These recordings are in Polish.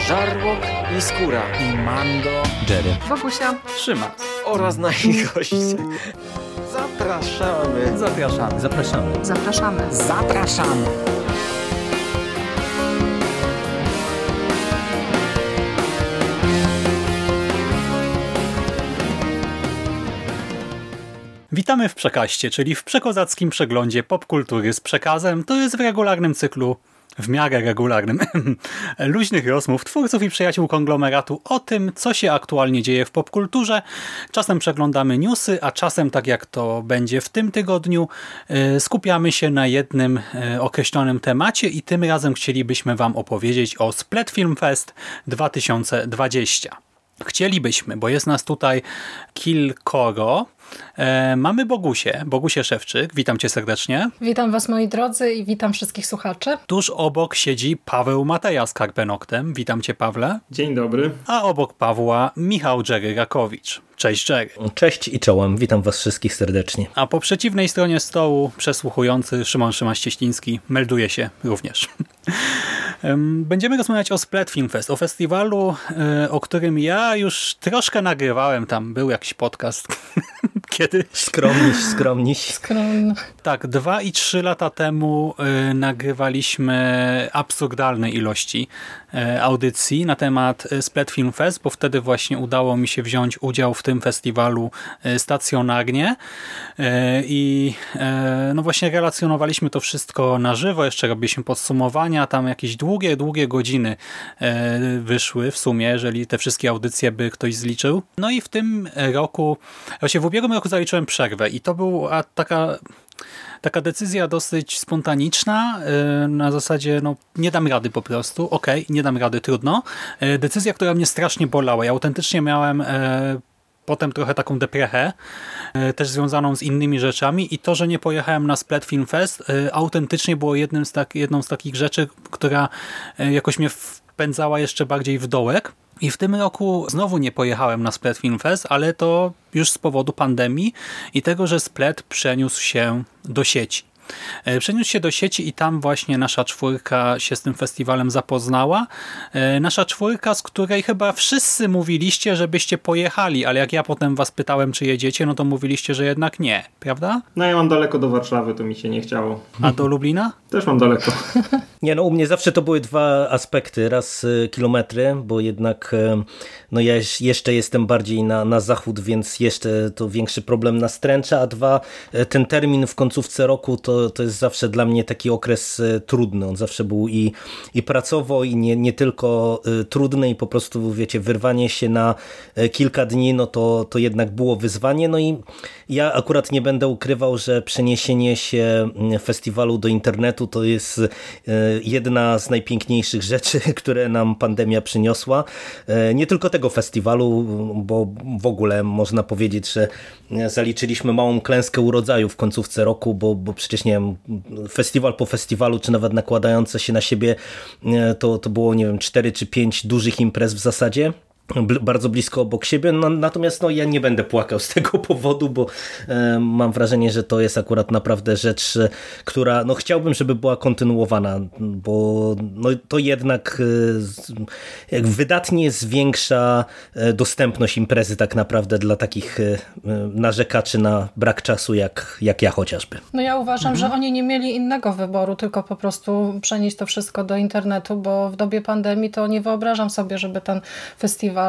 Żarłok i Skóra i Mando, Jerry, Wokusia, Szymas oraz nasi goście. Zapraszamy. Zapraszamy. zapraszamy. zapraszamy. Zapraszamy. Witamy w Przekaście, czyli w przekozackim przeglądzie popkultury z przekazem. To jest w regularnym cyklu, w miarę regularnym, luźnych rozmów twórców i przyjaciół konglomeratu o tym, co się aktualnie dzieje w popkulturze. Czasem przeglądamy newsy, a czasem, tak jak to będzie w tym tygodniu, skupiamy się na jednym określonym temacie i tym razem chcielibyśmy Wam opowiedzieć o Splat Film Fest 2020. Chcielibyśmy, bo jest nas tutaj kilkoro. Mamy Bogusię Szewczyk. Witam Cię serdecznie. Witam Was, moi drodzy, i witam wszystkich słuchaczy. Tuż obok siedzi Paweł Mateja z Karpenoktem. Witam Cię, Pawle. Dzień dobry. A obok Pawła Michał Jerry Rakowicz. Cześć, Jerry. Cześć i czołem. Witam Was wszystkich serdecznie. A po przeciwnej stronie stołu przesłuchujący Szymon Szymaś-Cieśliński melduje się również. Będziemy rozmawiać o Splat Film Fest, o festiwalu, o którym ja już troszkę nagrywałem. Tam był jakiś podcast kiedyś. Skromniś. Tak, 2 i 3 lata temu nagrywaliśmy absurdalne ilości audycji na temat Splat Film Fest, bo wtedy właśnie udało mi się wziąć udział w tym festiwalu stacjonarnie i no właśnie relacjonowaliśmy to wszystko na żywo, jeszcze robiliśmy podsumowania, tam jakieś długie godziny wyszły w sumie, jeżeli te wszystkie audycje by ktoś zliczył. No i w tym roku, właśnie w ubiegłym roku zaliczyłem przerwę i to była taka decyzja dosyć spontaniczna, na zasadzie no nie dam rady po prostu, nie dam rady, trudno. Decyzja, która mnie strasznie bolała. Ja autentycznie miałem potem trochę taką deprechę, też związaną z innymi rzeczami i to, że nie pojechałem na Splat Film Fest, autentycznie było jedną z takich rzeczy, która jakoś mnie wpędzała jeszcze bardziej w dołek. I w tym roku znowu nie pojechałem na Splat Film Fest, ale to już z powodu pandemii i tego, że Splat przeniósł się do sieci. Przeniósł się do sieci i tam właśnie nasza czwórka się z tym festiwalem zapoznała. Nasza czwórka, z której chyba wszyscy mówiliście, żebyście pojechali, ale jak ja potem was pytałem, czy jedziecie, no to mówiliście, że jednak nie, prawda? No ja mam daleko do Warszawy, to mi się nie chciało. A do Lublina? Też mam daleko. Nie, no u mnie zawsze to były dwa aspekty. Raz kilometry, bo jednak no ja jeszcze jestem bardziej na zachód, więc jeszcze to większy problem nastręcza, a dwa, ten termin w końcówce roku to jest zawsze dla mnie taki okres trudny. On zawsze był i pracowo, i nie tylko trudny i po prostu, wiecie, wyrwanie się na kilka dni, no to jednak było wyzwanie. No i ja akurat nie będę ukrywał, że przeniesienie się festiwalu do internetu to jest jedna z najpiękniejszych rzeczy, które nam pandemia przyniosła. Nie tylko tego festiwalu, bo w ogóle można powiedzieć, że zaliczyliśmy małą klęskę urodzaju w końcówce roku, bo przecież nie wiem, festiwal po festiwalu, czy nawet nakładające się na siebie, to było, nie wiem, 4 czy 5 dużych imprez w zasadzie. Bardzo blisko obok siebie, natomiast no, ja nie będę płakał z tego powodu, bo mam wrażenie, że to jest akurat naprawdę rzecz, która no, chciałbym, żeby była kontynuowana, bo no, to jednak wydatnie zwiększa dostępność imprezy tak naprawdę dla takich narzekaczy na brak czasu jak ja chociażby. No ja uważam, że oni nie mieli innego wyboru, tylko po prostu przenieść to wszystko do internetu, bo w dobie pandemii to nie wyobrażam sobie, żeby ten festiwal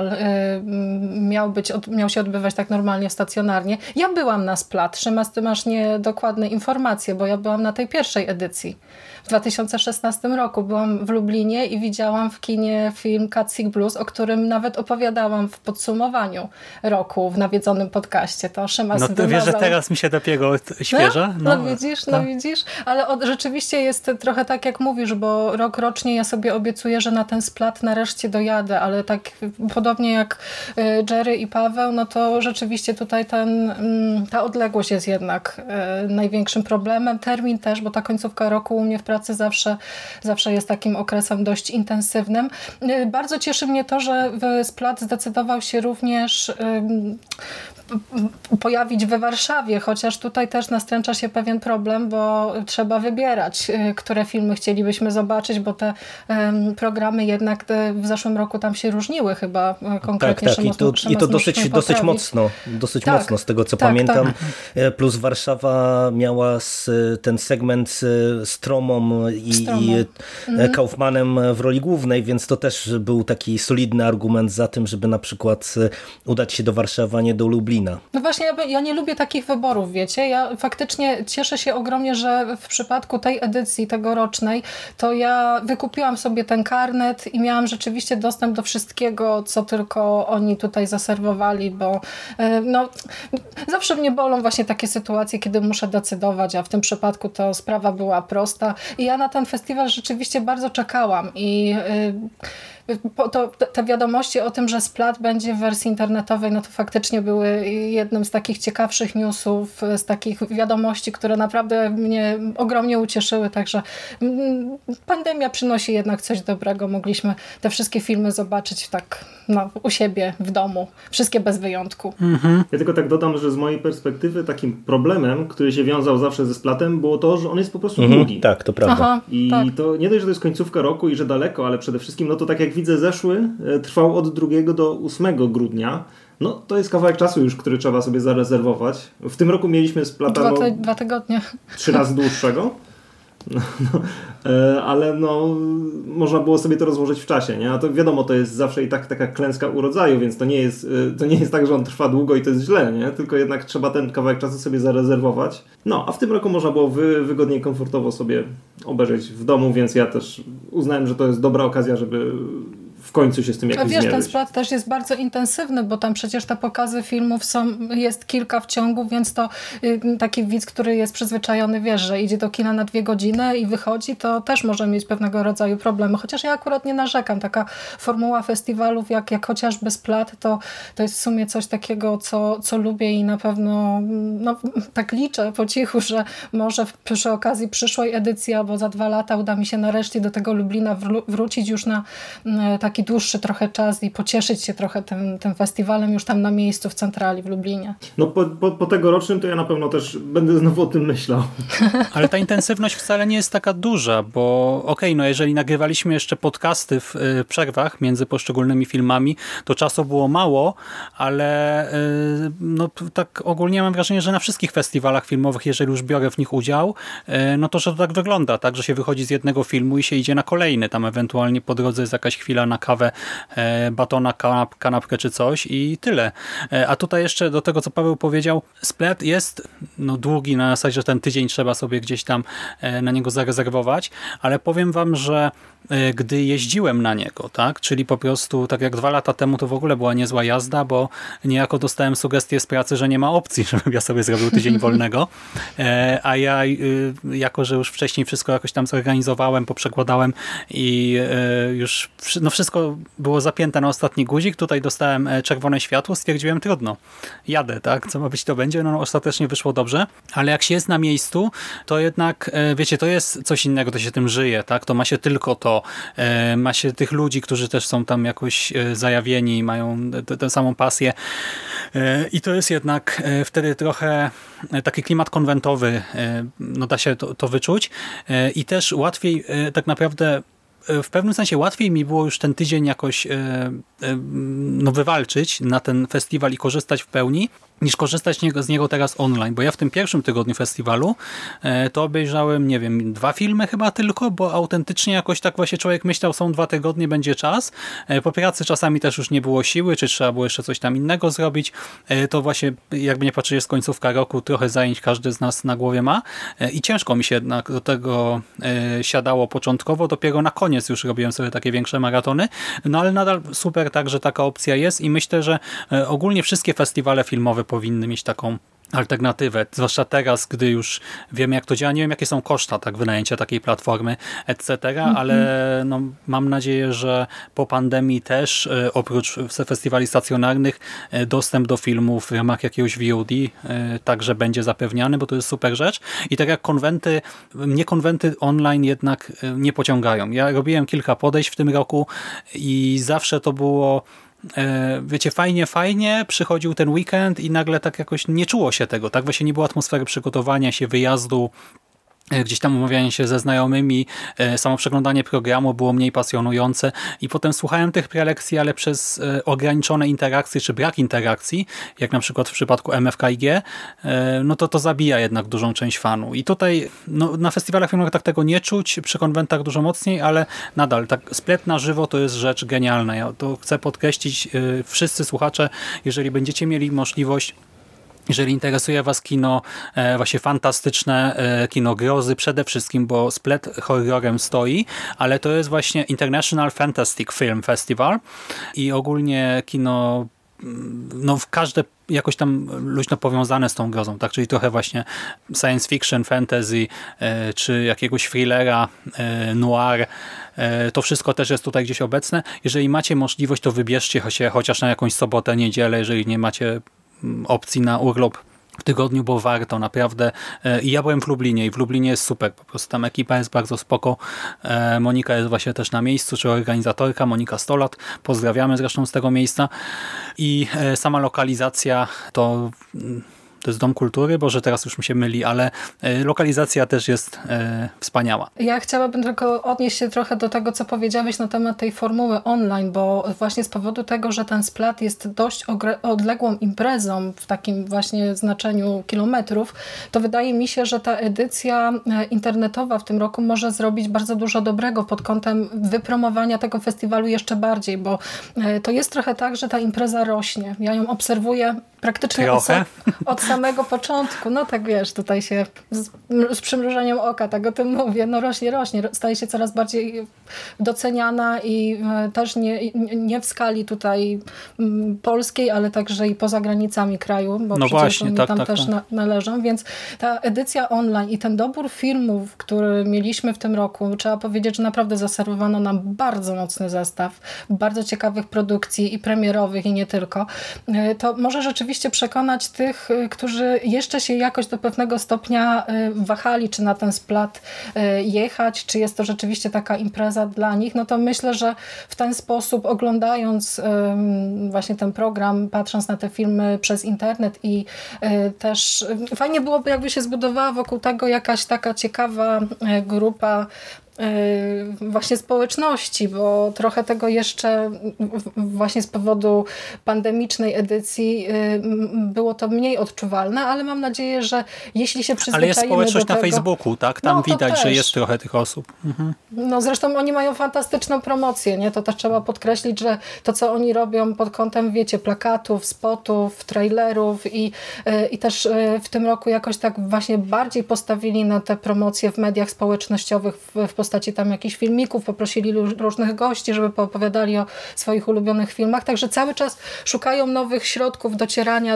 miał się odbywać tak normalnie, stacjonarnie. Ja byłam na Splat. Szymas, ty masz niedokładne informacje, bo ja byłam na tej pierwszej edycji. W 2016 roku byłam w Lublinie i widziałam w kinie film Cat Sick Blues, o którym nawet opowiadałam w podsumowaniu roku w nawiedzonym podcaście. To Szymas no to wiesz, że teraz mi się dopiero świeża. No widzisz, ale rzeczywiście jest trochę tak jak mówisz, bo rocznie ja sobie obiecuję, że na ten Splat nareszcie dojadę, ale tak podobnie jak Jerry i Paweł, no to rzeczywiście tutaj ta odległość jest jednak największym problemem. Termin też, bo ta końcówka roku u mnie w pracy zawsze jest takim okresem dość intensywnym. Bardzo cieszy mnie to, że Splat zdecydował się również pojawić we Warszawie, chociaż tutaj też nastręcza się pewien problem, bo trzeba wybierać, które filmy chcielibyśmy zobaczyć, bo te programy jednak w zeszłym roku tam się różniły chyba konkretnie. Tak. I to dosyć mocno z tego co pamiętam. Tak. Plus Warszawa miała ten segment z Tromą i Kaufmanem w roli głównej, więc to też był taki solidny argument za tym, żeby na przykład udać się do Warszawy, a nie do Lublina. No właśnie, ja nie lubię takich wyborów, wiecie. Ja faktycznie cieszę się ogromnie, że w przypadku tej edycji tegorocznej, to ja wykupiłam sobie ten karnet i miałam rzeczywiście dostęp do wszystkiego, co tylko oni tutaj zaserwowali, bo no, zawsze mnie bolą właśnie takie sytuacje, kiedy muszę decydować, a w tym przypadku to sprawa była prosta i ja na ten festiwal rzeczywiście bardzo czekałam i te wiadomości o tym, że Splat będzie w wersji internetowej, no to faktycznie były jednym z takich ciekawszych newsów, z takich wiadomości, które naprawdę mnie ogromnie ucieszyły, także pandemia przynosi jednak coś dobrego. Mogliśmy te wszystkie filmy zobaczyć tak u siebie, w domu. Wszystkie bez wyjątku. Ja tylko tak dodam, że z mojej perspektywy takim problemem, który się wiązał zawsze ze Splatem, było to, że on jest po prostu długi. Tak, to prawda. Aha, I tak. to nie dość, że to jest końcówka roku i że daleko, ale przede wszystkim, no to tak jak widzę, zeszły trwał od 2 do 8 grudnia. No to jest kawałek czasu już, który trzeba sobie zarezerwować. W tym roku mieliśmy Splata 2 tygodnie. 3 razy dłuższego. Ale można było sobie to rozłożyć w czasie, nie? A to wiadomo, to jest zawsze i tak taka klęska urodzaju, więc to nie jest tak, że on trwa długo i to jest źle, nie? Tylko jednak trzeba ten kawałek czasu sobie zarezerwować. No, a w tym roku można było wygodniej, komfortowo sobie obejrzeć w domu, więc ja też uznałem, że to jest dobra okazja, żeby w końcu się z tym jakoś zmierzyć. Wiesz, ten Splat też jest bardzo intensywny, bo tam przecież te pokazy filmów jest kilka w ciągu, więc to taki widz, który jest przyzwyczajony, wiesz, że idzie do kina na 2 godziny i wychodzi, to też może mieć pewnego rodzaju problemy. Chociaż ja akurat nie narzekam. Taka formuła festiwalów, jak chociażby Splat, to jest w sumie coś takiego, co lubię i na pewno tak liczę po cichu, że może przy okazji przyszłej edycji albo za 2 lata uda mi się nareszcie do tego Lublina wrócić już na taki dłuższy trochę czas i pocieszyć się trochę tym festiwalem już tam na miejscu w centrali w Lublinie. No po tegorocznym to ja na pewno też będę znowu o tym myślał. Ale ta intensywność wcale nie jest taka duża, bo jeżeli nagrywaliśmy jeszcze podcasty w przerwach między poszczególnymi filmami, to czasu było mało, ale tak ogólnie mam wrażenie, że na wszystkich festiwalach filmowych, jeżeli już biorę w nich udział, no to że to tak wygląda, tak, że się wychodzi z jednego filmu i się idzie na kolejny, tam ewentualnie po drodze jest jakaś chwila na kawę, batona, kanapkę czy coś i tyle. A tutaj jeszcze do tego, co Paweł powiedział, Splat jest długi, na zasadzie, że ten tydzień trzeba sobie gdzieś tam na niego zarezerwować, ale powiem wam, że gdy jeździłem na niego, tak, czyli po prostu tak jak 2 lata temu to w ogóle była niezła jazda, bo niejako dostałem sugestię z pracy, że nie ma opcji, żebym ja sobie zrobił tydzień wolnego, a ja jako, że już wcześniej wszystko jakoś tam zorganizowałem, poprzekładałem i już wszystko było zapięte na ostatni guzik, tutaj dostałem czerwone światło, stwierdziłem trudno, jadę, tak, co ma być to będzie, ostatecznie wyszło dobrze, ale jak się jest na miejscu, to jednak, wiecie, to jest coś innego, to się tym żyje, tak, to ma się tylko to, ma się tych ludzi, którzy też są tam jakoś zajawieni, mają tę samą pasję i to jest jednak wtedy trochę taki klimat konwentowy, da się to wyczuć i też łatwiej tak naprawdę w pewnym sensie łatwiej mi było już ten tydzień jakoś wywalczyć na ten festiwal i korzystać w pełni, niż korzystać z niego teraz online, bo ja w tym pierwszym tygodniu festiwalu to obejrzałem, nie wiem, 2 filmy chyba tylko, bo autentycznie jakoś tak właśnie człowiek myślał, są 2 tygodnie, będzie czas. Po pracy czasami też już nie było siły, czy trzeba było jeszcze coś tam innego zrobić. To właśnie, jakby nie patrzeć, jest końcówka roku, trochę zajęć każdy z nas na głowie ma i ciężko mi się jednak do tego siadało początkowo, dopiero na koniec już robiłem sobie takie większe maratony, ale nadal super tak, że taka opcja jest i myślę, że ogólnie wszystkie festiwale filmowe powinny mieć taką alternatywę, zwłaszcza teraz, gdy już wiemy, jak to działa. Nie wiem, jakie są koszta wynajęcia takiej platformy, etc., ale mam nadzieję, że po pandemii też oprócz festiwali stacjonarnych dostęp do filmów w ramach jakiegoś VOD także będzie zapewniany, bo to jest super rzecz. I tak jak mnie konwenty online jednak nie pociągają. Ja robiłem kilka podejść w tym roku i zawsze to było wiecie, fajnie, przychodził ten weekend i nagle tak jakoś nie czuło się tego, tak? Właśnie nie było atmosfery przygotowania się, wyjazdu, gdzieś tam umawianie się ze znajomymi, samo przeglądanie programu było mniej pasjonujące i potem słuchałem tych prelekcji, ale przez ograniczone interakcje czy brak interakcji, jak na przykład w przypadku MFKiG, no to zabija jednak dużą część fanu. I tutaj no, na festiwalach filmowych tak tego nie czuć, przy konwentach dużo mocniej, ale nadal tak splet na żywo to jest rzecz genialna. Ja to chcę podkreślić, wszyscy słuchacze, jeżeli będziecie mieli możliwość, jeżeli interesuje was kino, właśnie fantastyczne, kino grozy przede wszystkim, bo splet horrorem stoi, ale to jest właśnie International Fantastic Film Festival i ogólnie kino, no w każde jakoś tam luźno powiązane z tą grozą, tak? Czyli trochę właśnie science fiction, fantasy, czy jakiegoś thrillera, noir, to wszystko też jest tutaj gdzieś obecne. Jeżeli macie możliwość, to wybierzcie się chociaż na jakąś sobotę, niedzielę, jeżeli nie macie opcji na urlop w tygodniu, bo warto naprawdę. I ja byłem w Lublinie i w Lublinie jest super, po prostu tam ekipa jest bardzo spoko. Monika jest właśnie też na miejscu, czy organizatorka, Monika Stolat, pozdrawiamy zresztą z tego miejsca. I sama lokalizacja to jest Dom Kultury, Boże, teraz już mi się myli, ale lokalizacja też jest wspaniała. Ja chciałabym tylko odnieść się trochę do tego, co powiedziałeś na temat tej formuły online, bo właśnie z powodu tego, że ten splat jest dość odległą imprezą w takim właśnie znaczeniu kilometrów, to wydaje mi się, że ta edycja internetowa w tym roku może zrobić bardzo dużo dobrego pod kątem wypromowania tego festiwalu jeszcze bardziej, bo to jest trochę tak, że ta impreza rośnie. Ja ją obserwuję praktycznie od samego początku. No tak wiesz, tutaj się z przymrużeniem oka tak o tym mówię. No rośnie, staje się coraz bardziej doceniana i też nie w skali tutaj polskiej, ale także i poza granicami kraju, bo no przecież właśnie, oni tam też należą. Więc ta edycja online i ten dobór filmów, który mieliśmy w tym roku, trzeba powiedzieć, że naprawdę zaserwowano nam bardzo mocny zestaw bardzo ciekawych produkcji i premierowych i nie tylko. To może rzeczywiście przekonać tych, którzy jeszcze się jakoś do pewnego stopnia wahali, czy na ten splat jechać, czy jest to rzeczywiście taka impreza dla nich, no to myślę, że w ten sposób oglądając właśnie ten program, patrząc na te filmy przez internet i też fajnie byłoby, jakby się zbudowała wokół tego jakaś taka ciekawa grupa właśnie społeczności, bo trochę tego jeszcze właśnie z powodu pandemicznej edycji było to mniej odczuwalne, ale mam nadzieję, że jeśli się przyzwyczajimy ale jest społeczność do tego, na Facebooku, tak? Tam widać, że jest trochę tych osób. Mhm. No zresztą oni mają fantastyczną promocję, nie? To też trzeba podkreślić, że to, co oni robią pod kątem, wiecie, plakatów, spotów, trailerów i też w tym roku jakoś tak właśnie bardziej postawili na te promocje w mediach społecznościowych w postaci tam jakichś filmików, poprosili różnych gości, żeby poopowiadali o swoich ulubionych filmach, także cały czas szukają nowych środków docierania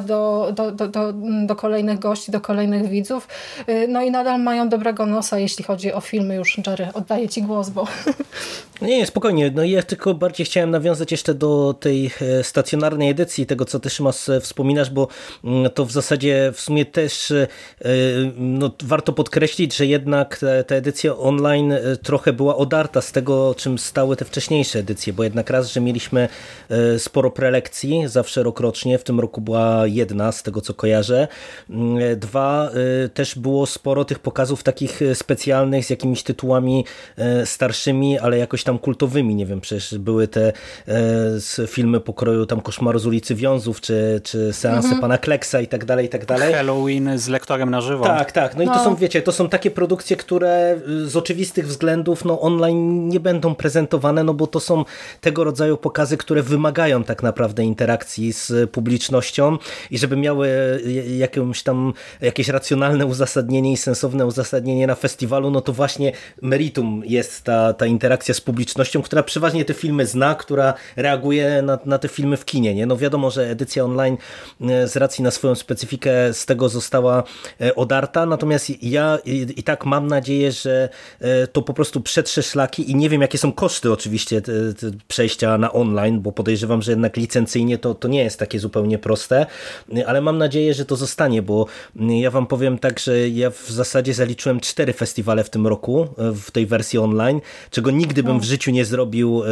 do kolejnych gości, do kolejnych widzów, no i nadal mają dobrego nosa, jeśli chodzi o filmy. Już Jerry, oddaję Ci głos, bo... Nie, spokojnie, no ja tylko bardziej chciałem nawiązać jeszcze do tej stacjonarnej edycji, tego co Ty, Szymas, wspominasz, bo to w zasadzie w sumie też no, warto podkreślić, że jednak ta edycja online trochę była odarta z tego, czym stały te wcześniejsze edycje, bo jednak raz, że mieliśmy sporo prelekcji, zawsze rokrocznie, w tym roku była jedna, z tego co kojarzę. Dwa, też było sporo tych pokazów takich specjalnych z jakimiś tytułami starszymi, ale jakoś tam kultowymi, nie wiem, przecież były te filmy pokroju tam Koszmaru z ulicy Wiązów, czy Seanse Pana Kleksa i tak dalej, i tak dalej. Halloween z lektorem na żywo. Tak, no i to są, wiecie, to są takie produkcje, które z oczywistych względów no online nie będą prezentowane, no bo to są tego rodzaju pokazy, które wymagają tak naprawdę interakcji z publicznością i żeby miały jakieś racjonalne uzasadnienie i sensowne uzasadnienie na festiwalu, no to właśnie meritum jest ta interakcja z publicznością, która przeważnie te filmy zna, która reaguje na te filmy w kinie, nie? No wiadomo, że edycja online z racji na swoją specyfikę z tego została odarta, natomiast ja i tak mam nadzieję, że to po prostu przetrze szlaki i nie wiem, jakie są koszty oczywiście te przejścia na online, bo podejrzewam, że jednak licencyjnie to nie jest takie zupełnie proste, ale mam nadzieję, że to zostanie, bo ja wam powiem tak, że ja w zasadzie zaliczyłem 4 festiwale w tym roku w tej wersji online, czego nigdy bym w życiu nie zrobił,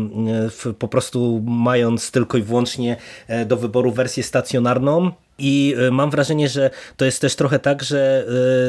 po prostu mając tylko i wyłącznie do wyboru wersję stacjonarną. I mam wrażenie, że to jest też trochę tak, że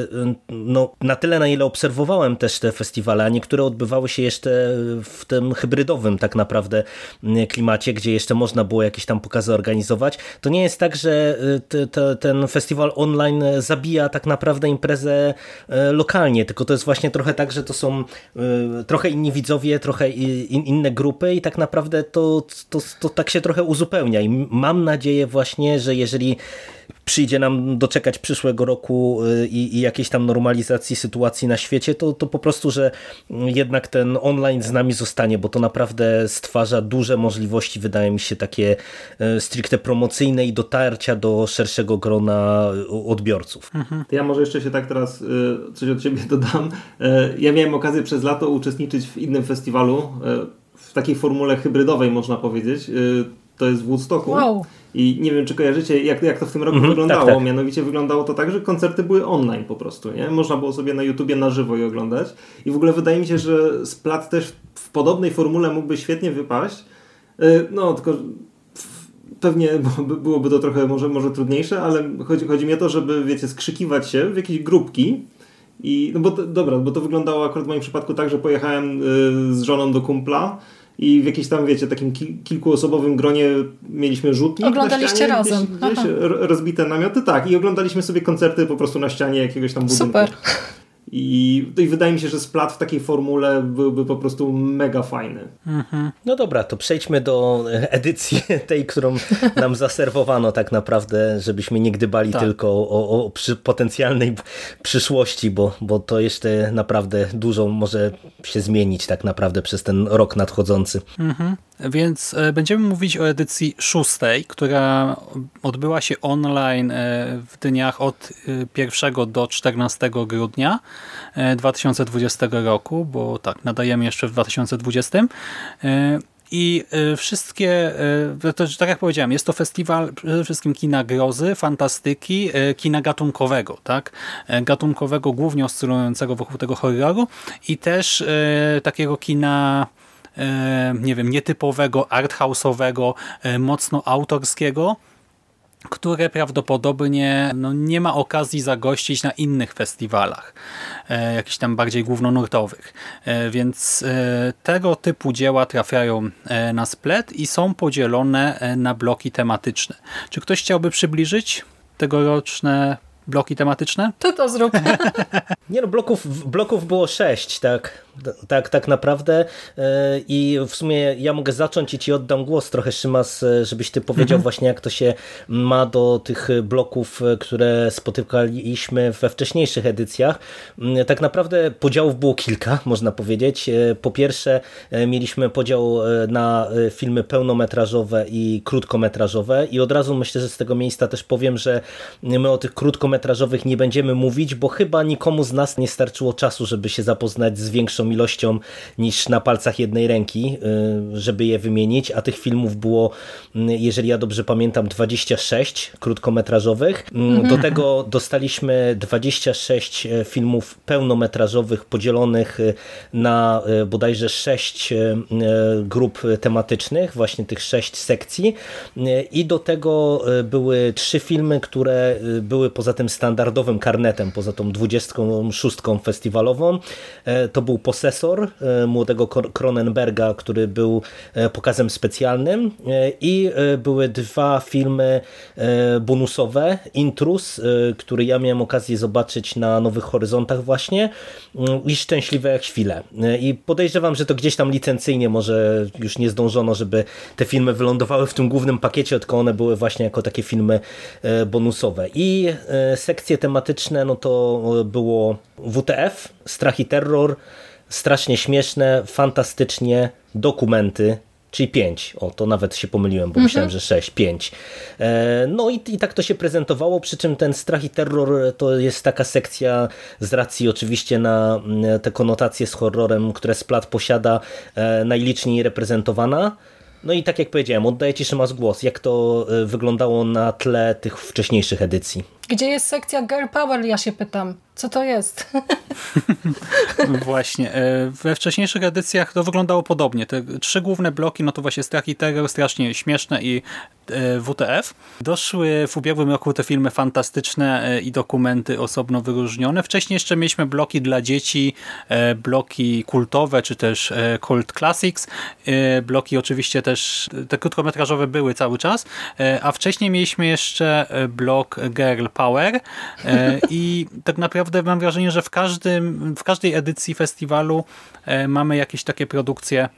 no, na tyle, na ile obserwowałem też te festiwale, a niektóre odbywały się jeszcze w tym hybrydowym tak naprawdę klimacie, gdzie jeszcze można było jakieś tam pokazy organizować, to nie jest tak, że ten festiwal online zabija tak naprawdę imprezę lokalnie, tylko to jest właśnie trochę tak, że to są trochę inni widzowie, trochę inne grupy i tak naprawdę to tak się trochę uzupełnia i mam nadzieję właśnie, że jeżeli przyjdzie nam doczekać przyszłego roku i jakiejś tam normalizacji sytuacji na świecie, to po prostu, że jednak ten online z nami zostanie, bo to naprawdę stwarza duże możliwości, wydaje mi się, takie stricte promocyjne i dotarcia do szerszego grona odbiorców. To ja może jeszcze się tak teraz coś od siebie dodam. Ja miałem okazję przez lato uczestniczyć w innym festiwalu, w takiej formule hybrydowej, można powiedzieć. To jest w Woodstocku. Wow. I nie wiem, czy kojarzycie, jak to w tym roku wyglądało. Tak. Mianowicie wyglądało to tak, że koncerty były online po prostu. Nie? Można było sobie na YouTubie na żywo je oglądać. I w ogóle wydaje mi się, że Splat też w podobnej formule mógłby świetnie wypaść. No, tylko pewnie byłoby to trochę może trudniejsze, ale chodzi mi o to, żeby, wiecie, skrzykiwać się w jakieś grupki. I, no bo to wyglądało akurat w moim przypadku tak, że pojechałem z żoną do kumpla i w jakimś tam, wiecie, takim kilkuosobowym gronie mieliśmy rzutnik. Oglądaliście na ścianie, razem. gdzieś rozbite namioty, tak. I oglądaliśmy sobie koncerty po prostu na ścianie jakiegoś tam budynku. Super. I wydaje mi się, że Splat w takiej formule byłby po prostu mega fajny. No dobra, to przejdźmy do edycji tej, którą nam zaserwowano tak naprawdę, żebyśmy nie gdybali tylko o potencjalnej przyszłości, bo to jeszcze naprawdę dużo może się zmienić tak naprawdę przez ten rok nadchodzący. Więc będziemy mówić o edycji 6, która odbyła się online w dniach od 1 do 14 grudnia 2020 roku, bo tak, nadajemy jeszcze w 2020. I wszystkie, to, tak jak powiedziałem, jest to festiwal przede wszystkim kina grozy, fantastyki, kina gatunkowego, tak? Gatunkowego, głównie oscylującego wokół tego horroru i też takiego kina, nie wiem, nietypowego, arthouse'owego, mocno autorskiego, które prawdopodobnie nie ma okazji zagościć na innych festiwalach, jakichś tam bardziej głównonurtowych. Więc tego typu dzieła trafiają na Splet i są podzielone na bloki tematyczne. Czy ktoś chciałby przybliżyć tegoroczne bloki tematyczne? Ty to zrób. Nie no, bloków było 6, tak naprawdę i w sumie ja mogę zacząć i ci oddam głos trochę, Szymas, żebyś ty powiedział właśnie, jak to się ma do tych bloków, które spotykaliśmy we wcześniejszych edycjach. Tak naprawdę podziałów było kilka, można powiedzieć. Po pierwsze mieliśmy podział na filmy pełnometrażowe i krótkometrażowe i od razu myślę, że z tego miejsca też powiem, że my o tych krótkometrażowych nie będziemy mówić, bo chyba nikomu z nas nie starczyło czasu, żeby się zapoznać z większą ilością niż na palcach jednej ręki, żeby je wymienić, a tych filmów było, jeżeli ja dobrze pamiętam, 26 krótkometrażowych. Do tego dostaliśmy 26 filmów pełnometrażowych podzielonych na bodajże 6 grup tematycznych, właśnie tych 6 sekcji i do tego były 3 filmy, które były poza tym standardowym karnetem, poza tą 26 festiwalową. To był Posesor młodego Cronenberga, który był pokazem specjalnym i były 2 filmy bonusowe. Intrus, który ja miałem okazję zobaczyć na Nowych Horyzontach właśnie i Szczęśliwe chwile. I podejrzewam, że to gdzieś tam licencyjnie może już nie zdążono, żeby te filmy wylądowały w tym głównym pakiecie, tylko one były właśnie jako takie filmy bonusowe. I sekcje tematyczne, no to było WTF, Strach i Terror, Strasznie śmieszne, fantastycznie, dokumenty Czyli 5. O, to nawet się pomyliłem, bo myślałem, że 6, 5. No i tak to się prezentowało, przy czym ten strach i terror to jest taka sekcja z racji oczywiście na te konotacje z horrorem, które Splat posiada, najliczniej reprezentowana. No i tak jak powiedziałem, oddaję Ci, Szymas, głos. Jak to wyglądało na tle tych wcześniejszych edycji? Gdzie jest sekcja Girl Power, ja się pytam. Co to jest? Właśnie. We wcześniejszych edycjach to wyglądało podobnie. Te 3 główne bloki, no to właśnie Strach i Terror, strasznie śmieszne i WTF. Doszły w ubiegłym roku te filmy fantastyczne i dokumenty osobno wyróżnione. Wcześniej jeszcze mieliśmy bloki dla dzieci, bloki kultowe, czy też Cult Classics. Bloki oczywiście też, te krótkometrażowe były cały czas, a wcześniej mieliśmy jeszcze blok Girl Power i tak naprawdę mam wrażenie, że w każdej edycji festiwalu mamy jakieś takie produkcje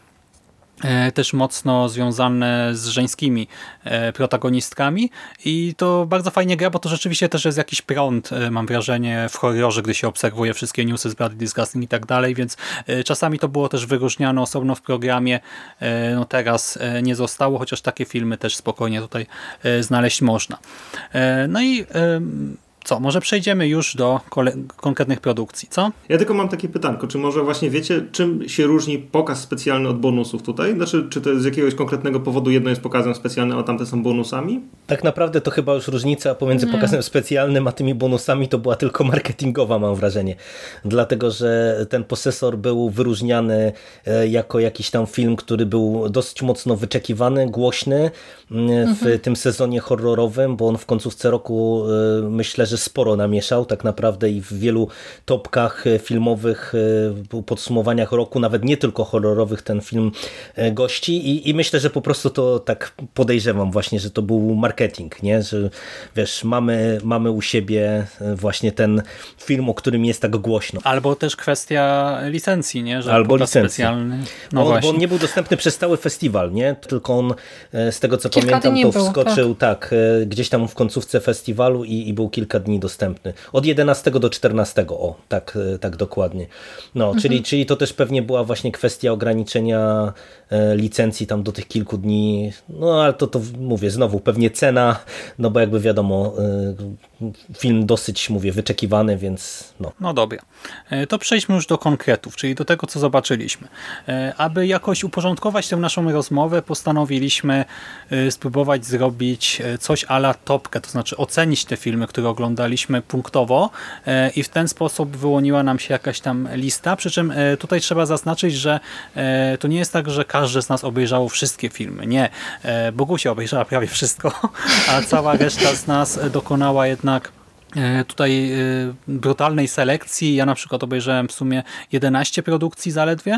też mocno związane z żeńskimi protagonistkami i to bardzo fajnie gra, bo to rzeczywiście też jest jakiś prąd, mam wrażenie, w horrorze, gdy się obserwuje wszystkie newsy z Bloody Disgusting i tak dalej, więc czasami to było też wyróżniane osobno w programie, no teraz nie zostało, chociaż takie filmy też spokojnie tutaj znaleźć można. No i co, może przejdziemy już do konkretnych produkcji, co? Ja tylko mam takie pytanko, czy może właśnie wiecie, czym się różni pokaz specjalny od bonusów tutaj? Znaczy, czy to jest z jakiegoś konkretnego powodu jedno jest pokazem specjalnym, a tamte są bonusami? Tak naprawdę to chyba już różnica pomiędzy pokazem specjalnym a tymi bonusami to była tylko marketingowa, mam wrażenie. Dlatego, że ten Posesor był wyróżniany jako jakiś tam film, który był dosyć mocno wyczekiwany, głośny w tym sezonie horrorowym, bo on w końcówce roku myślę, że sporo namieszał tak naprawdę i w wielu topkach filmowych, podsumowaniach roku, nawet nie tylko horrorowych, ten film gości i myślę, że po prostu to tak podejrzewam właśnie, że to był marketing, nie? Że wiesz, mamy u siebie właśnie ten film, o którym jest tak głośno. Albo też kwestia licencji, nie? Że albo licencji. Specjalny. No bo on nie był dostępny przez cały festiwal, nie? Tylko on, z tego co pamiętam, to wskoczył gdzieś tam w końcówce festiwalu i był kilka dni dostępny. Od 11 do 14. O, tak dokładnie. No, czyli to też pewnie była właśnie kwestia ograniczenia licencji tam do tych kilku dni. No, ale to mówię, znowu pewnie cena, no bo jakby wiadomo, film dosyć, mówię, wyczekiwany, więc no. No dobra. To przejdźmy już do konkretów, czyli do tego, co zobaczyliśmy. Aby jakoś uporządkować tę naszą rozmowę, postanowiliśmy spróbować zrobić coś a la topkę, to znaczy ocenić te filmy, które oglądaliśmy punktowo i w ten sposób wyłoniła nam się jakaś tam lista, przy czym tutaj trzeba zaznaczyć, że to nie jest tak, że każdy z nas obejrzał wszystkie filmy. Nie. Bogusia obejrzała prawie wszystko, a cała reszta z nas dokonała jednak tutaj brutalnej selekcji. Ja na przykład obejrzałem w sumie 11 produkcji zaledwie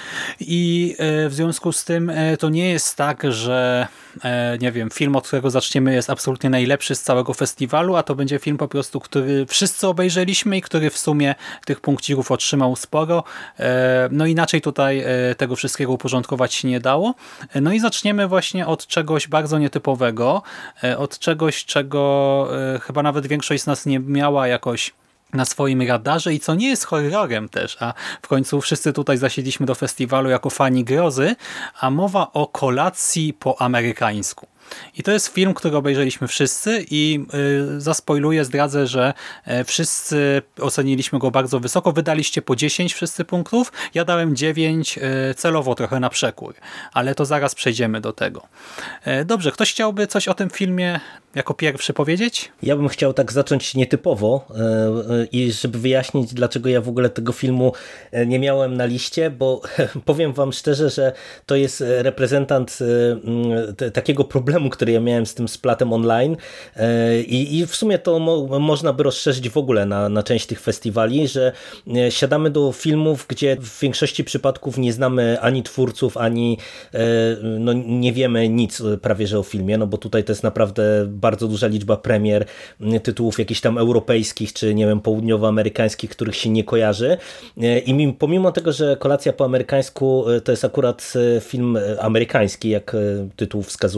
i w związku z tym to nie jest tak, że nie wiem, film, od którego zaczniemy, jest absolutnie najlepszy z całego festiwalu, a to będzie film po prostu, który wszyscy obejrzeliśmy i który w sumie tych punkcików otrzymał sporo. No inaczej tutaj tego wszystkiego uporządkować się nie dało. No i zaczniemy właśnie od czegoś bardzo nietypowego, od czegoś, czego chyba nawet większość z nas nie miała jakoś na swoim radarze i co nie jest horrorem też, a w końcu wszyscy tutaj zasiedliśmy do festiwalu jako fani grozy, a mowa o Kolacji po amerykańsku. I to jest film, który obejrzeliśmy wszyscy i zaspoiluję, zdradzę, że wszyscy oceniliśmy go bardzo wysoko. Wydaliście po 10 wszyscy punktów. Ja dałem 9 celowo trochę na przekór, ale to zaraz przejdziemy do tego. Dobrze, ktoś chciałby coś o tym filmie jako pierwszy powiedzieć? Ja bym chciał tak zacząć nietypowo i żeby wyjaśnić, dlaczego ja w ogóle tego filmu nie miałem na liście, bo powiem wam szczerze, że to jest reprezentant takiego problemu, który ja miałem z tym Splatem online i w sumie to można by rozszerzyć w ogóle na część tych festiwali, że siadamy do filmów, gdzie w większości przypadków nie znamy ani twórców, ani no, nie wiemy nic prawie że o filmie, no bo tutaj to jest naprawdę bardzo duża liczba premier, tytułów jakichś tam europejskich, czy nie wiem, południowoamerykańskich, których się nie kojarzy i pomimo tego, że Kolacja po amerykańsku to jest akurat film amerykański, jak tytuł wskazuje trochę,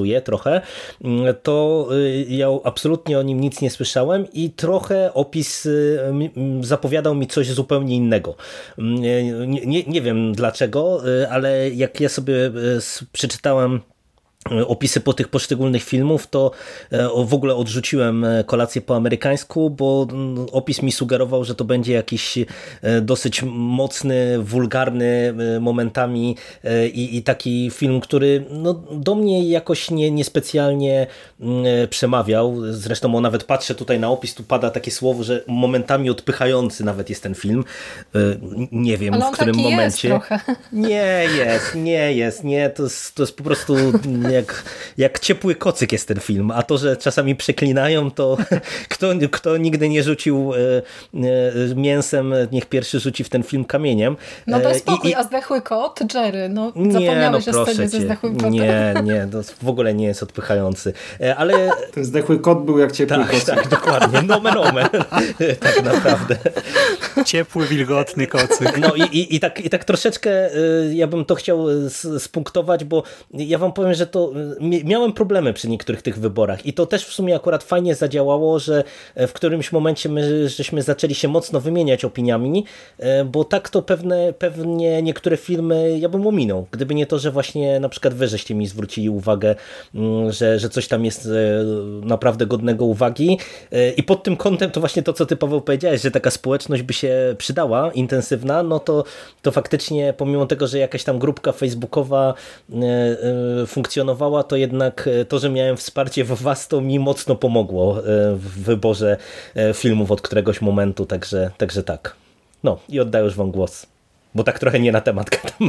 trochę, to ja absolutnie o nim nic nie słyszałem i trochę opis zapowiadał mi coś zupełnie innego. Nie wiem dlaczego, ale jak ja sobie przeczytałem opisy po tych poszczególnych filmów, to w ogóle odrzuciłem kolację po amerykańsku, bo opis mi sugerował, że to będzie jakiś dosyć mocny, wulgarny momentami i taki film, który no, do mnie jakoś niespecjalnie przemawiał. Zresztą nawet patrzę tutaj na opis, tu pada takie słowo, że momentami odpychający nawet jest ten film. Nie wiem, ale on w którym taki momencie. Jest trochę. Nie jest. To jest po prostu jak ciepły kocyk jest ten film, a to, że czasami przeklinają, to kto nigdy nie rzucił mięsem, niech pierwszy rzuci w ten film kamieniem. No daj spokój, a zdechły kot, Jerry, no zapomniałeś o scenie ze zdechłym kotem. Nie, to w ogóle nie jest odpychający. Ale... Ten zdechły kot był jak ciepły kocyk. Tak, dokładnie, nomen omen. Tak naprawdę. Ciepły, wilgotny kocyk. No i tak troszeczkę ja bym to chciał spunktować, bo ja wam powiem, że to miałem problemy przy niektórych tych wyborach i to też w sumie akurat fajnie zadziałało, że w którymś momencie my żeśmy zaczęli się mocno wymieniać opiniami, bo tak to pewnie niektóre filmy ja bym ominął, gdyby nie to, że właśnie na przykład wy żeście mi zwrócili uwagę, że coś tam jest naprawdę godnego uwagi i pod tym kątem to właśnie to, co ty, Paweł, powiedziałeś, że taka społeczność by się przydała, intensywna, no to faktycznie pomimo tego, że jakaś tam grupka facebookowa funkcjonowała, to jednak to, że miałem wsparcie w was, to mi mocno pomogło w wyborze filmów od któregoś momentu, także tak. No i oddaję już wam głos. Bo tak trochę nie na temat gadam.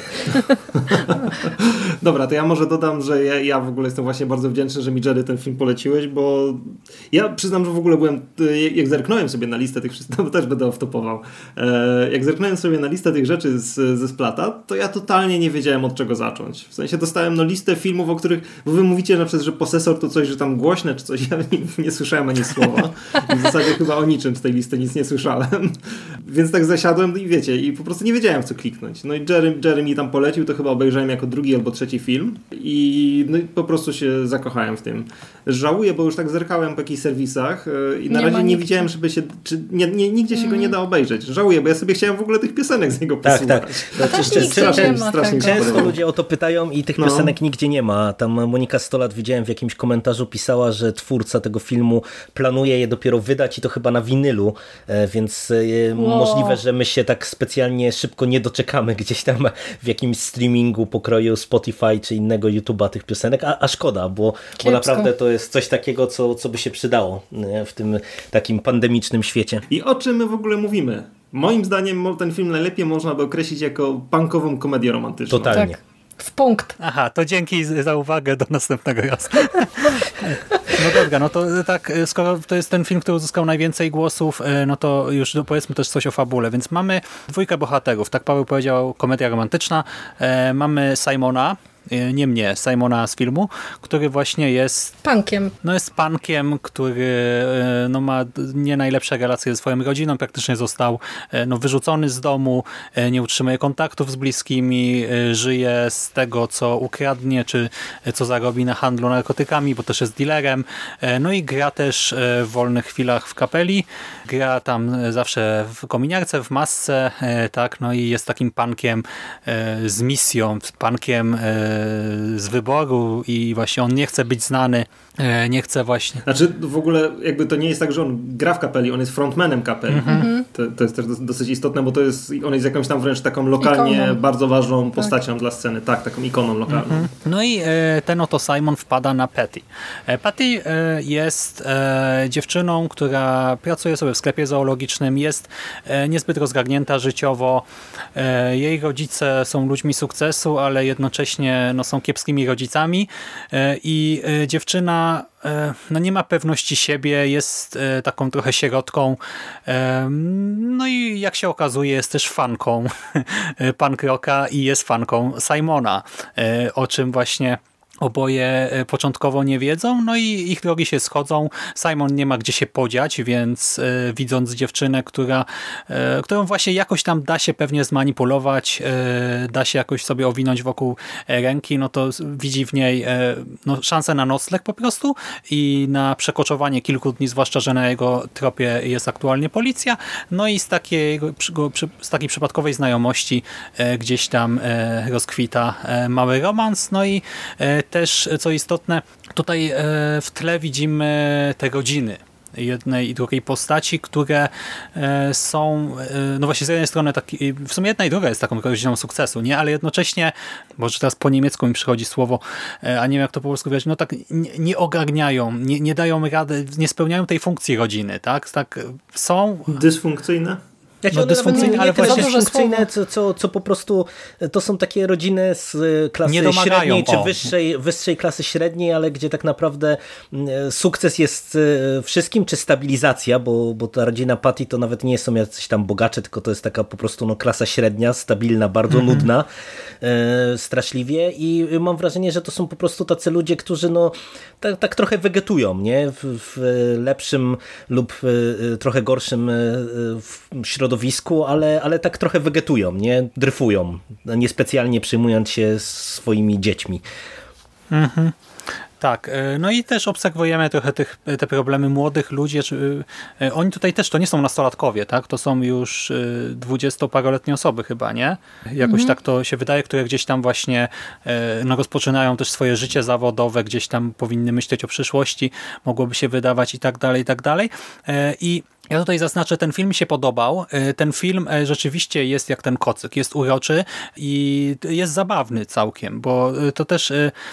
Dobra, to ja może dodam, że ja w ogóle jestem właśnie bardzo wdzięczny, że mi, Jerry, ten film poleciłeś, bo ja przyznam, że w ogóle byłem, jak zerknąłem sobie na listę tych wszystkich, no bo też będę off-topował, jak zerknąłem sobie na listę tych rzeczy ze Splata, to ja totalnie nie wiedziałem, od czego zacząć. W sensie dostałem listę filmów, o których, bo wy mówicie na przykład, że Posesor to coś, że tam głośne czy coś, ja nie słyszałem ani słowa. I w zasadzie chyba o niczym z tej listy nic nie słyszałem. Więc tak zasiadłem i wiecie, i po prostu nie wiedziałem, w co kliknąć. No i Jerry mi tam polecił, to chyba obejrzałem jako drugi albo trzeci film i po prostu się zakochałem w tym. Żałuję, bo już tak zerkałem po jakichś serwisach i na razie nie widziałem, żeby się, nigdzie się go nie da obejrzeć. Żałuję, bo ja sobie chciałem w ogóle tych piosenek z niego posłuchać. Tak. Często ludzie o to pytają i tych piosenek nigdzie nie ma. Tam Monika Stolat, widziałem w jakimś komentarzu, pisała, że twórca tego filmu planuje je dopiero wydać i to chyba na winylu, więc możliwe, że my się tak specjalnie szybko nie doczekamy gdzieś tam w jakimś streamingu pokroju Spotify czy innego YouTube'a tych piosenek, a szkoda, bo naprawdę to jest coś takiego, co by się przydało w tym takim pandemicznym świecie. I o czym my w ogóle mówimy? Moim zdaniem ten film najlepiej można by określić jako punkową komedię romantyczną. Totalnie. Tak. W punkt. Aha, to dzięki za uwagę, do następnego razu. No dobra, no to tak, skoro to jest ten film, który uzyskał najwięcej głosów, no to już powiedzmy też coś o fabule, więc mamy dwójkę bohaterów, tak Paweł powiedział, komedia romantyczna, mamy Simona, nie mnie, Simona z filmu, który właśnie jest punkiem. No jest punkiem, który no ma nie najlepsze relacje ze swoją rodziną, praktycznie został wyrzucony z domu, nie utrzymuje kontaktów z bliskimi, żyje z tego, co ukradnie, czy co zarobi na handlu narkotykami, bo też jest dealerem. No i gra też w wolnych chwilach w kapeli, gra tam zawsze w kominiarce, w masce, tak, no i jest takim punkiem z misją, punkiem z wyboru i właśnie on nie chce być znany, nie chce właśnie... Znaczy w ogóle jakby to nie jest tak, że on gra w kapeli, on jest frontmanem kapeli. To jest też dosyć istotne, bo on jest jakąś tam wręcz taką lokalnie ikoną. Bardzo ważną postacią dla sceny. Tak, taką ikoną lokalną. No i ten oto Simon wpada na Patty. Patty jest dziewczyną, która pracuje sobie w sklepie zoologicznym, jest niezbyt rozgarnięta życiowo. Jej rodzice są ludźmi sukcesu, ale jednocześnie są kiepskimi rodzicami i dziewczyna nie ma pewności siebie, jest taką trochę sierotką, no i jak się okazuje jest też fanką punk rocka i jest fanką Simona, o czym właśnie oboje początkowo nie wiedzą, no i ich drogi się schodzą. Simon nie ma gdzie się podziać, więc widząc dziewczynę, którą właśnie jakoś tam da się pewnie zmanipulować, da się jakoś sobie owinąć wokół ręki, no to widzi w niej szansę na nocleg po prostu i na przekoczowanie kilku dni, zwłaszcza, że na jego tropie jest aktualnie policja. No i z takiej przypadkowej znajomości gdzieś tam rozkwita mały romans. No i też, co istotne, tutaj w tle widzimy te rodziny jednej i drugiej postaci, które są, no właśnie z jednej strony w sumie jedna i druga jest taką rodziną sukcesu, nie? Ale jednocześnie, może teraz po niemiecku mi przychodzi słowo, a nie wiem jak to po polsku powiedzieć, no tak nie ogarniają, nie dają rady, nie spełniają tej funkcji rodziny, tak? Tak są... Dysfunkcyjne? Dysfunkcyjne, ale właśnie właśnie dysfunkcyjne, co po prostu to są takie rodziny z klasy średniej czy wyższej klasy średniej, ale gdzie tak naprawdę sukces jest wszystkim, czy stabilizacja, bo ta rodzina Patty to nawet nie są jacyś tam bogacze, tylko to jest taka po prostu klasa średnia, stabilna, bardzo nudna, straszliwie i mam wrażenie, że to są po prostu tacy ludzie, którzy tak trochę wegetują, nie? W lepszym lub trochę gorszym środowisku, ale tak trochę wegetują, nie? Dryfują, niespecjalnie przejmując się swoimi dziećmi. Mhm. Tak, no i też obserwujemy trochę te problemy młodych ludzi. Oni tutaj też to nie są nastolatkowie, tak? To są już 20-paroletnie osoby chyba, nie? Jakoś tak to się wydaje, które gdzieś tam właśnie rozpoczynają też swoje życie zawodowe, gdzieś tam powinny myśleć o przyszłości, mogłoby się wydawać i tak dalej, i tak dalej. I ja tutaj zaznaczę, ten film mi się podobał. Ten film rzeczywiście jest jak ten kocyk, jest uroczy i jest zabawny całkiem, bo to też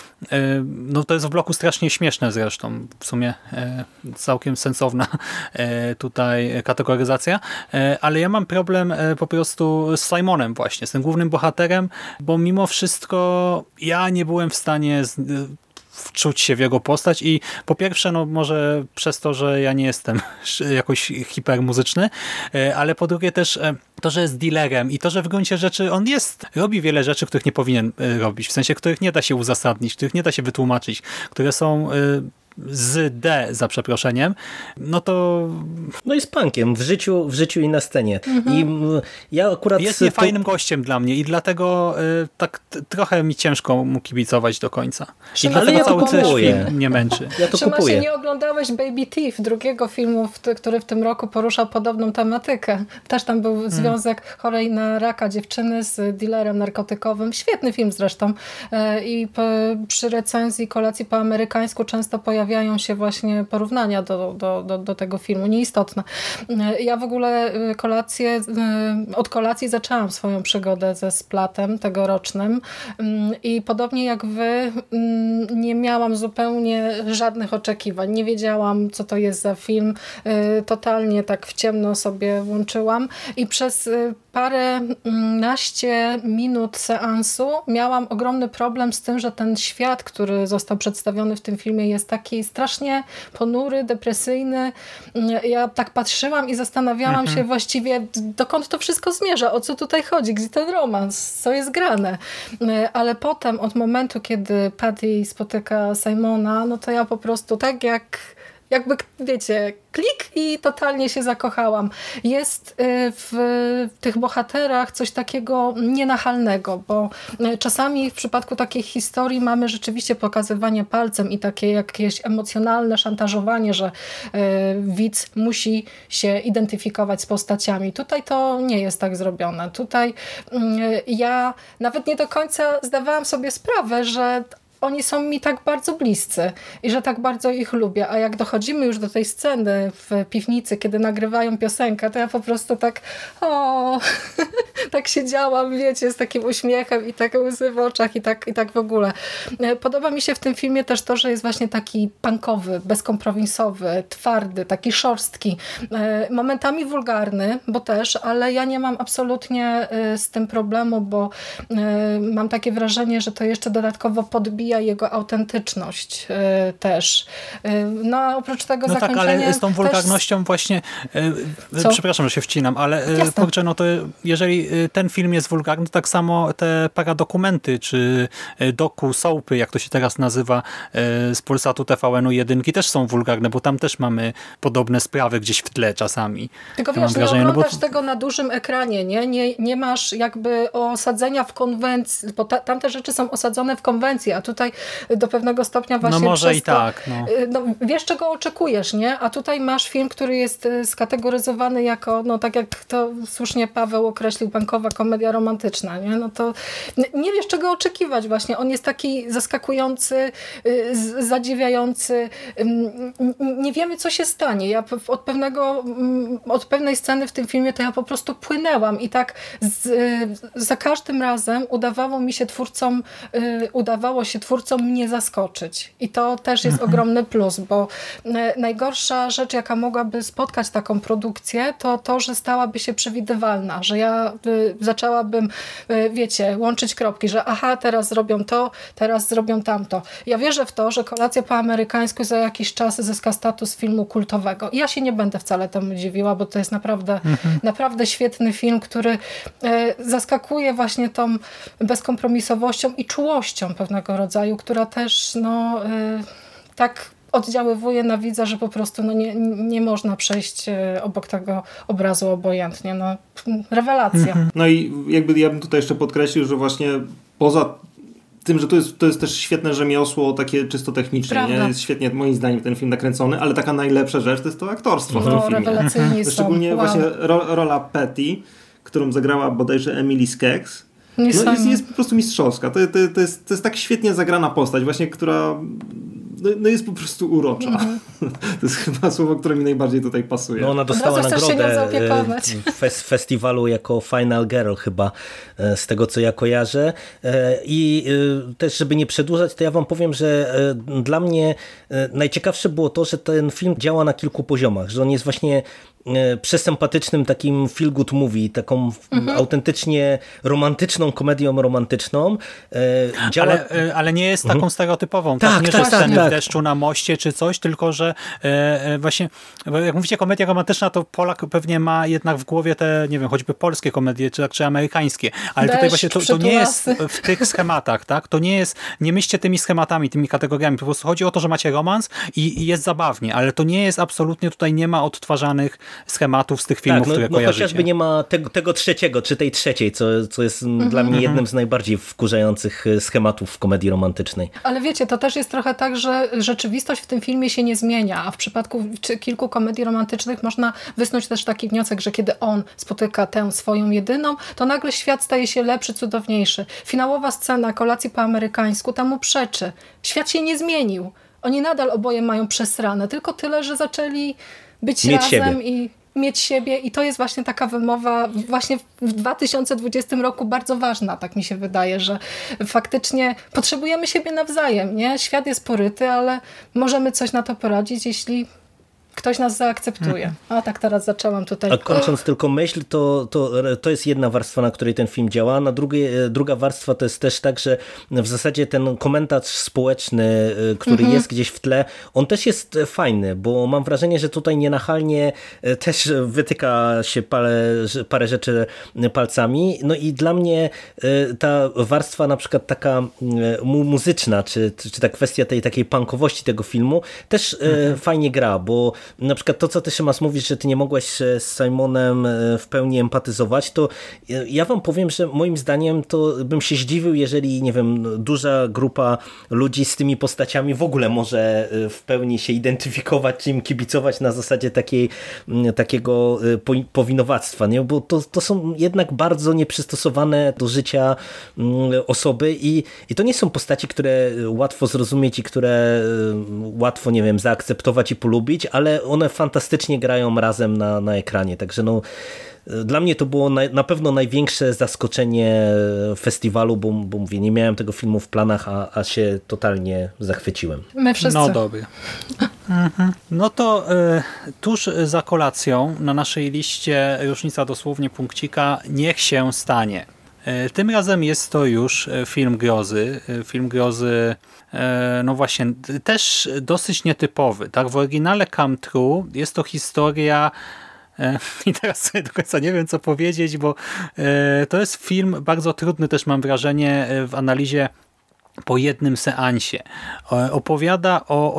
no to jest w bloku strasznie śmieszne zresztą. W sumie całkiem sensowna tutaj kategoryzacja, ale ja mam problem po prostu z Simonem właśnie, z tym głównym bohaterem, bo mimo wszystko ja nie byłem w stanie wczuć się w jego postać i po pierwsze, no może przez to, że ja nie jestem jakoś hipermuzyczny, ale po drugie też to, że jest dealerem i to, że w gruncie rzeczy on robi wiele rzeczy, których nie powinien robić, w sensie, których nie da się uzasadnić, których nie da się wytłumaczyć, które są z D za przeproszeniem, no to... No jest punkiem w życiu i na scenie. I ja akurat... Jest niefajnym gościem dla mnie i dlatego tak trochę mi ciężko mu kibicować do końca. I dlatego ja cały kupuję. film mnie męczy. Ja to Trzyma kupuję. się, nie oglądałeś Baby Thief, drugiego filmu, który w tym roku poruszał podobną tematykę. Też tam był związek chorej na raka dziewczyny z dealerem narkotykowym. Świetny film zresztą. I przy recenzji Kolacji po amerykańsku często pojawiają się właśnie porównania do tego filmu. Nieistotne. Ja w ogóle od kolacji zaczęłam swoją przygodę ze Splatem tegorocznym i podobnie jak wy nie miałam zupełnie żadnych oczekiwań. Nie wiedziałam, co to jest za film. Totalnie tak w ciemno sobie włączyłam i przez paręnaście minut seansu miałam ogromny problem z tym, że ten świat, który został przedstawiony w tym filmie, jest taki strasznie ponury, depresyjny. Ja tak patrzyłam i zastanawiałam się właściwie, dokąd to wszystko zmierza, o co tutaj chodzi, gdzie ten romans, co jest grane. Ale potem, od momentu, kiedy Patty spotyka Simona, no to ja po prostu tak jakby, wiecie, klik i totalnie się zakochałam. Jest w tych bohaterach coś takiego nienachalnego, bo czasami w przypadku takich historii mamy rzeczywiście pokazywanie palcem i takie jakieś emocjonalne szantażowanie, że widz musi się identyfikować z postaciami. Tutaj to nie jest tak zrobione. Tutaj ja nawet nie do końca zdawałam sobie sprawę, że oni są mi tak bardzo bliscy i że tak bardzo ich lubię, a jak dochodzimy już do tej sceny w piwnicy, kiedy nagrywają piosenkę, to ja po prostu tak tak siedziałam, wiecie, z takim uśmiechem i tak łzy w oczach i tak w ogóle. Podoba mi się w tym filmie też to, że jest właśnie taki punkowy, bezkompromisowy, twardy, taki szorstki, momentami wulgarny, bo też, ale ja nie mam absolutnie z tym problemu, bo mam takie wrażenie, że to jeszcze dodatkowo podbija jego autentyczność też. No oprócz tego no zakończenie... tak, ale z tą wulgarnością właśnie... Przepraszam, że się wcinam, ale kurczę, no to jeżeli ten film jest wulgarny, tak samo te paradokumenty, czy doku-soapy, jak to się teraz nazywa, z Polsatu TVN-u jedynki też są wulgarne, bo tam też mamy podobne sprawy gdzieś w tle czasami. Tylko wiesz, nie oglądasz tego na dużym ekranie, nie masz jakby osadzenia w konwencji, bo tamte rzeczy są osadzone w konwencji, a tutaj do pewnego stopnia właśnie no może przez i tak. No, wiesz, czego oczekujesz, nie? A tutaj masz film, który jest skategoryzowany jako, no tak jak to słusznie Paweł określił, bankowa komedia romantyczna, nie? No to nie wiesz, czego oczekiwać właśnie. On jest taki zaskakujący, zadziwiający. Nie wiemy, co się stanie. Ja od pewnej sceny w tym filmie to ja po prostu płynęłam i tak za każdym razem udawało się twórcom mnie zaskoczyć. I to też jest ogromny plus, bo najgorsza rzecz, jaka mogłaby spotkać taką produkcję, to to, że stałaby się przewidywalna, że ja zaczęłabym, wiecie, łączyć kropki, że aha, teraz zrobią to, teraz zrobią tamto. Ja wierzę w to, że Kolacja po amerykańsku za jakiś czas zyska status filmu kultowego. I ja się nie będę wcale temu dziwiła, bo to jest naprawdę świetny film, który zaskakuje właśnie tą bezkompromisowością i czułością pewnego rodzaju, która też tak oddziaływuje na widza, że po prostu nie można przejść obok tego obrazu obojętnie. Rewelacja. No i jakby ja bym tutaj jeszcze podkreślił, że właśnie poza tym, że to jest też świetne rzemiosło takie czysto techniczne, nie? Jest świetnie moim zdaniem ten film nakręcony, ale taka najlepsza rzecz to jest to aktorstwo w tym filmie. Rewelacyjnie szczególnie właśnie rola Patty, którą zagrała bodajże Emily Skeggs. Jest po prostu mistrzowska. To jest tak świetnie zagrana postać, właśnie, która jest po prostu urocza. To jest chyba słowo, które mi najbardziej tutaj pasuje. No ona dostała nagrodę w festiwalu jako Final Girl chyba, z tego co ja kojarzę. I też, żeby nie przedłużać, to ja wam powiem, że dla mnie najciekawsze było to, że ten film działa na kilku poziomach, że on jest właśnie przesympatycznym takim feel good movie, taką autentycznie romantyczną komedią romantyczną. Ale nie jest taką stereotypową. Tak, nie, tak, że sceny tak. w deszczu na moście czy coś, tylko że właśnie, jak mówicie komedia romantyczna, to Polak pewnie ma jednak w głowie te, nie wiem, choćby polskie komedie, czy amerykańskie. Ale tutaj właśnie to nie jest w tych schematach, tak? To nie jest, nie myślcie tymi schematami, tymi kategoriami. Po prostu chodzi o to, że macie romans i jest zabawnie, ale to nie jest absolutnie, tutaj nie ma odtwarzanych schematów z tych filmów, które kojarzycie. Chociażby nie ma tego trzeciego, czy tej trzeciej, co jest dla mnie jednym z najbardziej wkurzających schematów w komedii romantycznej. Ale wiecie, to też jest trochę tak, że rzeczywistość w tym filmie się nie zmienia, a w przypadku kilku komedii romantycznych można wysnuć też taki wniosek, że kiedy on spotyka tę swoją jedyną, to nagle świat staje się lepszy, cudowniejszy. Finałowa scena Kolacji po amerykańsku temu przeczy. Świat się nie zmienił. Oni nadal oboje mają przesrane, tylko tyle, że zaczęli być mieć razem siebie. I mieć siebie i to jest właśnie taka wymowa właśnie w 2020 roku bardzo ważna, tak mi się wydaje, że faktycznie potrzebujemy siebie nawzajem, nie? Świat jest poryty, ale możemy coś na to poradzić, jeśli ktoś nas zaakceptuje. A tak teraz zaczęłam tutaj. A kończąc tylko myśl, to jest jedna warstwa, na której ten film działa. Na druga warstwa to jest też tak, że w zasadzie ten komentarz społeczny, który jest gdzieś w tle, on też jest fajny, bo mam wrażenie, że tutaj nienachalnie też wytyka się parę rzeczy palcami. No i dla mnie ta warstwa na przykład taka muzyczna, czy ta kwestia tej takiej punkowości tego filmu też fajnie gra, bo na przykład to, co ty, Szymas, mówisz, że ty nie mogłeś z Simonem w pełni empatyzować, to ja wam powiem, że moim zdaniem to bym się zdziwił, jeżeli, nie wiem, duża grupa ludzi z tymi postaciami w ogóle może w pełni się identyfikować, czy im kibicować na zasadzie takiego powinowactwa, nie? Bo to są jednak bardzo nieprzystosowane do życia osoby i to nie są postaci, które łatwo zrozumieć i które łatwo, nie wiem, zaakceptować i polubić, ale one fantastycznie grają razem na ekranie, także dla mnie to było na pewno największe zaskoczenie festiwalu, bo mówię, nie miałem tego filmu w planach, a się totalnie zachwyciłem. My wszyscy. No dobry. No to tuż za kolacją na naszej liście rocznica dosłownie punkcika niech się stanie. Tym razem jest to już film grozy. Film grozy, no właśnie, też dosyć nietypowy. Tak? W oryginale Come True jest to historia I teraz sobie do końca nie wiem, co powiedzieć, bo to jest film bardzo trudny też, mam wrażenie, w analizie po jednym seansie. Opowiada o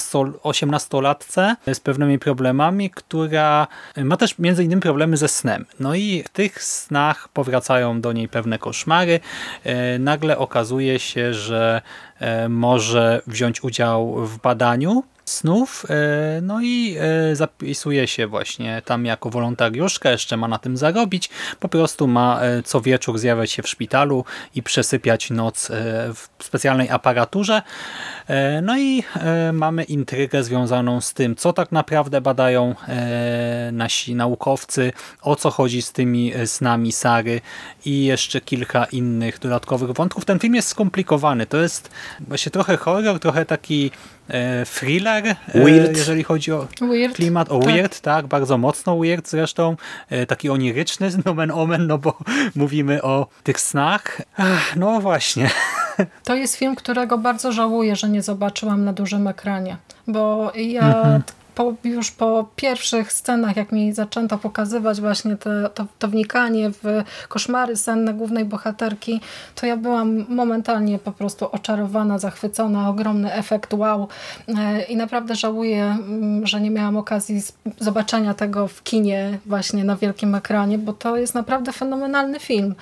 18-latce z pewnymi problemami, która ma też między innymi problemy ze snem. No i w tych snach powracają do niej pewne koszmary. Nagle okazuje się, że może wziąć udział w badaniu snów, no i zapisuje się właśnie tam jako wolontariuszka, jeszcze ma na tym zarobić, po prostu ma co wieczór zjawiać się w szpitalu i przesypiać noc w specjalnej aparaturze. No i mamy intrygę związaną z tym, co tak naprawdę badają nasi naukowcy, o co chodzi z tymi snami Sary i jeszcze kilka innych dodatkowych wątków. Ten film jest skomplikowany, to jest właśnie trochę horror, trochę taki thriller, weird. Jeżeli chodzi o Weird. klimat, o weird, tak, bardzo mocno weird zresztą, taki oniryczny, nomen omen, no bo mówimy o tych snach. No właśnie. To jest film, którego bardzo żałuję, że nie zobaczyłam na dużym ekranie, bo ja już po pierwszych scenach, jak mi zaczęto pokazywać właśnie to wnikanie w koszmary senne głównej bohaterki, to ja byłam momentalnie po prostu oczarowana, zachwycona, ogromny efekt wow. I naprawdę żałuję, że nie miałam okazji zobaczenia tego w kinie właśnie na wielkim ekranie, bo to jest naprawdę fenomenalny film.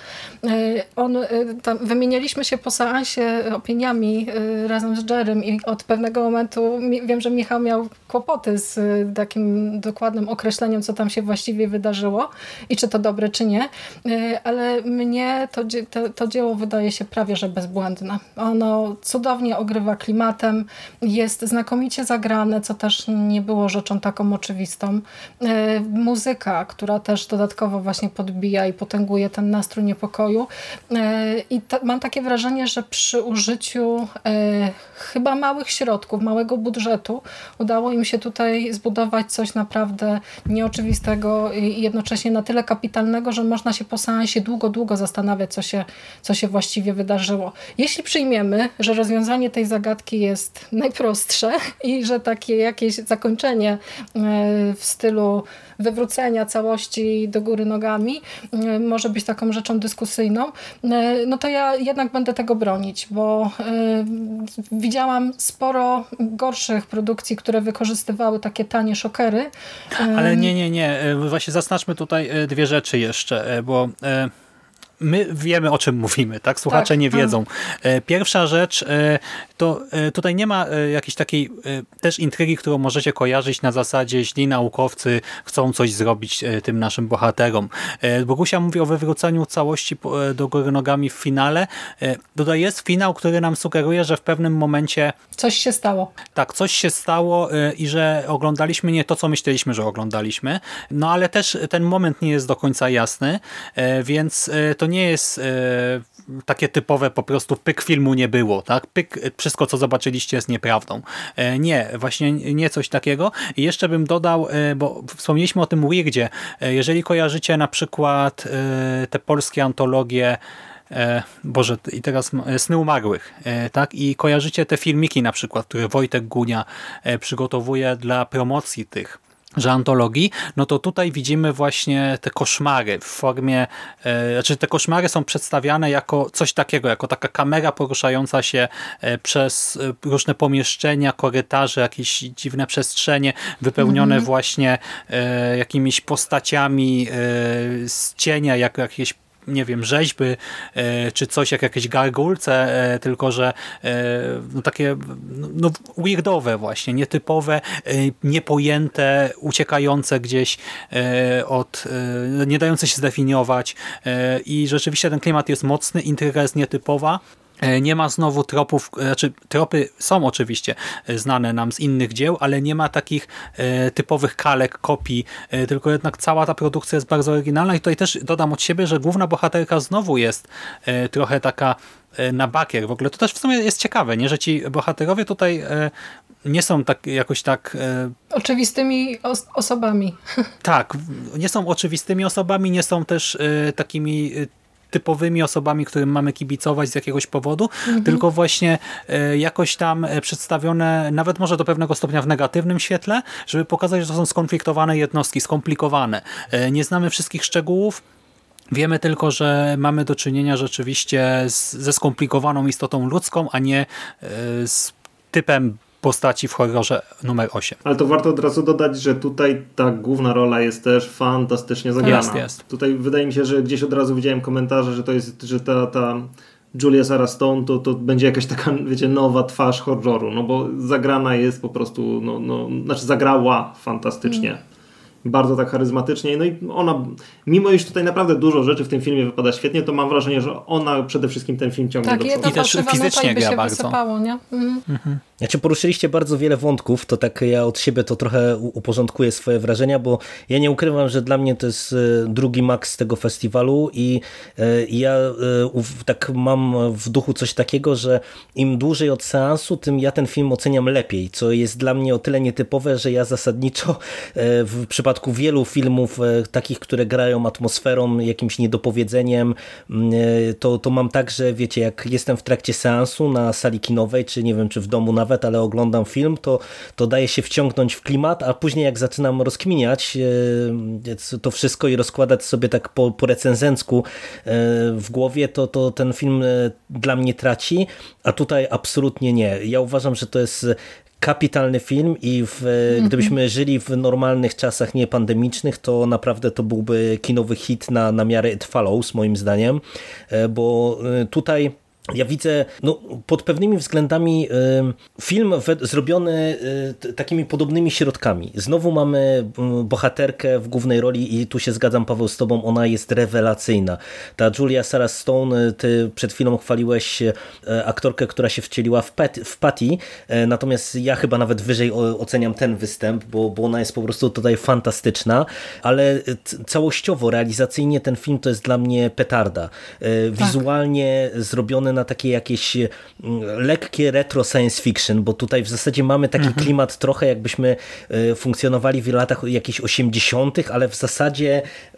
Wymienialiśmy się po seansie opiniami razem z Jerrym i od pewnego momentu wiem, że Michał miał kłopoty z takim dokładnym określeniem, co tam się właściwie wydarzyło i czy to dobre, czy nie. Ale mnie to dzieło wydaje się prawie, że bezbłędne. Ono cudownie ogrywa klimatem, jest znakomicie zagrane, co też nie było rzeczą taką oczywistą. Muzyka, która też dodatkowo właśnie podbija i potęguje ten nastrój niepokoju. I mam takie wrażenie, że przy użyciu chyba małych środków, małego budżetu udało im się tutaj zbudować coś naprawdę nieoczywistego i jednocześnie na tyle kapitalnego, że można się po seansie długo zastanawiać, co się właściwie wydarzyło. Jeśli przyjmiemy, że rozwiązanie tej zagadki jest najprostsze i że takie jakieś zakończenie w stylu wywrócenia całości do góry nogami może być taką rzeczą dyskusyjną, no to ja jednak będę tego bronić, bo widziałam sporo gorszych produkcji, które wykorzystywały takie tanie szokery. Ale nie. Właśnie zaznaczmy tutaj dwie rzeczy jeszcze, bo my wiemy, o czym mówimy, tak? Słuchacze nie wiedzą. Pierwsza rzecz, to tutaj nie ma jakiejś takiej też intrygi, którą możecie kojarzyć na zasadzie źli naukowcy chcą coś zrobić tym naszym bohaterom. Bogusia mówi o wywróceniu całości do góry nogami w finale. Tutaj jest finał, który nam sugeruje, że w pewnym momencie coś się stało. Tak, coś się stało i że oglądaliśmy nie to, co myśleliśmy, że oglądaliśmy. No ale też ten moment nie jest do końca jasny, więc to nie jest takie typowe po prostu pyk filmu nie było, tak? Pyk, wszystko co zobaczyliście jest nieprawdą. Nie, właśnie nie coś takiego. I jeszcze bym dodał, bo wspomnieliśmy o tym weirdzie. Jeżeli kojarzycie na przykład te polskie antologie Boże, i teraz Sny umarłych, tak? I kojarzycie te filmiki na przykład, które Wojtek Gunia przygotowuje dla promocji tych antologii, no to tutaj widzimy właśnie te koszmary w formie, znaczy te koszmary są przedstawiane jako coś takiego, jako taka kamera poruszająca się przez różne pomieszczenia, korytarze, jakieś dziwne przestrzenie wypełnione właśnie jakimiś postaciami z cienia, jak jakieś nie wiem, rzeźby, czy coś jak jakieś gargulce, tylko że no takie no, weirdowe właśnie, nietypowe, niepojęte, uciekające gdzieś od, nie dające się zdefiniować i rzeczywiście ten klimat jest mocny, intryga jest nietypowa. Nie ma znowu tropów, znaczy tropy są oczywiście znane nam z innych dzieł, ale nie ma takich typowych kalek, kopii, tylko jednak cała ta produkcja jest bardzo oryginalna i tutaj też dodam od siebie, że główna bohaterka znowu jest trochę taka na bakier. W ogóle to też w sumie jest ciekawe, nie, że ci bohaterowie tutaj nie są tak jakoś tak oczywistymi osobami. Tak, nie są oczywistymi osobami, nie są też takimi typowymi osobami, którym mamy kibicować z jakiegoś powodu, tylko właśnie jakoś tam przedstawione, nawet może do pewnego stopnia w negatywnym świetle, żeby pokazać, że to są skonfliktowane jednostki, skomplikowane. Nie znamy wszystkich szczegółów, wiemy tylko, że mamy do czynienia rzeczywiście ze skomplikowaną istotą ludzką, a nie z typem postaci w horrorze numer 8. Ale to warto od razu dodać, że tutaj ta główna rola jest też fantastycznie zagrana. Jest. Tutaj wydaje mi się, że gdzieś od razu widziałem komentarze, że to jest, że ta Julia Sarah Stone to będzie jakaś taka, wiecie, nowa twarz horroru, no bo zagrana jest po prostu, znaczy zagrała fantastycznie. Bardzo tak charyzmatycznie. No i ona, mimo iż tutaj naprawdę dużo rzeczy w tym filmie wypada świetnie, to mam wrażenie, że ona przede wszystkim ten film ciągnie do przodu. I też fizycznie gra bardzo. Wysypało, nie? Znaczy poruszyliście bardzo wiele wątków, to tak ja od siebie to trochę uporządkuję swoje wrażenia, bo ja nie ukrywam, że dla mnie to jest drugi maks tego festiwalu i ja tak mam w duchu coś takiego, że im dłużej od seansu, tym ja ten film oceniam lepiej, co jest dla mnie o tyle nietypowe, że ja zasadniczo w przypadku wielu filmów takich, które grają atmosferą, jakimś niedopowiedzeniem, to mam tak, że wiecie, jak jestem w trakcie seansu na sali kinowej, czy nie wiem, czy w domu nawet, ale oglądam film, to daje się wciągnąć w klimat, a później jak zaczynam rozkminiać to wszystko i rozkładać sobie tak po recenzencku w głowie, to ten film dla mnie traci, a tutaj absolutnie nie. Ja uważam, że to jest kapitalny film i gdybyśmy żyli w normalnych czasach niepandemicznych, to naprawdę to byłby kinowy hit na miarę It Follows, moim zdaniem, bo tutaj ja widzę pod pewnymi względami film zrobiony takimi podobnymi środkami. Znowu mamy bohaterkę w głównej roli i tu się zgadzam, Paweł, z tobą, ona jest rewelacyjna. Ta Julia Sarah Stone, ty przed chwilą chwaliłeś aktorkę, która się wcieliła w Patty, natomiast ja chyba nawet wyżej oceniam ten występ, bo ona jest po prostu tutaj fantastyczna, ale całościowo, realizacyjnie ten film to jest dla mnie petarda. Wizualnie zrobiony na takie jakieś lekkie retro science fiction, bo tutaj w zasadzie mamy taki klimat trochę jakbyśmy funkcjonowali w latach jakichś 80., ale w zasadzie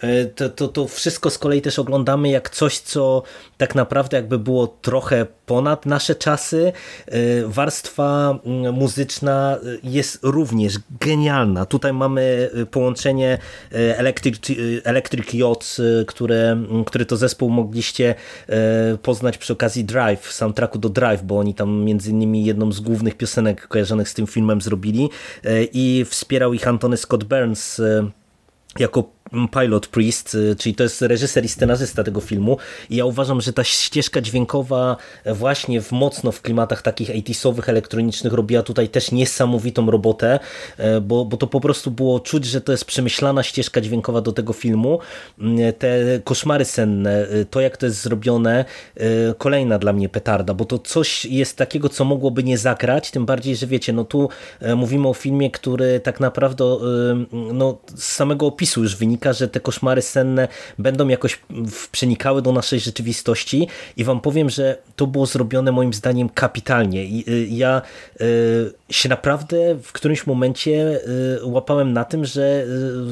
to wszystko z kolei też oglądamy jak coś, co tak naprawdę jakby było trochę ponad nasze czasy. Warstwa muzyczna jest również genialna. Tutaj mamy połączenie Electric Youth, który to zespół mogliście poznać przy okazji Drive, soundtracku do Drive, bo oni tam między innymi jedną z głównych piosenek kojarzonych z tym filmem zrobili i wspierał ich Antony Scott Burns jako Pilot Priest, czyli to jest reżyser i scenarzysta tego filmu i ja uważam, że ta ścieżka dźwiękowa właśnie mocno w klimatach takich 80sowych, elektronicznych robiła tutaj też niesamowitą robotę, bo to po prostu było czuć, że to jest przemyślana ścieżka dźwiękowa do tego filmu. Te koszmary senne, to jak to jest zrobione, kolejna dla mnie petarda, bo to coś jest takiego, co mogłoby nie zagrać, tym bardziej, że wiecie, tu mówimy o filmie, który tak naprawdę z samego opisu już wynika, że te koszmary senne będą jakoś przenikały do naszej rzeczywistości i wam powiem, że to było zrobione moim zdaniem kapitalnie. Ja się naprawdę w którymś momencie łapałem na tym, że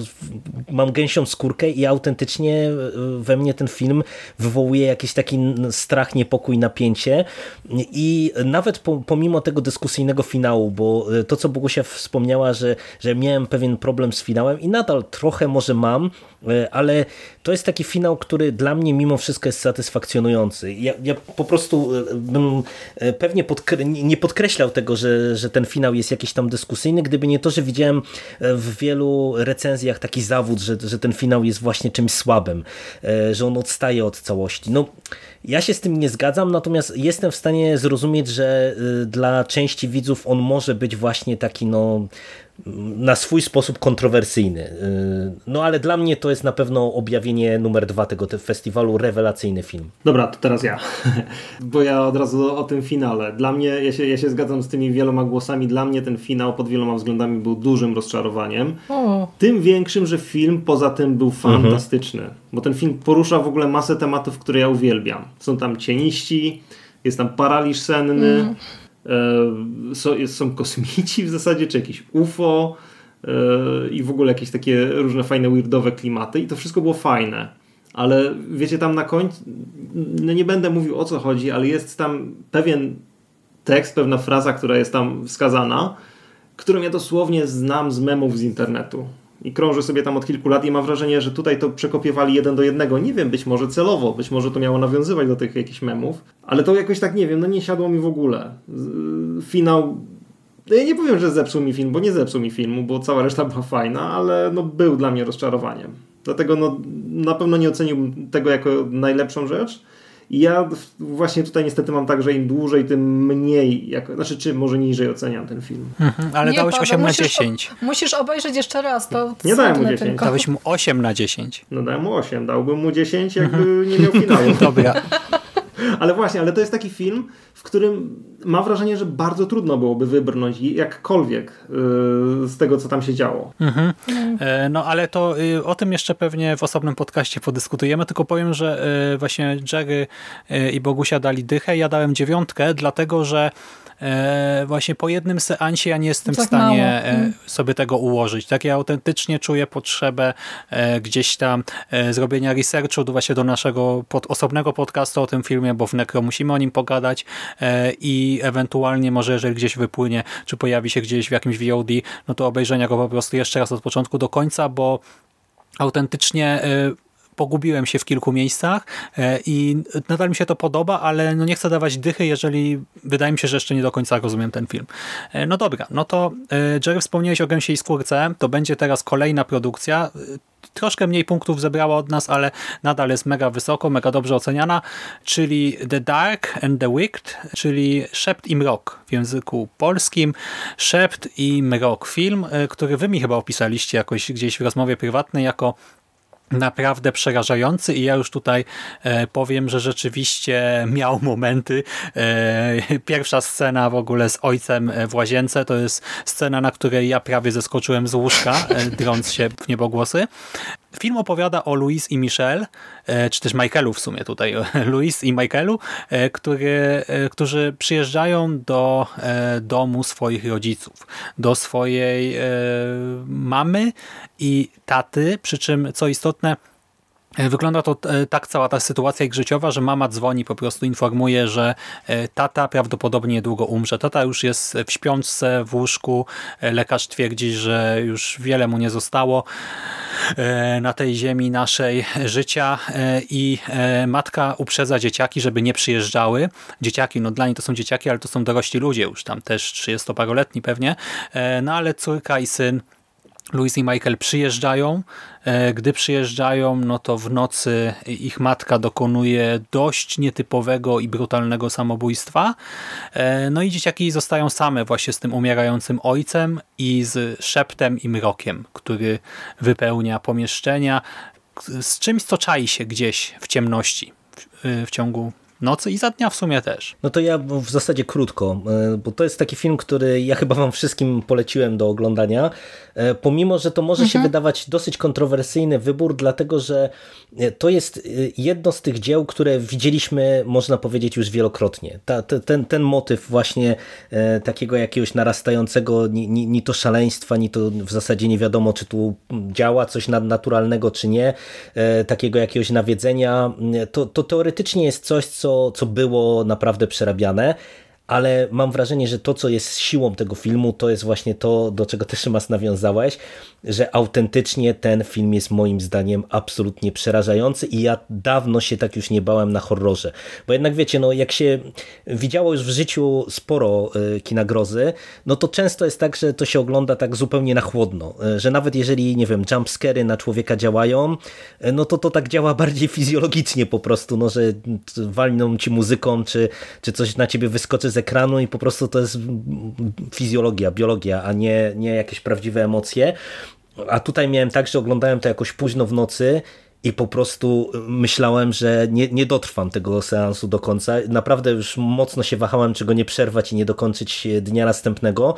mam gęsią skórkę i autentycznie we mnie ten film wywołuje jakiś taki strach, niepokój, napięcie i nawet pomimo tego dyskusyjnego finału, bo to, co Bogusia wspomniała, że miałem pewien problem z finałem i nadal trochę może mam, ale to jest taki finał, który dla mnie mimo wszystko jest satysfakcjonujący. Ja po prostu bym pewnie nie podkreślał tego, że ten finał jest jakiś tam dyskusyjny, gdyby nie to, że widziałem w wielu recenzjach taki zawód, że ten finał jest właśnie czymś słabym, że on odstaje od całości. Ja się z tym nie zgadzam, natomiast jestem w stanie zrozumieć, że dla części widzów on może być właśnie taki na swój sposób kontrowersyjny. Ale dla mnie to jest na pewno objawienie numer 2 tego festiwalu, rewelacyjny film. Dobra, to teraz ja. Bo ja od razu o tym finale. Dla mnie, ja się zgadzam z tymi wieloma głosami, dla mnie ten finał pod wieloma względami był dużym rozczarowaniem. Tym większym, że film poza tym był fantastyczny. Bo ten film porusza w ogóle masę tematów, które ja uwielbiam. Są tam cieniści, jest tam paraliż senny, są kosmici w zasadzie, czy jakieś UFO i w ogóle jakieś takie różne fajne, weirdowe klimaty i to wszystko było fajne. ale wiecie, tam na końcu, no nie będę mówił o co chodzi, ale jest tam pewien tekst, pewna fraza, która jest tam wskazana, którą ja dosłownie znam z memów z internetu. I krążę sobie tam od kilku lat i mam wrażenie, że tutaj to przekopiowali 1 do 1. Nie wiem, być może celowo, być może to miało nawiązywać do tych jakichś memów, ale to jakoś tak, nie wiem, no nie siadło mi w ogóle. Finał... Ja nie powiem, że zepsuł mi film, bo nie zepsuł mi filmu, bo cała reszta była fajna, ale no był dla mnie rozczarowaniem. Dlatego no, na pewno nie oceniłbym tego jako najlepszą rzecz. I ja właśnie tutaj niestety mam tak, że im dłużej, tym mniej, znaczy czy może niżej oceniam ten film. Ale nie, dałeś Paweł, 8 na 10. Musisz obejrzeć jeszcze raz. To Nie dałem mu 10. tylko. Dałeś mu 8 na 10. No dałem mu 8, dałbym mu 10, jakby nie miał finału. Dobra. Ale właśnie, ale to jest taki film, w którym mam wrażenie, że bardzo trudno byłoby wybrnąć jakkolwiek z tego, co tam się działo. No ale to o tym jeszcze pewnie w osobnym podcaście podyskutujemy, tylko powiem, że właśnie Jerry i Bogusia dali dychę, ja dałem 9, dlatego, że właśnie po jednym seansie ja nie jestem w stanie sobie tego ułożyć. Tak, ja autentycznie czuję potrzebę gdzieś tam zrobienia researchu właśnie do naszego osobnego podcastu o tym filmie, bo w Necro musimy o nim pogadać i ewentualnie może jeżeli gdzieś wypłynie, czy pojawi się gdzieś w jakimś VOD, no to obejrzenia go po prostu jeszcze raz od początku do końca, bo autentycznie pogubiłem się w kilku miejscach i nadal mi się to podoba, ale no nie chcę dawać dychy, jeżeli wydaje mi się, że jeszcze nie do końca rozumiem ten film. No dobra, no to Jerry, wspomniałeś o Gęsiej Skórce, to będzie teraz kolejna produkcja. Troszkę mniej punktów zebrała od nas, ale nadal jest mega wysoko, mega dobrze oceniana, czyli The Dark and the Wicked, czyli Szept i Mrok w języku polskim. Szept i Mrok, film, który wy mi chyba opisaliście jakoś gdzieś w rozmowie prywatnej jako naprawdę przerażający i ja już tutaj powiem, że rzeczywiście miał momenty. Pierwsza scena w ogóle z ojcem w łazience to jest scena, na której ja prawie zeskoczyłem z łóżka, drąc się w niebogłosy. Film opowiada o Louise i Michelle, czy też Michaelu w sumie tutaj, Louise i Michaelu, którzy przyjeżdżają do domu swoich rodziców, do swojej mamy i taty, przy czym co istotne, wygląda to tak cała ta sytuacja ich życiowa, że mama dzwoni, po prostu informuje, że tata prawdopodobnie niedługo umrze. Tata już jest w śpiączce, w łóżku. Lekarz twierdzi, że już wiele mu nie zostało na tej ziemi naszej życia i matka uprzedza dzieciaki, żeby nie przyjeżdżały. Dzieciaki, no dla niej to są dzieciaki, ale to są dorośli ludzie już tam też 30-paroletni pewnie. No ale córka i syn Louise i Michael przyjeżdżają. Gdy przyjeżdżają, no to w nocy ich matka dokonuje dość nietypowego i brutalnego samobójstwa. No i dzieciaki zostają same właśnie z tym umierającym ojcem i z szeptem i mrokiem, który wypełnia pomieszczenia, z czymś, co czai się gdzieś w ciemności w ciągu nocy i za dnia w sumie też. No to ja w zasadzie krótko, bo to jest taki film, który ja chyba wam wszystkim poleciłem do oglądania, pomimo, że to może się wydawać dosyć kontrowersyjny wybór, dlatego, że to jest jedno z tych dzieł, które widzieliśmy, można powiedzieć, już wielokrotnie. Ten motyw właśnie takiego jakiegoś narastającego ni to szaleństwa, ni to w zasadzie nie wiadomo, czy tu działa coś nadnaturalnego, czy nie, takiego jakiegoś nawiedzenia, to teoretycznie jest coś, co było naprawdę przerabiane, ale mam wrażenie, że to, co jest siłą tego filmu, to jest właśnie to, do czego też Szymas nawiązałeś, że autentycznie ten film jest moim zdaniem absolutnie przerażający i ja dawno się tak już nie bałem na horrorze. Bo jednak wiecie, no jak się widziało już w życiu sporo kina grozy, no to często jest tak, że to się ogląda tak zupełnie na chłodno, że nawet jeżeli, nie wiem, jumpscary na człowieka działają, no to tak działa bardziej fizjologicznie po prostu, no że walną ci muzyką, czy coś na ciebie wyskoczy z ekranu i po prostu to jest fizjologia, biologia, a nie jakieś prawdziwe emocje. A tutaj miałem tak, że oglądałem to jakoś późno w nocy i po prostu myślałem, że nie dotrwam tego seansu do końca. Naprawdę już mocno się wahałem, czy go nie przerwać i nie dokończyć dnia następnego,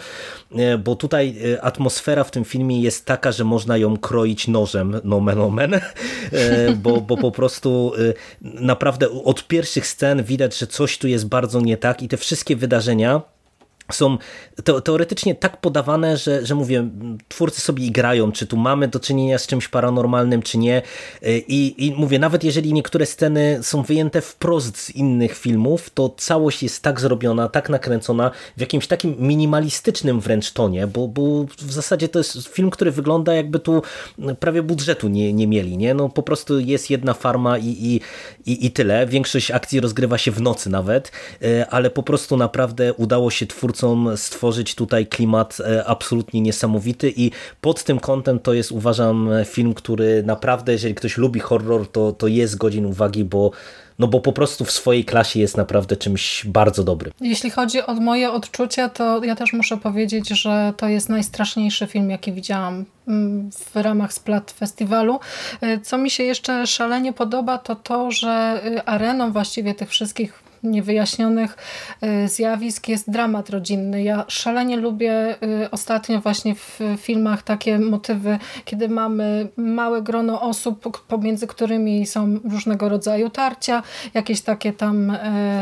bo tutaj atmosfera w tym filmie jest taka, że można ją kroić nożem, nomen omen, bo po prostu naprawdę od pierwszych scen widać, że coś tu jest bardzo nie tak i te wszystkie wydarzenia są teoretycznie tak podawane, że mówię, twórcy sobie grają, czy tu mamy do czynienia z czymś paranormalnym, czy nie. I mówię, nawet jeżeli niektóre sceny są wyjęte wprost z innych filmów, to całość jest tak zrobiona, tak nakręcona, w jakimś takim minimalistycznym wręcz tonie, bo w zasadzie to jest film, który wygląda jakby tu prawie budżetu nie mieli, nie? No po prostu jest jedna farma i tyle. Większość akcji rozgrywa się w nocy nawet, ale po prostu naprawdę udało się twórcom stworzyć tutaj klimat absolutnie niesamowity i pod tym kątem to jest, uważam, film, który naprawdę, jeżeli ktoś lubi horror, to jest godzin uwagi, bo po prostu w swojej klasie jest naprawdę czymś bardzo dobrym. Jeśli chodzi o moje odczucia, to ja też muszę powiedzieć, że to jest najstraszniejszy film, jaki widziałam w ramach Splat Festiwalu. Co mi się jeszcze szalenie podoba, to że areną właściwie tych wszystkich niewyjaśnionych zjawisk jest dramat rodzinny. Ja szalenie lubię ostatnio właśnie w filmach takie motywy, kiedy mamy małe grono osób, pomiędzy którymi są różnego rodzaju tarcia, jakieś takie tam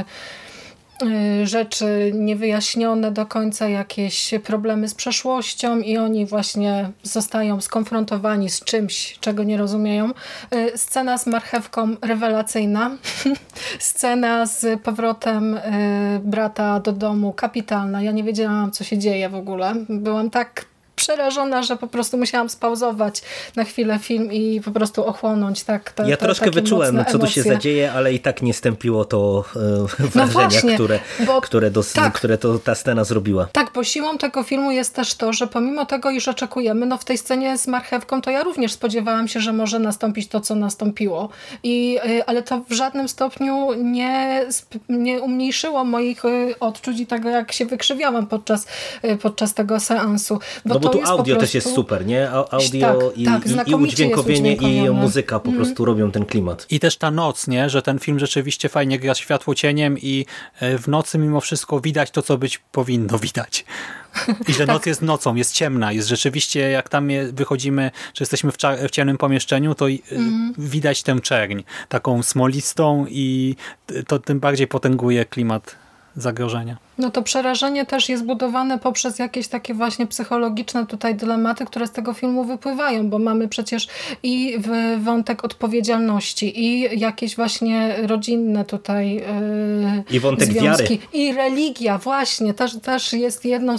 rzeczy niewyjaśnione do końca, jakieś problemy z przeszłością i oni właśnie zostają skonfrontowani z czymś, czego nie rozumieją. Scena z marchewką rewelacyjna. Scena z powrotem brata do domu kapitalna. Ja nie wiedziałam, co się dzieje w ogóle. Byłam tak przerażona, że po prostu musiałam spauzować na chwilę film i po prostu ochłonąć. Ja troszkę wyczułem, co tu się zadzieje, ale i tak nie stępiło to wrażenia, właśnie, które ta scena zrobiła. Tak, bo siłą tego filmu jest też to, że pomimo tego, iż oczekujemy, w tej scenie z marchewką, to ja również spodziewałam się, że może nastąpić to, co nastąpiło. Ale to w żadnym stopniu nie umniejszyło moich odczuć i tego, jak się wykrzywiałam podczas tego seansu. Bo tu audio też jest super, nie? Audio i udźwiękowienie i muzyka po prostu robią ten klimat. I też ta noc, nie? Że ten film rzeczywiście fajnie gra światło cieniem i w nocy mimo wszystko widać to, co być powinno widać. I że noc jest nocą, jest ciemna, jest rzeczywiście, jak tam wychodzimy, czy jesteśmy w ciemnym pomieszczeniu, to widać tę czerń, taką smolistą i to tym bardziej potęguje klimat zagrożenia. No to przerażenie też jest budowane poprzez jakieś takie właśnie psychologiczne tutaj dylematy, które z tego filmu wypływają, bo mamy przecież i wątek odpowiedzialności, i jakieś właśnie rodzinne tutaj i wątek związki, wiary. I religia właśnie też jest jednym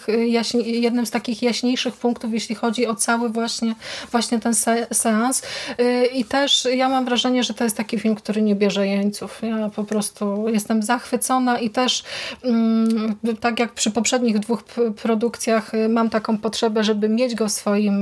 z takich jaśniejszych punktów, jeśli chodzi o cały właśnie ten seans. I też ja mam wrażenie, że to jest taki film, który nie bierze jeńców. Ja po prostu jestem zachwycona i też tak jak przy poprzednich 2 produkcjach mam taką potrzebę, żeby mieć go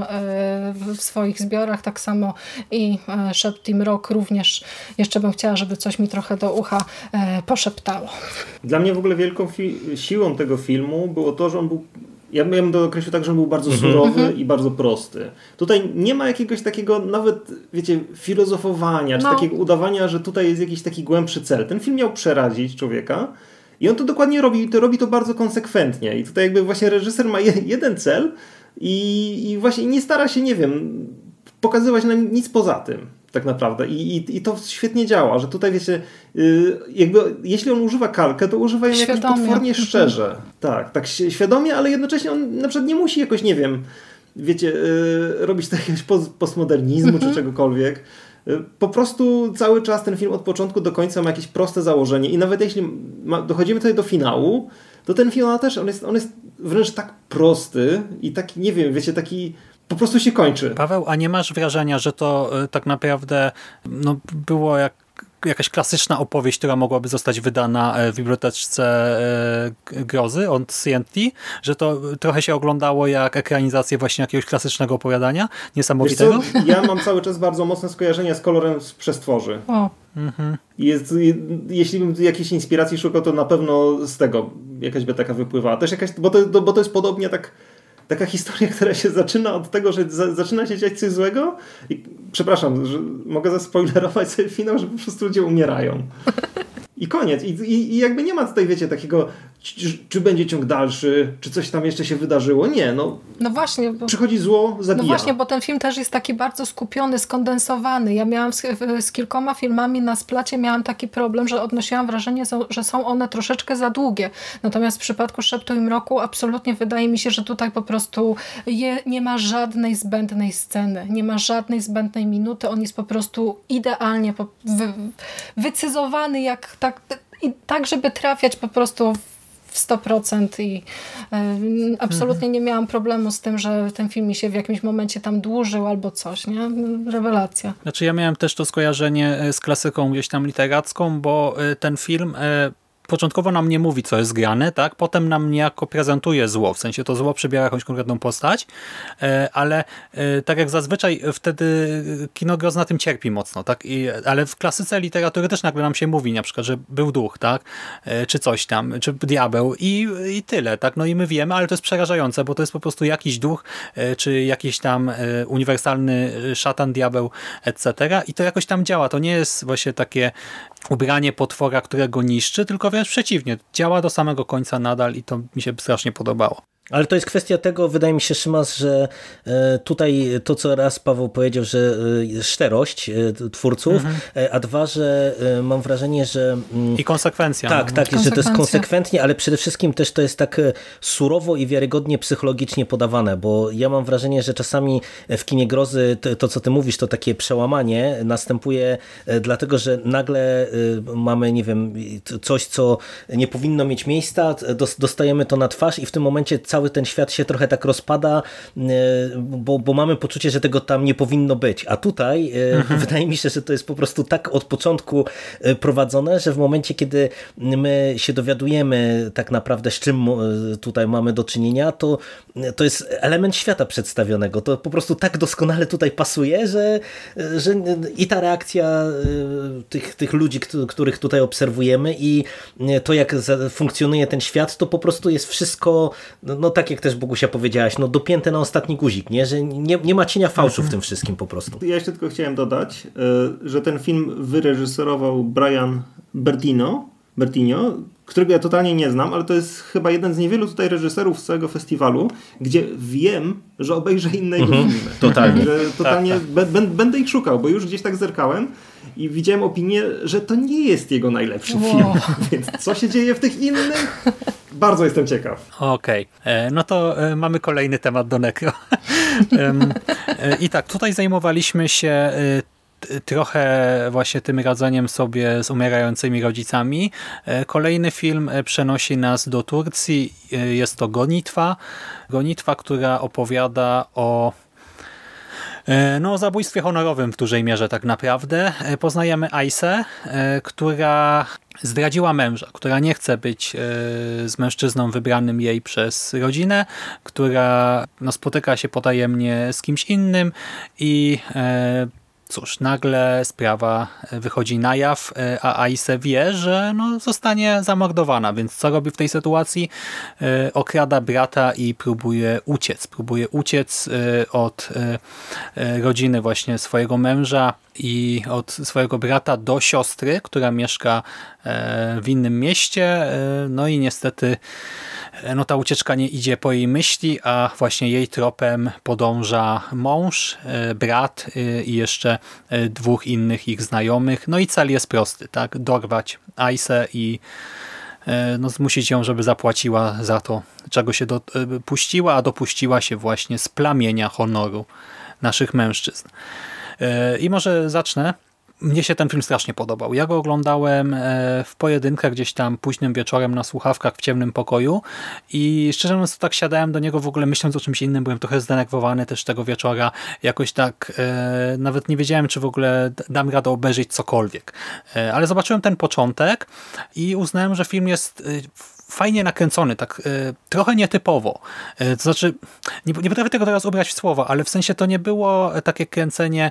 w swoich zbiorach, tak samo i Szept Team Rock również. Jeszcze bym chciała, żeby coś mi trochę do ucha poszeptało. Dla mnie w ogóle wielką siłą tego filmu było to, że on był, ja bym to określił tak, że on był bardzo surowy i bardzo prosty. Tutaj nie ma jakiegoś takiego nawet, wiecie, filozofowania, czy takiego udawania, że tutaj jest jakiś taki głębszy cel. Ten film miał przerazić człowieka i on to dokładnie robi to bardzo konsekwentnie. I tutaj jakby właśnie reżyser ma jeden cel i właśnie nie stara się, nie wiem, pokazywać nam nic poza tym tak naprawdę. I to świetnie działa, że tutaj wiecie, jakby jeśli on używa kalkę, to używa ją jakoś potwornie szczerze. Tak świadomie, ale jednocześnie on na przykład nie musi jakoś, nie wiem, wiecie, robić jakiegoś postmodernizmu czy czegokolwiek. Po prostu cały czas ten film od początku do końca ma jakieś proste założenie i nawet jeśli dochodzimy tutaj do finału, to ten finał też, on jest wręcz tak prosty i taki, nie wiem, wiecie, taki po prostu się kończy. Paweł, a nie masz wrażenia, że to tak naprawdę było jakaś klasyczna opowieść, która mogłaby zostać wydana w biblioteczce grozy od CNT, że to trochę się oglądało jak ekranizację właśnie jakiegoś klasycznego opowiadania niesamowitego? Wiesz co? Ja mam cały czas bardzo mocne skojarzenia z Kolorem z Przestworzy. Jeśli bym jakiejś inspiracji szukał, to na pewno z tego jakaś by taka wypływała. Też jakaś, bo to jest podobnie taka historia, która się zaczyna od tego, że zaczyna się dziać coś złego i przepraszam, że mogę zaspoilerować sobie finał, że po prostu ludzie umierają. I koniec. I jakby nie ma tutaj, wiecie, takiego czy będzie ciąg dalszy, czy coś tam jeszcze się wydarzyło. Nie, no właśnie, przychodzi zło, zabija. No właśnie, bo ten film też jest taki bardzo skupiony, skondensowany. Ja miałam z kilkoma filmami na splacie miałam taki problem, że odnosiłam wrażenie, że są one troszeczkę za długie. Natomiast w przypadku Szeptu i Mroku absolutnie wydaje mi się, że tutaj po prostu nie ma żadnej zbędnej sceny, nie ma żadnej zbędnej minuty. On jest po prostu idealnie wycyzowany tak, żeby trafiać po prostu w 100% i absolutnie nie miałam problemu z tym, że ten film mi się w jakimś momencie tam dłużył albo coś, nie? Rewelacja. Znaczy ja miałem też to skojarzenie z klasyką gdzieś tam literacką, bo ten film początkowo nam nie mówi, co jest grane, tak? Potem nam niejako prezentuje zło, w sensie to zło przybiera jakąś konkretną postać, ale tak jak zazwyczaj wtedy kino grozy na tym cierpi mocno, tak? Ale w klasyce literatury też nagle nam się mówi, na przykład, że był duch, tak? Czy coś tam, czy diabeł i tyle, tak? No i my wiemy, ale to jest przerażające, bo to jest po prostu jakiś duch, czy jakiś tam uniwersalny szatan, diabeł, etc. I to jakoś tam działa. To nie jest właśnie takie ubranie potwora, które go niszczy, tylko wręcz przeciwnie. Działa do samego końca nadal i to mi się strasznie podobało. Ale to jest kwestia tego, wydaje mi się, Szymas, że tutaj to, co raz Paweł powiedział, że szczerość twórców, a dwa, że mam wrażenie, że... I konsekwencja. Tak, że to jest konsekwentnie, ale przede wszystkim też to jest tak surowo i wiarygodnie psychologicznie podawane, bo ja mam wrażenie, że czasami w kinie grozy to, co ty mówisz, to takie przełamanie następuje dlatego, że nagle mamy, nie wiem, coś, co nie powinno mieć miejsca, dostajemy to na twarz i w tym momencie cały ten świat się trochę tak rozpada, bo mamy poczucie, że tego tam nie powinno być. A tutaj wydaje mi się, że to jest po prostu tak od początku prowadzone, że w momencie, kiedy my się dowiadujemy tak naprawdę, z czym tutaj mamy do czynienia, to jest element świata przedstawionego. To po prostu tak doskonale tutaj pasuje, że i ta reakcja tych ludzi, których tutaj obserwujemy i to, jak funkcjonuje ten świat, to po prostu jest wszystko no tak jak też Bogusia powiedziałaś, no dopięte na ostatni guzik, nie? Że nie ma cienia fałszu w tym wszystkim po prostu. Ja jeszcze tylko chciałem dodać, że ten film wyreżyserował Brian Bertino, którego ja totalnie nie znam, ale to jest chyba jeden z niewielu tutaj reżyserów z całego festiwalu, gdzie wiem, że obejrzę inne jego filmy. Totalnie. Że totalnie będę ich szukał, bo już gdzieś tak zerkałem i widziałem opinię, że to nie jest jego najlepszy film. Więc co się dzieje w tych innych? Bardzo jestem ciekaw. Okej. No to mamy kolejny temat do Nekro. I tak, tutaj zajmowaliśmy się trochę właśnie tym radzeniem sobie z umierającymi rodzicami. Kolejny film przenosi nas do Turcji. Jest to Gonitwa. Gonitwa, która opowiada o zabójstwie honorowym w dużej mierze tak naprawdę. Poznajemy Aisę, która zdradziła męża, która nie chce być z mężczyzną wybranym jej przez rodzinę, która spotyka się potajemnie z kimś innym i cóż, nagle sprawa wychodzi na jaw, a Aisę wie, że zostanie zamordowana, więc co robi w tej sytuacji? Okrada brata i próbuje uciec od rodziny właśnie swojego męża i od swojego brata do siostry, która mieszka w innym mieście. No i niestety ta ucieczka nie idzie po jej myśli, a właśnie jej tropem podąża mąż, brat i jeszcze dwóch innych ich znajomych. No i cel jest prosty, tak? Dorwać Aisę i zmusić ją, żeby zapłaciła za to, czego się dopuściła, a dopuściła się właśnie splamienia honoru naszych mężczyzn. I może zacznę. Mnie się ten film strasznie podobał. Ja go oglądałem w pojedynkę gdzieś tam późnym wieczorem na słuchawkach w ciemnym pokoju i szczerze mówiąc tak siadałem do niego w ogóle myśląc o czymś innym, byłem trochę zdenerwowany też tego wieczora. Jakoś tak nawet nie wiedziałem, czy w ogóle dam radę obejrzeć cokolwiek. Ale zobaczyłem ten początek i uznałem, że film jest fajnie nakręcony, tak trochę nietypowo. To znaczy, nie potrafię tego teraz ubrać w słowa, ale w sensie to nie było takie kręcenie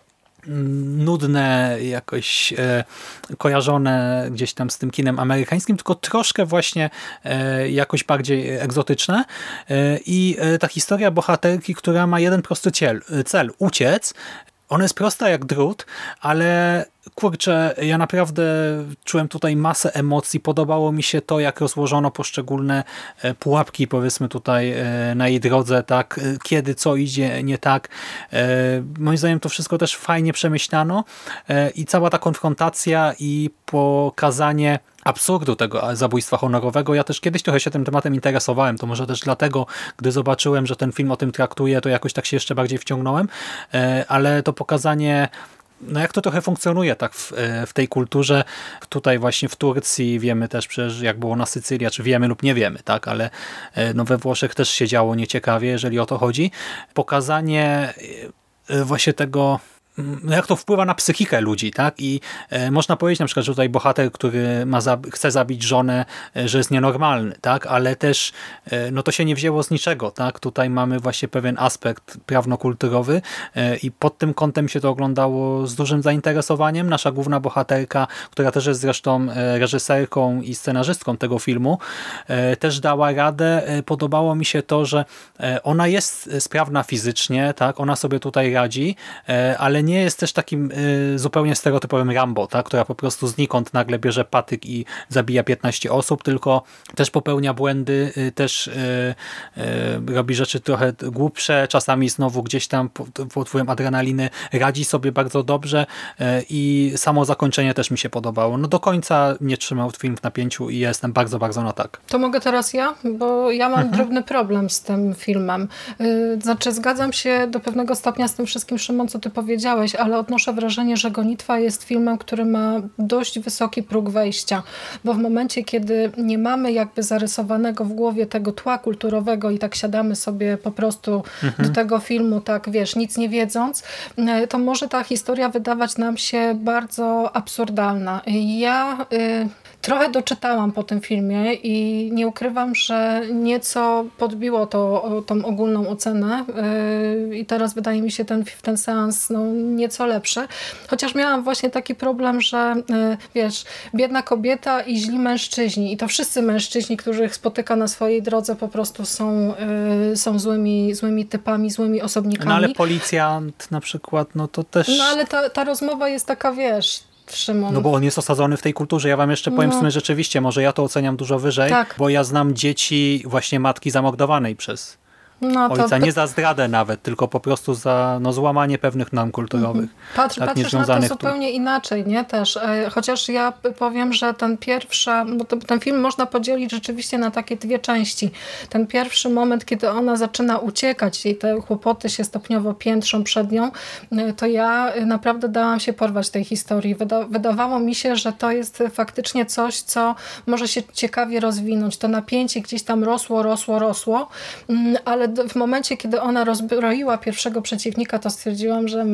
nudne, jakoś kojarzone gdzieś tam z tym kinem amerykańskim, tylko troszkę właśnie jakoś bardziej egzotyczne i ta historia bohaterki, która ma jeden prosty cel, uciec Ona jest prosta jak drut, ale kurczę, ja naprawdę czułem tutaj masę emocji. Podobało mi się to, jak rozłożono poszczególne pułapki, powiedzmy tutaj na jej drodze, tak, kiedy co idzie nie tak. Moim zdaniem to wszystko też fajnie przemyślano i cała ta konfrontacja i pokazanie absurdu tego zabójstwa honorowego. Ja też kiedyś trochę się tym tematem interesowałem, to może też dlatego, gdy zobaczyłem, że ten film o tym traktuje, to jakoś tak się jeszcze bardziej wciągnąłem, ale to pokazanie, no jak to trochę funkcjonuje tak w tej kulturze. Tutaj właśnie w Turcji wiemy też przecież, jak było na Sycylii, czy wiemy lub nie wiemy, tak, ale no we Włoszech też się działo nieciekawie, jeżeli o to chodzi. Pokazanie właśnie tego, jak to wpływa na psychikę ludzi, tak? I można powiedzieć na przykład, że tutaj bohater, który chce zabić żonę, że jest nienormalny, tak? Ale też no to się nie wzięło z niczego, tak? Tutaj mamy właśnie pewien aspekt prawnokulturowy i pod tym kątem się to oglądało z dużym zainteresowaniem. Nasza główna bohaterka, która też jest zresztą reżyserką i scenarzystką tego filmu, też dała radę. Podobało mi się to, że ona jest sprawna fizycznie, tak? Ona sobie tutaj radzi, ale nie jest też takim zupełnie stereotypowym Rambo, tak? Która po prostu znikąd nagle bierze patyk i zabija 15 osób, tylko też popełnia błędy, też robi rzeczy trochę głupsze, czasami znowu gdzieś tam pod wpływem adrenaliny radzi sobie bardzo dobrze i samo zakończenie też mi się podobało. No do końca nie trzymał film w napięciu i jestem bardzo, bardzo na tak. To mogę teraz ja? Bo ja mam drobny problem z tym filmem. Znaczy zgadzam się do pewnego stopnia z tym wszystkim, Szymon, co ty powiedziałeś, ale odnoszę wrażenie, że Gonitwa jest filmem, który ma dość wysoki próg wejścia, bo w momencie, kiedy nie mamy jakby zarysowanego w głowie tego tła kulturowego i tak siadamy sobie po prostu do tego filmu, tak wiesz, nic nie wiedząc, to może ta historia wydawać nam się bardzo absurdalna. Ja trochę doczytałam po tym filmie i nie ukrywam, że nieco podbiło tą ogólną ocenę i teraz wydaje mi się ten seans nieco lepszy. Chociaż miałam właśnie taki problem, że wiesz, biedna kobieta i źli mężczyźni i to wszyscy mężczyźni, których spotyka na swojej drodze po prostu są złymi typami, złymi osobnikami. No ale policjant na przykład, no to też... No ale ta rozmowa jest taka, wiesz... Szymon. No bo on jest osadzony w tej kulturze. Ja wam jeszcze powiem w sumie rzeczywiście, może ja to oceniam dużo wyżej, tak. Bo ja znam dzieci właśnie matki zamordowanej przez ojca. Nie za zdradę nawet, tylko po prostu za złamanie pewnych norm kulturowych. Patrzysz na to zupełnie inaczej, nie? Też. Chociaż ja powiem, że ten film można podzielić rzeczywiście na takie dwie części. Ten pierwszy moment, kiedy ona zaczyna uciekać i te kłopoty się stopniowo piętrzą przed nią, to ja naprawdę dałam się porwać tej historii. Wydawało mi się, że to jest faktycznie coś, co może się ciekawie rozwinąć. To napięcie gdzieś tam rosło, ale w momencie, kiedy ona rozbroiła pierwszego przeciwnika, to stwierdziłam, że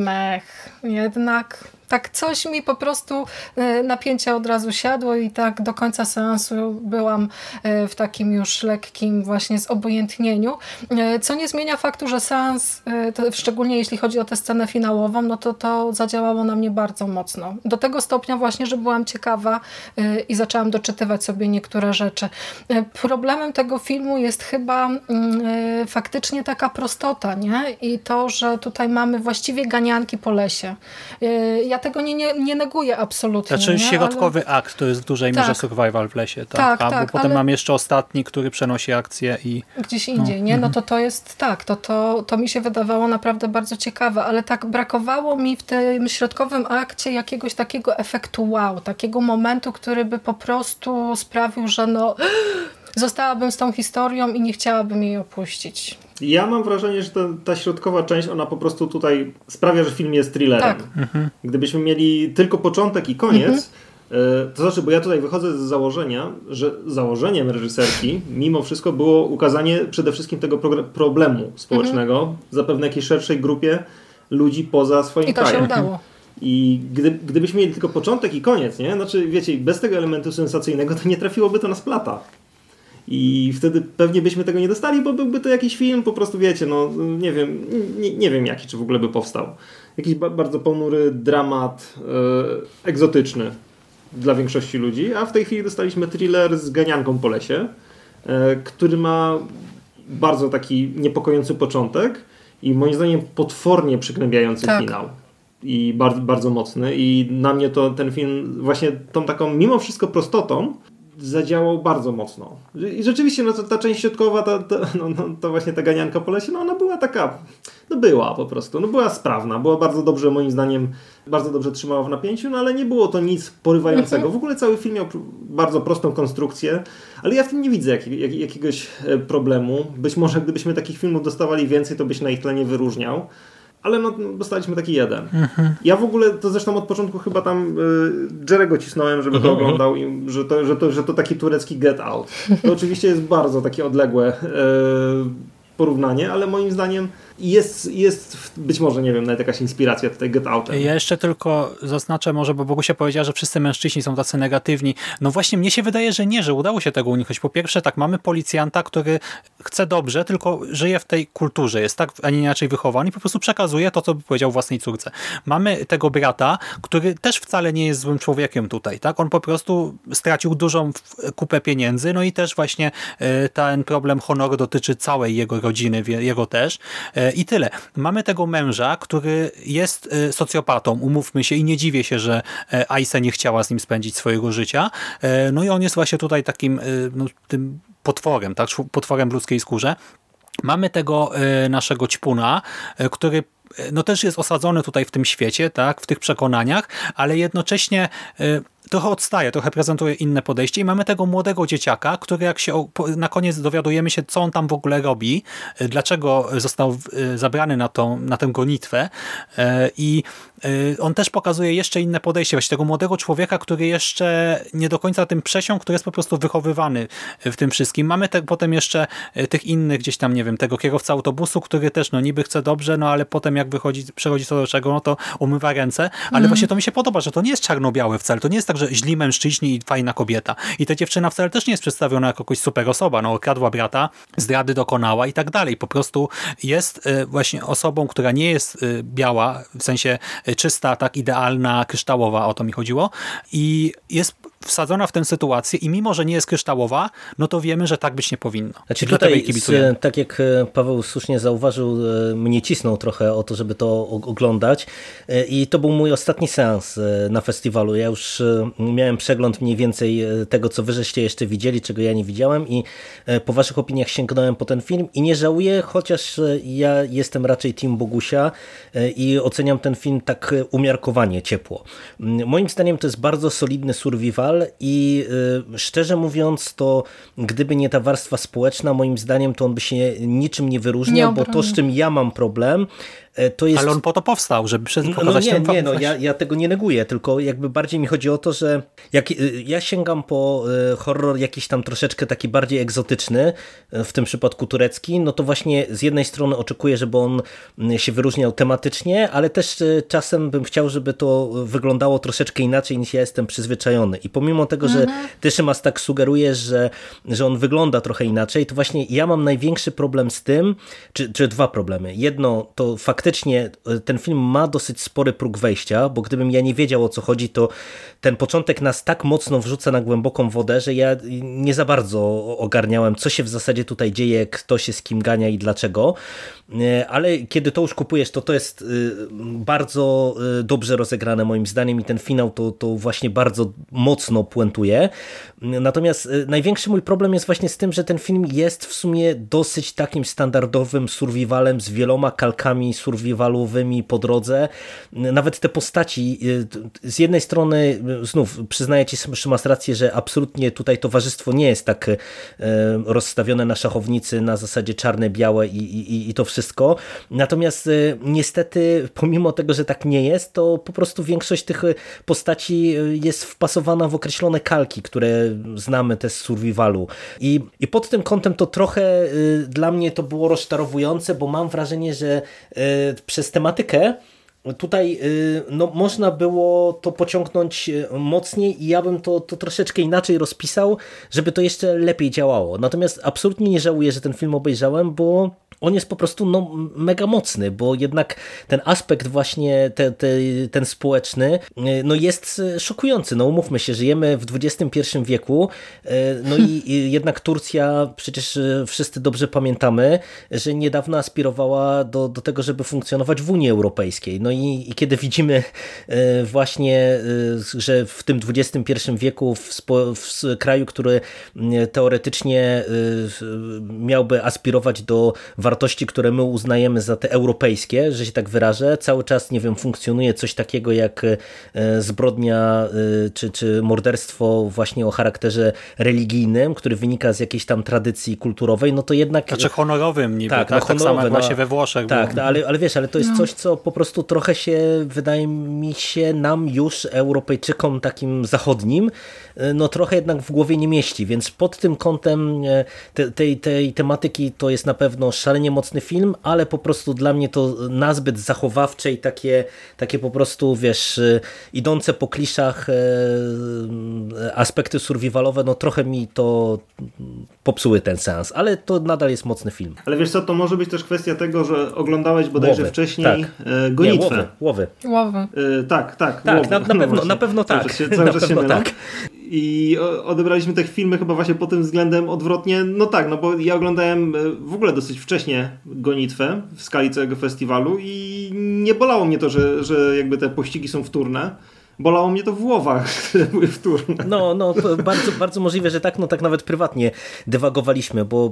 jednak tak coś mi po prostu napięcie od razu siadło i tak do końca seansu byłam w takim już lekkim właśnie zobojętnieniu, co nie zmienia faktu, że seans, szczególnie jeśli chodzi o tę scenę finałową, no to zadziałało na mnie bardzo mocno. Do tego stopnia właśnie, że byłam ciekawa i zaczęłam doczytywać sobie niektóre rzeczy. Problemem tego filmu jest chyba faktycznie taka prostota, nie? I to, że tutaj mamy właściwie ganianki po lesie. Ja tego nie neguję absolutnie. Znaczy środkowy akt to jest w dużej mierze survival w lesie. Tak? Bo potem mam jeszcze ostatni, który przenosi akcję i... Gdzieś indziej, nie? No to jest tak, to mi się wydawało naprawdę bardzo ciekawe, ale tak brakowało mi w tym środkowym akcie jakiegoś takiego efektu wow, takiego momentu, który by po prostu sprawił, że zostałabym z tą historią i nie chciałabym jej opuścić. Ja mam wrażenie, że ta środkowa część, ona po prostu tutaj sprawia, że film jest thrillerem. Tak. Gdybyśmy mieli tylko początek i koniec, to znaczy, bo ja tutaj wychodzę z założenia, że założeniem reżyserki mimo wszystko było ukazanie przede wszystkim tego problemu społecznego zapewne jakiejś szerszej grupie ludzi poza swoim krajem. I to się udało. I gdybyśmy mieli tylko początek i koniec, nie? Znaczy, wiecie, bez tego elementu sensacyjnego to nie trafiłoby to na splata. I wtedy pewnie byśmy tego nie dostali, bo byłby to jakiś film, po prostu wiecie, nie wiem jaki, czy w ogóle by powstał. Jakiś bardzo ponury dramat egzotyczny dla większości ludzi, a w tej chwili dostaliśmy thriller z ganianką po lesie, który ma bardzo taki niepokojący początek i moim zdaniem potwornie przygnębiający finał. i bardzo, bardzo mocny i na mnie to ten film właśnie tą taką mimo wszystko prostotą zadziałał bardzo mocno. I rzeczywiście no, ta część środkowa, to właśnie ta ganianka po lesie, no ona była taka, no była po prostu, no była sprawna, była bardzo dobrze moim zdaniem, bardzo dobrze trzymała w napięciu, no ale nie było to nic porywającego. W ogóle cały film miał bardzo prostą konstrukcję, ale ja w tym nie widzę jakiegoś problemu. Być może gdybyśmy takich filmów dostawali więcej, to byś na ich tle nie wyróżniał. Ale no, dostaliśmy taki jeden. Ja w ogóle, to zresztą od początku chyba tam Jerego cisnąłem, żeby to oglądał i że to taki turecki Get Out. To oczywiście jest bardzo takie odległe porównanie, ale moim zdaniem jest być może, nie wiem, nawet jakaś inspiracja tutaj Get Outem. Ja jeszcze tylko zaznaczę może, bo Bogusia powiedziała, że wszyscy mężczyźni są tacy negatywni. No właśnie, mnie się wydaje, że nie, że udało się tego uniknąć. Po pierwsze, tak, mamy policjanta, który chce dobrze, tylko żyje w tej kulturze, jest tak, a nie inaczej wychowany i po prostu przekazuje to, co by powiedział własnej córce. Mamy tego brata, który też wcale nie jest złym człowiekiem tutaj, tak? On po prostu stracił dużą kupę pieniędzy, no i też właśnie ten problem honoru dotyczy całej jego rodziny, jego też. I tyle. Mamy tego męża, który jest socjopatą, umówmy się, i nie dziwię się, że Aisha nie chciała z nim spędzić swojego życia. No i on jest właśnie tutaj takim tym potworem, tak? Potworem w ludzkiej skórze. Mamy tego naszego ćpuna, który no też jest osadzony tutaj w tym świecie, tak? W tych przekonaniach, ale jednocześnie trochę odstaje, trochę prezentuje inne podejście i mamy tego młodego dzieciaka, który jak się na koniec dowiadujemy się, co on tam w ogóle robi, dlaczego został zabrany na tę gonitwę i on też pokazuje jeszcze inne podejście właśnie tego młodego człowieka, który jeszcze nie do końca tym przesiąkł, który jest po prostu wychowywany w tym wszystkim. Mamy potem jeszcze tych innych gdzieś tam, nie wiem, tego kierowca autobusu, który też no niby chce dobrze, no ale potem jak przechodzi co do czego, no to umywa ręce, ale właśnie to mi się podoba, że to nie jest czarno-białe wcale, to nie jest tak, że źli mężczyźni i fajna kobieta. I ta dziewczyna wcale też nie jest przedstawiona jako jakaś super osoba, no okradła brata, zdrady dokonała i tak dalej. Po prostu jest właśnie osobą, która nie jest biała, w sensie czysta, tak idealna, kryształowa, o to mi chodziło. I jest wsadzona w tę sytuację i mimo, że nie jest kryształowa, no to wiemy, że tak być nie powinno. Znaczy tutaj, tak jak Paweł słusznie zauważył, mnie cisnął trochę o to, żeby to oglądać i to był mój ostatni seans na festiwalu. Ja już miałem przegląd mniej więcej tego, co wy żeście jeszcze widzieli, czego ja nie widziałem i po waszych opiniach sięgnąłem po ten film i nie żałuję, chociaż ja jestem raczej team Bogusia i oceniam ten film tak umiarkowanie ciepło. Moim zdaniem to jest bardzo solidny survival i szczerze mówiąc, to gdyby nie ta warstwa społeczna, moim zdaniem to on by się niczym nie wyróżniał, bo to, z czym ja mam problem, to jest... Ale on po to powstał, żeby pokazać ten fakt. Ja tego nie neguję, tylko jakby bardziej mi chodzi o to, że jak ja sięgam po horror jakiś tam troszeczkę taki bardziej egzotyczny, w tym przypadku turecki, no to właśnie z jednej strony oczekuję, żeby on się wyróżniał tematycznie, ale też czasem bym chciał, żeby to wyglądało troszeczkę inaczej niż ja jestem przyzwyczajony. I pomimo tego, że ty, Szymas, tak sugerujesz, że on wygląda trochę inaczej, to właśnie ja mam największy problem z tym, czy dwa problemy. Jedno, to faktycznie ten film ma dosyć spory próg wejścia, bo gdybym ja nie wiedział, o co chodzi, to ten początek nas tak mocno wrzuca na głęboką wodę, że ja nie za bardzo ogarniałem, co się w zasadzie tutaj dzieje, kto się z kim gania i dlaczego. Ale kiedy to już kupujesz, to jest bardzo dobrze rozegrane moim zdaniem i ten finał to właśnie bardzo mocno puentuje. Natomiast największy mój problem jest właśnie z tym, że ten film jest w sumie dosyć takim standardowym survivalem z wieloma kalkami survivalowymi po drodze. Nawet te postaci, z jednej strony znów przyznaję ci, Szymas, rację, że absolutnie tutaj towarzystwo nie jest tak rozstawione na szachownicy na zasadzie czarne, białe i to wszystko. Natomiast niestety pomimo tego, że tak nie jest, to po prostu większość tych postaci jest wpasowana w określone kalki, które znamy też z survivalu. I pod tym kątem to trochę dla mnie to było rozczarowujące, bo mam wrażenie, że przez tematykę tutaj no, można było to pociągnąć mocniej i ja bym to troszeczkę inaczej rozpisał, żeby to jeszcze lepiej działało. Natomiast absolutnie nie żałuję, że ten film obejrzałem, bo on jest po prostu no, mega mocny, bo jednak ten aspekt właśnie ten społeczny no, jest szokujący. No, umówmy się, żyjemy w XXI wieku, no i jednak Turcja, przecież wszyscy dobrze pamiętamy, że niedawno aspirowała do tego, żeby funkcjonować w Unii Europejskiej. No i kiedy widzimy właśnie, że w tym XXI wieku w kraju, który teoretycznie miałby aspirować do wartości, które my uznajemy za te europejskie, że się tak wyrażę, cały czas, nie wiem, funkcjonuje coś takiego jak zbrodnia czy morderstwo właśnie o charakterze religijnym, który wynika z jakiejś tam tradycji kulturowej, no to jednak... Znaczy honorowym niby, tak? Honorowe, tak samo jak właśnie we Włoszech. Tak, ale wiesz, ale to jest coś, co po prostu trochę się, wydaje mi się, nam już, Europejczykom takim zachodnim, no trochę jednak w głowie nie mieści, więc pod tym kątem tej tematyki to jest na pewno szalenie mocny film, ale po prostu dla mnie to nazbyt zachowawcze i takie po prostu, wiesz, idące po kliszach aspekty survivalowe, no trochę mi to popsuły ten seans, ale to nadal jest mocny film. Ale wiesz co, to może być też kwestia tego, że oglądałeś bodajże wcześniej Gonitwę. Nie, Łowy. Tak, Łowy. Na pewno tak. Cały czas się mylę. I odebraliśmy te filmy chyba właśnie pod tym względem odwrotnie. No tak, no bo ja oglądałem w ogóle dosyć wcześnie Gonitwę w skali całego festiwalu i nie bolało mnie to, że jakby te pościgi są wtórne. Bolało mnie to w Łowach, które były wtórne. No, bardzo, bardzo możliwe, że tak, no tak nawet prywatnie dywagowaliśmy, bo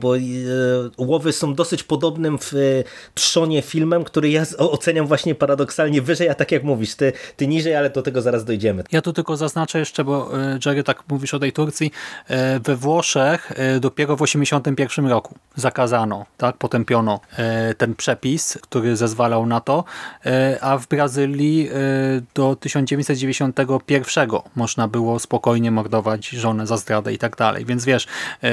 Łowy są dosyć podobnym w trzonie filmem, który ja oceniam właśnie paradoksalnie wyżej, a tak jak mówisz, ty niżej, ale do tego zaraz dojdziemy. Ja tu tylko zaznaczę jeszcze, bo Jerry, tak mówisz o tej Turcji, we Włoszech dopiero w 1981 roku zakazano, tak, potępiono ten przepis, który zezwalał na to, a w Brazylii do 1991 można było spokojnie mordować żonę za zdradę i tak dalej. Więc wiesz,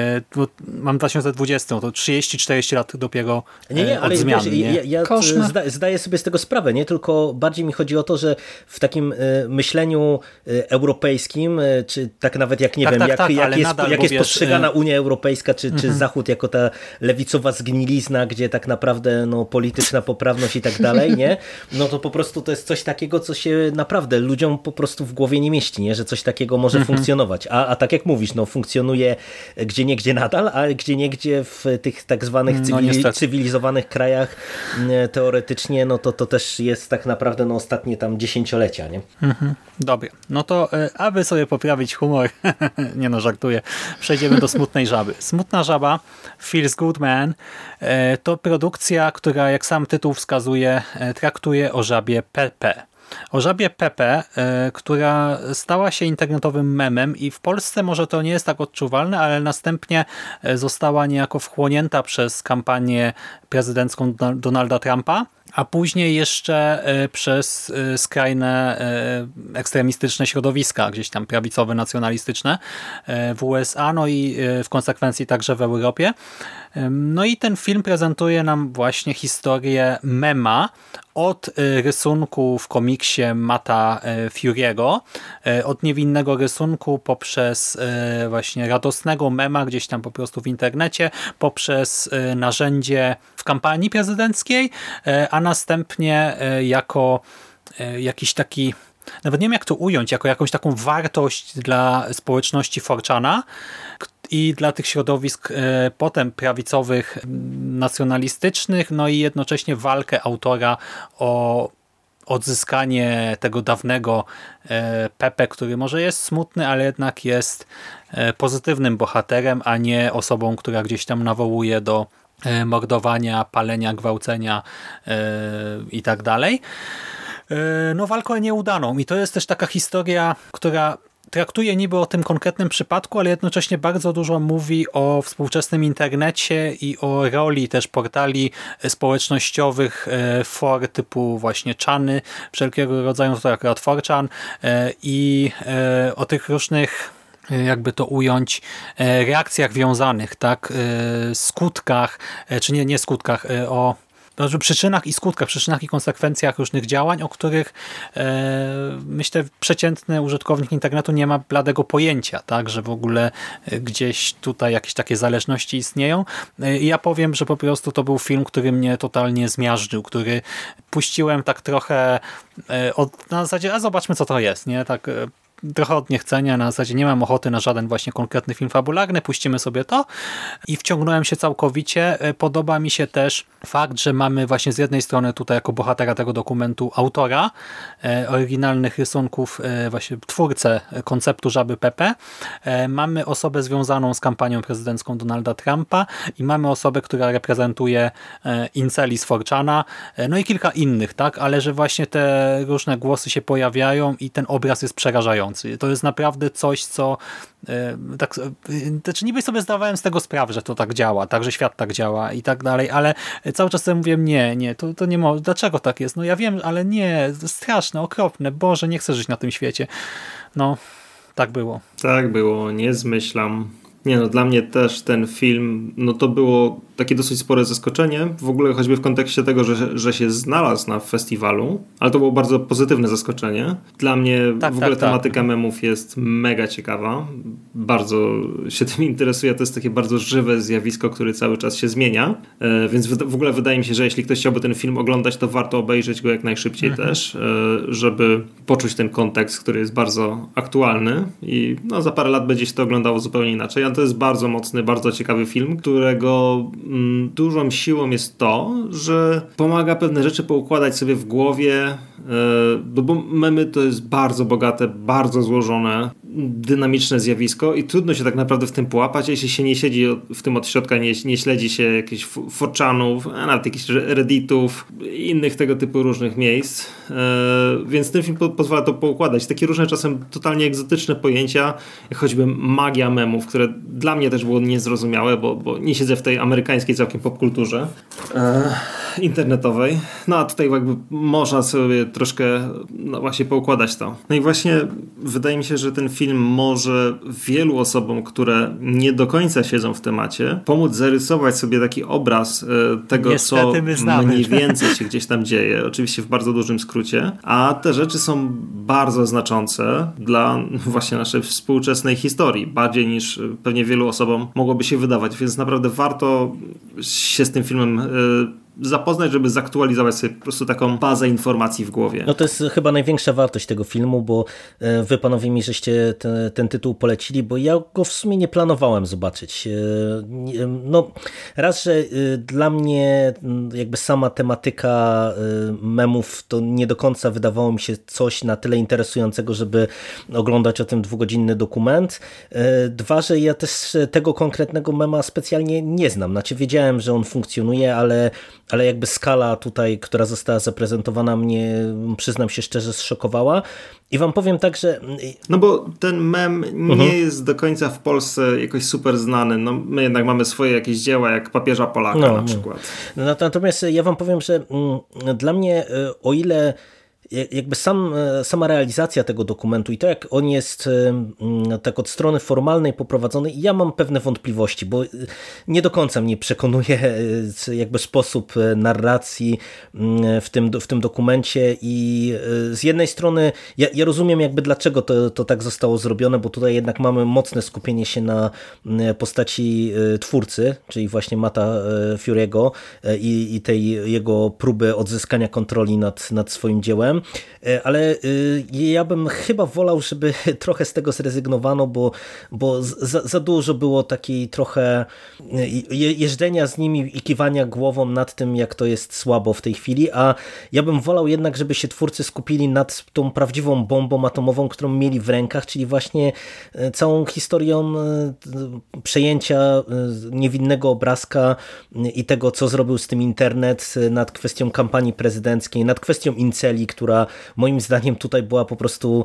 mam 2020, to 30-40 lat dopiero od zmian. Wiesz, ja zdaję sobie z tego sprawę, nie? Tylko bardziej mi chodzi o to, że w takim myśleniu europejskim, czy tak nawet jak nie wiem, jak jest postrzegana Unia Europejska, czy Zachód jako ta lewicowa zgnilizna, gdzie tak naprawdę no, polityczna poprawność i tak dalej, nie? No to po prostu to jest coś takiego, co się naprawdę ludziom po prostu w głowie nie mieści, nie? Że coś takiego może funkcjonować. A tak jak mówisz, no, funkcjonuje gdzieniegdzie nadal, a gdzieniegdzie w tych tak zwanych cywilizowanych krajach teoretycznie, no to też jest tak naprawdę no, ostatnie tam dziesięciolecia. Nie? Dobra, no to aby sobie poprawić humor, nie no, żartuję, przejdziemy do Smutnej Żaby. Smutna Żaba, Feels Good Man, to produkcja, która jak sam tytuł wskazuje, traktuje o żabie Pepe. O żabie Pepe, która stała się internetowym memem i w Polsce może to nie jest tak odczuwalne, ale następnie została niejako wchłonięta przez kampanię prezydencką Donalda Trumpa, a później jeszcze przez skrajne ekstremistyczne środowiska, gdzieś tam prawicowe, nacjonalistyczne w USA, no i w konsekwencji także w Europie. No i ten film prezentuje nam właśnie historię mema od rysunku w komiksie Matta Fury'ego, od niewinnego rysunku poprzez właśnie radosnego mema gdzieś tam po prostu w internecie, poprzez narzędzie w kampanii prezydenckiej, a następnie jako jakiś taki, nawet nie wiem jak to ująć, jako jakąś taką wartość dla społeczności 4chana i dla tych środowisk potem prawicowych, nacjonalistycznych, no i jednocześnie walkę autora o odzyskanie tego dawnego Pepe, który może jest smutny, ale jednak jest pozytywnym bohaterem, a nie osobą, która gdzieś tam nawołuje do mordowania, palenia, gwałcenia i tak dalej. No walkę nieudaną i to jest też taka historia, która traktuje niby o tym konkretnym przypadku, ale jednocześnie bardzo dużo mówi o współczesnym internecie i o roli też portali społecznościowych for typu właśnie czany, wszelkiego rodzaju, to akurat 4chan i o tych różnych, jakby to ująć, reakcjach wiązanych, tak, skutkach, czy nie skutkach, o przyczynach i skutkach, przyczynach i konsekwencjach różnych działań, o których myślę przeciętny użytkownik internetu nie ma bladego pojęcia, tak, że w ogóle gdzieś tutaj jakieś takie zależności istnieją. I ja powiem, że po prostu to był film, który mnie totalnie zmiażdżył, który puściłem tak trochę na zasadzie, a zobaczmy co to jest, nie? Tak trochę od niechcenia, na zasadzie nie mam ochoty na żaden właśnie konkretny film fabularny, puścimy sobie to i wciągnąłem się całkowicie. Podoba mi się też fakt, że mamy właśnie z jednej strony tutaj jako bohatera tego dokumentu autora oryginalnych rysunków, właśnie twórcę konceptu Żaby Pepe. Mamy osobę związaną z kampanią prezydencką Donalda Trumpa i mamy osobę, która reprezentuje inceli z 4chana, no i kilka innych, tak, ale że właśnie te różne głosy się pojawiają i ten obraz jest przerażający. To jest naprawdę coś, co tak, znaczy niby sobie zdawałem z tego sprawę, że to tak działa, tak, że świat tak działa i tak dalej, ale cały czas sobie mówiłem, nie, to nie może, dlaczego tak jest? No ja wiem, ale nie, straszne, okropne, Boże, nie chcę żyć na tym świecie. No, tak było. Tak było, nie zmyślam. Nie no, dla mnie też ten film, no to było takie dosyć spore zaskoczenie, w ogóle choćby w kontekście tego, że się znalazł na festiwalu, ale to było bardzo pozytywne zaskoczenie. Dla mnie w ogóle tematyka memów jest mega ciekawa, bardzo się tym interesuję, to jest takie bardzo żywe zjawisko, które cały czas się zmienia, więc w ogóle wydaje mi się, że jeśli ktoś chciałby ten film oglądać, to warto obejrzeć go jak najszybciej też, żeby poczuć ten kontekst, który jest bardzo aktualny i no, za parę lat będzie się to oglądało zupełnie inaczej, a to jest bardzo mocny, bardzo ciekawy film, którego dużą siłą jest to, że pomaga pewne rzeczy poukładać sobie w głowie, bo memy to jest bardzo bogate, bardzo złożone, dynamiczne zjawisko i trudno się tak naprawdę w tym połapać, jeśli się nie siedzi w tym od środka, nie śledzi się jakichś 4chanów, a nawet jakichś redditów, innych tego typu różnych miejsc, więc ten film pozwala to poukładać. Takie różne czasem totalnie egzotyczne pojęcia, jak choćby magia memów, które dla mnie też było niezrozumiałe, bo nie siedzę w tej amerykańskiej całkiem popkulturze internetowej. No a tutaj jakby można sobie troszkę no właśnie poukładać to. No i właśnie wydaje mi się, że ten film może wielu osobom, które nie do końca siedzą w temacie, pomóc zarysować sobie taki obraz tego, niestety co mniej więcej się gdzieś tam dzieje. Oczywiście w bardzo dużym skrócie. A te rzeczy są bardzo znaczące dla właśnie naszej współczesnej historii. Bardziej niż pewnie wielu osobom mogłoby się wydawać. Więc naprawdę warto się z tym filmem zapoznać, żeby zaktualizować sobie po prostu taką bazę informacji w głowie. No to jest chyba największa wartość tego filmu, bo wy panowie mi żeście ten tytuł polecili, bo ja go w sumie nie planowałem zobaczyć. No raz, że dla mnie jakby sama tematyka memów to nie do końca wydawało mi się coś na tyle interesującego, żeby oglądać o tym 2-godzinny dokument. Dwa, że ja też tego konkretnego mema specjalnie nie znam. Znaczy wiedziałem, że on funkcjonuje, ale jakby skala tutaj, która została zaprezentowana, mnie, przyznam się szczerze, zszokowała. I wam powiem tak, że... No bo ten mem nie jest do końca w Polsce jakoś super znany. No my jednak mamy swoje jakieś dzieła, jak Papieża Polaka na przykład. Natomiast ja wam powiem, że dla mnie, o ile jakby sama realizacja tego dokumentu i to, jak on jest tak od strony formalnej poprowadzony, ja mam pewne wątpliwości, bo nie do końca mnie przekonuje jakby sposób narracji w tym dokumencie i z jednej strony ja rozumiem jakby dlaczego to tak zostało zrobione, bo tutaj jednak mamy mocne skupienie się na postaci twórcy, czyli właśnie Matta Fury'ego i tej jego próby odzyskania kontroli nad swoim dziełem. Ale ja bym chyba wolał, żeby trochę z tego zrezygnowano, bo za dużo było takiej trochę jeżdżenia z nimi i kiwania głową nad tym, jak to jest słabo w tej chwili, a ja bym wolał jednak, żeby się twórcy skupili nad tą prawdziwą bombą atomową, którą mieli w rękach, czyli właśnie całą historią przejęcia niewinnego obrazka i tego, co zrobił z tym internet, nad kwestią kampanii prezydenckiej, nad kwestią inceli, która moim zdaniem tutaj była po prostu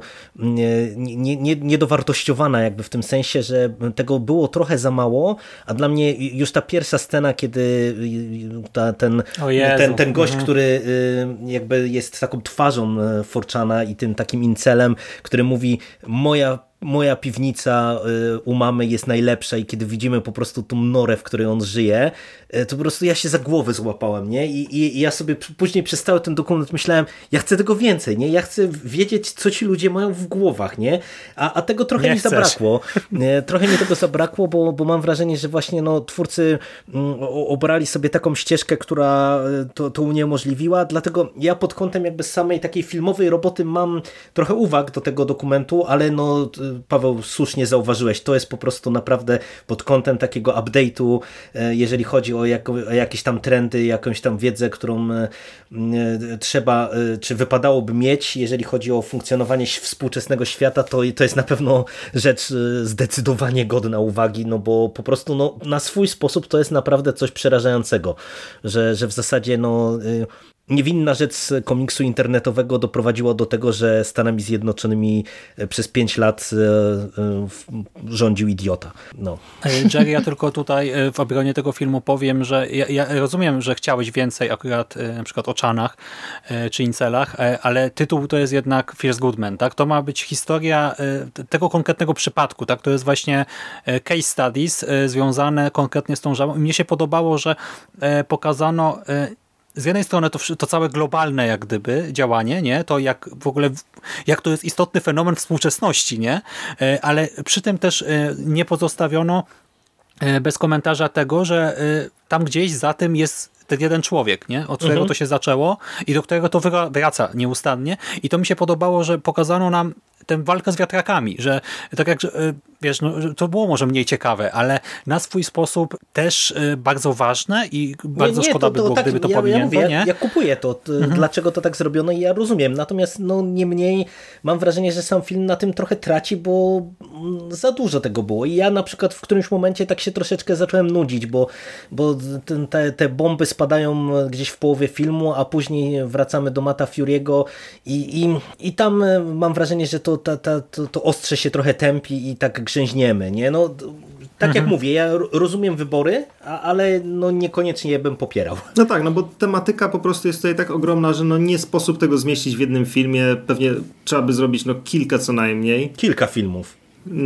niedowartościowana jakby w tym sensie, że tego było trochę za mało, a dla mnie już ta pierwsza scena, kiedy ten gość, który jakby jest taką twarzą 4chana i tym takim incelem, który mówi: moja moja piwnica u mamy jest najlepsza i kiedy widzimy po prostu tą norę, w której on żyje, to po prostu ja się za głowę złapałem, nie? I ja sobie później przez cały ten dokument myślałem, ja chcę tego więcej, nie? Ja chcę wiedzieć, co ci ludzie mają w głowach, nie? A tego trochę mi zabrakło. Trochę mi tego zabrakło, bo mam wrażenie, że właśnie twórcy obrali sobie taką ścieżkę, która to uniemożliwiła, dlatego ja pod kątem jakby samej takiej filmowej roboty mam trochę uwag do tego dokumentu, ale Paweł, słusznie zauważyłeś, to jest po prostu naprawdę pod kątem takiego update'u, jeżeli chodzi o jakieś tam trendy, jakąś tam wiedzę, którą trzeba, czy wypadałoby mieć, jeżeli chodzi o funkcjonowanie współczesnego świata, to jest na pewno rzecz zdecydowanie godna uwagi, bo po prostu na swój sposób to jest naprawdę coś przerażającego, że w zasadzie niewinna rzecz komiksu internetowego doprowadziła do tego, że Stanami Zjednoczonymi przez 5 lat rządził idiota. Jerry, ja tylko tutaj w obronie tego filmu powiem, że ja rozumiem, że chciałeś więcej akurat na przykład o Chanach czy Incelach, ale tytuł to jest jednak Fierce Goodman, tak? To ma być historia tego konkretnego przypadku, tak? To jest właśnie case studies związane konkretnie z tą żabą. I mnie się podobało, że pokazano z jednej strony to całe globalne jak gdyby działanie, nie? To jak w ogóle, jak to jest istotny fenomen współczesności, nie? Ale przy tym też nie pozostawiono bez komentarza tego, że tam gdzieś za tym jest ten jeden człowiek, nie? Od którego to się zaczęło i do którego to wraca nieustannie. I to mi się podobało, że pokazano nam tę walkę z wiatrakami, że tak jak wiesz, to było może mniej ciekawe, ale na swój sposób też bardzo ważne i bardzo szkoda by było, gdyby to pominięto. Ja kupuję to, dlaczego to tak zrobiono i ja rozumiem, natomiast niemniej mam wrażenie, że sam film na tym trochę traci, bo za dużo tego było i ja na przykład w którymś momencie tak się troszeczkę zacząłem nudzić, bo te bomby spadają gdzieś w połowie filmu, a później wracamy do Matta Fury'ego i tam mam wrażenie, że to ostrze się trochę tępi i tak grzęźniemy, nie? Tak jak mówię, ja rozumiem wybory, ale niekoniecznie je bym popierał. No tak, bo tematyka po prostu jest tutaj tak ogromna, że nie sposób tego zmieścić w jednym filmie. Pewnie trzeba by zrobić kilka co najmniej. Kilka filmów.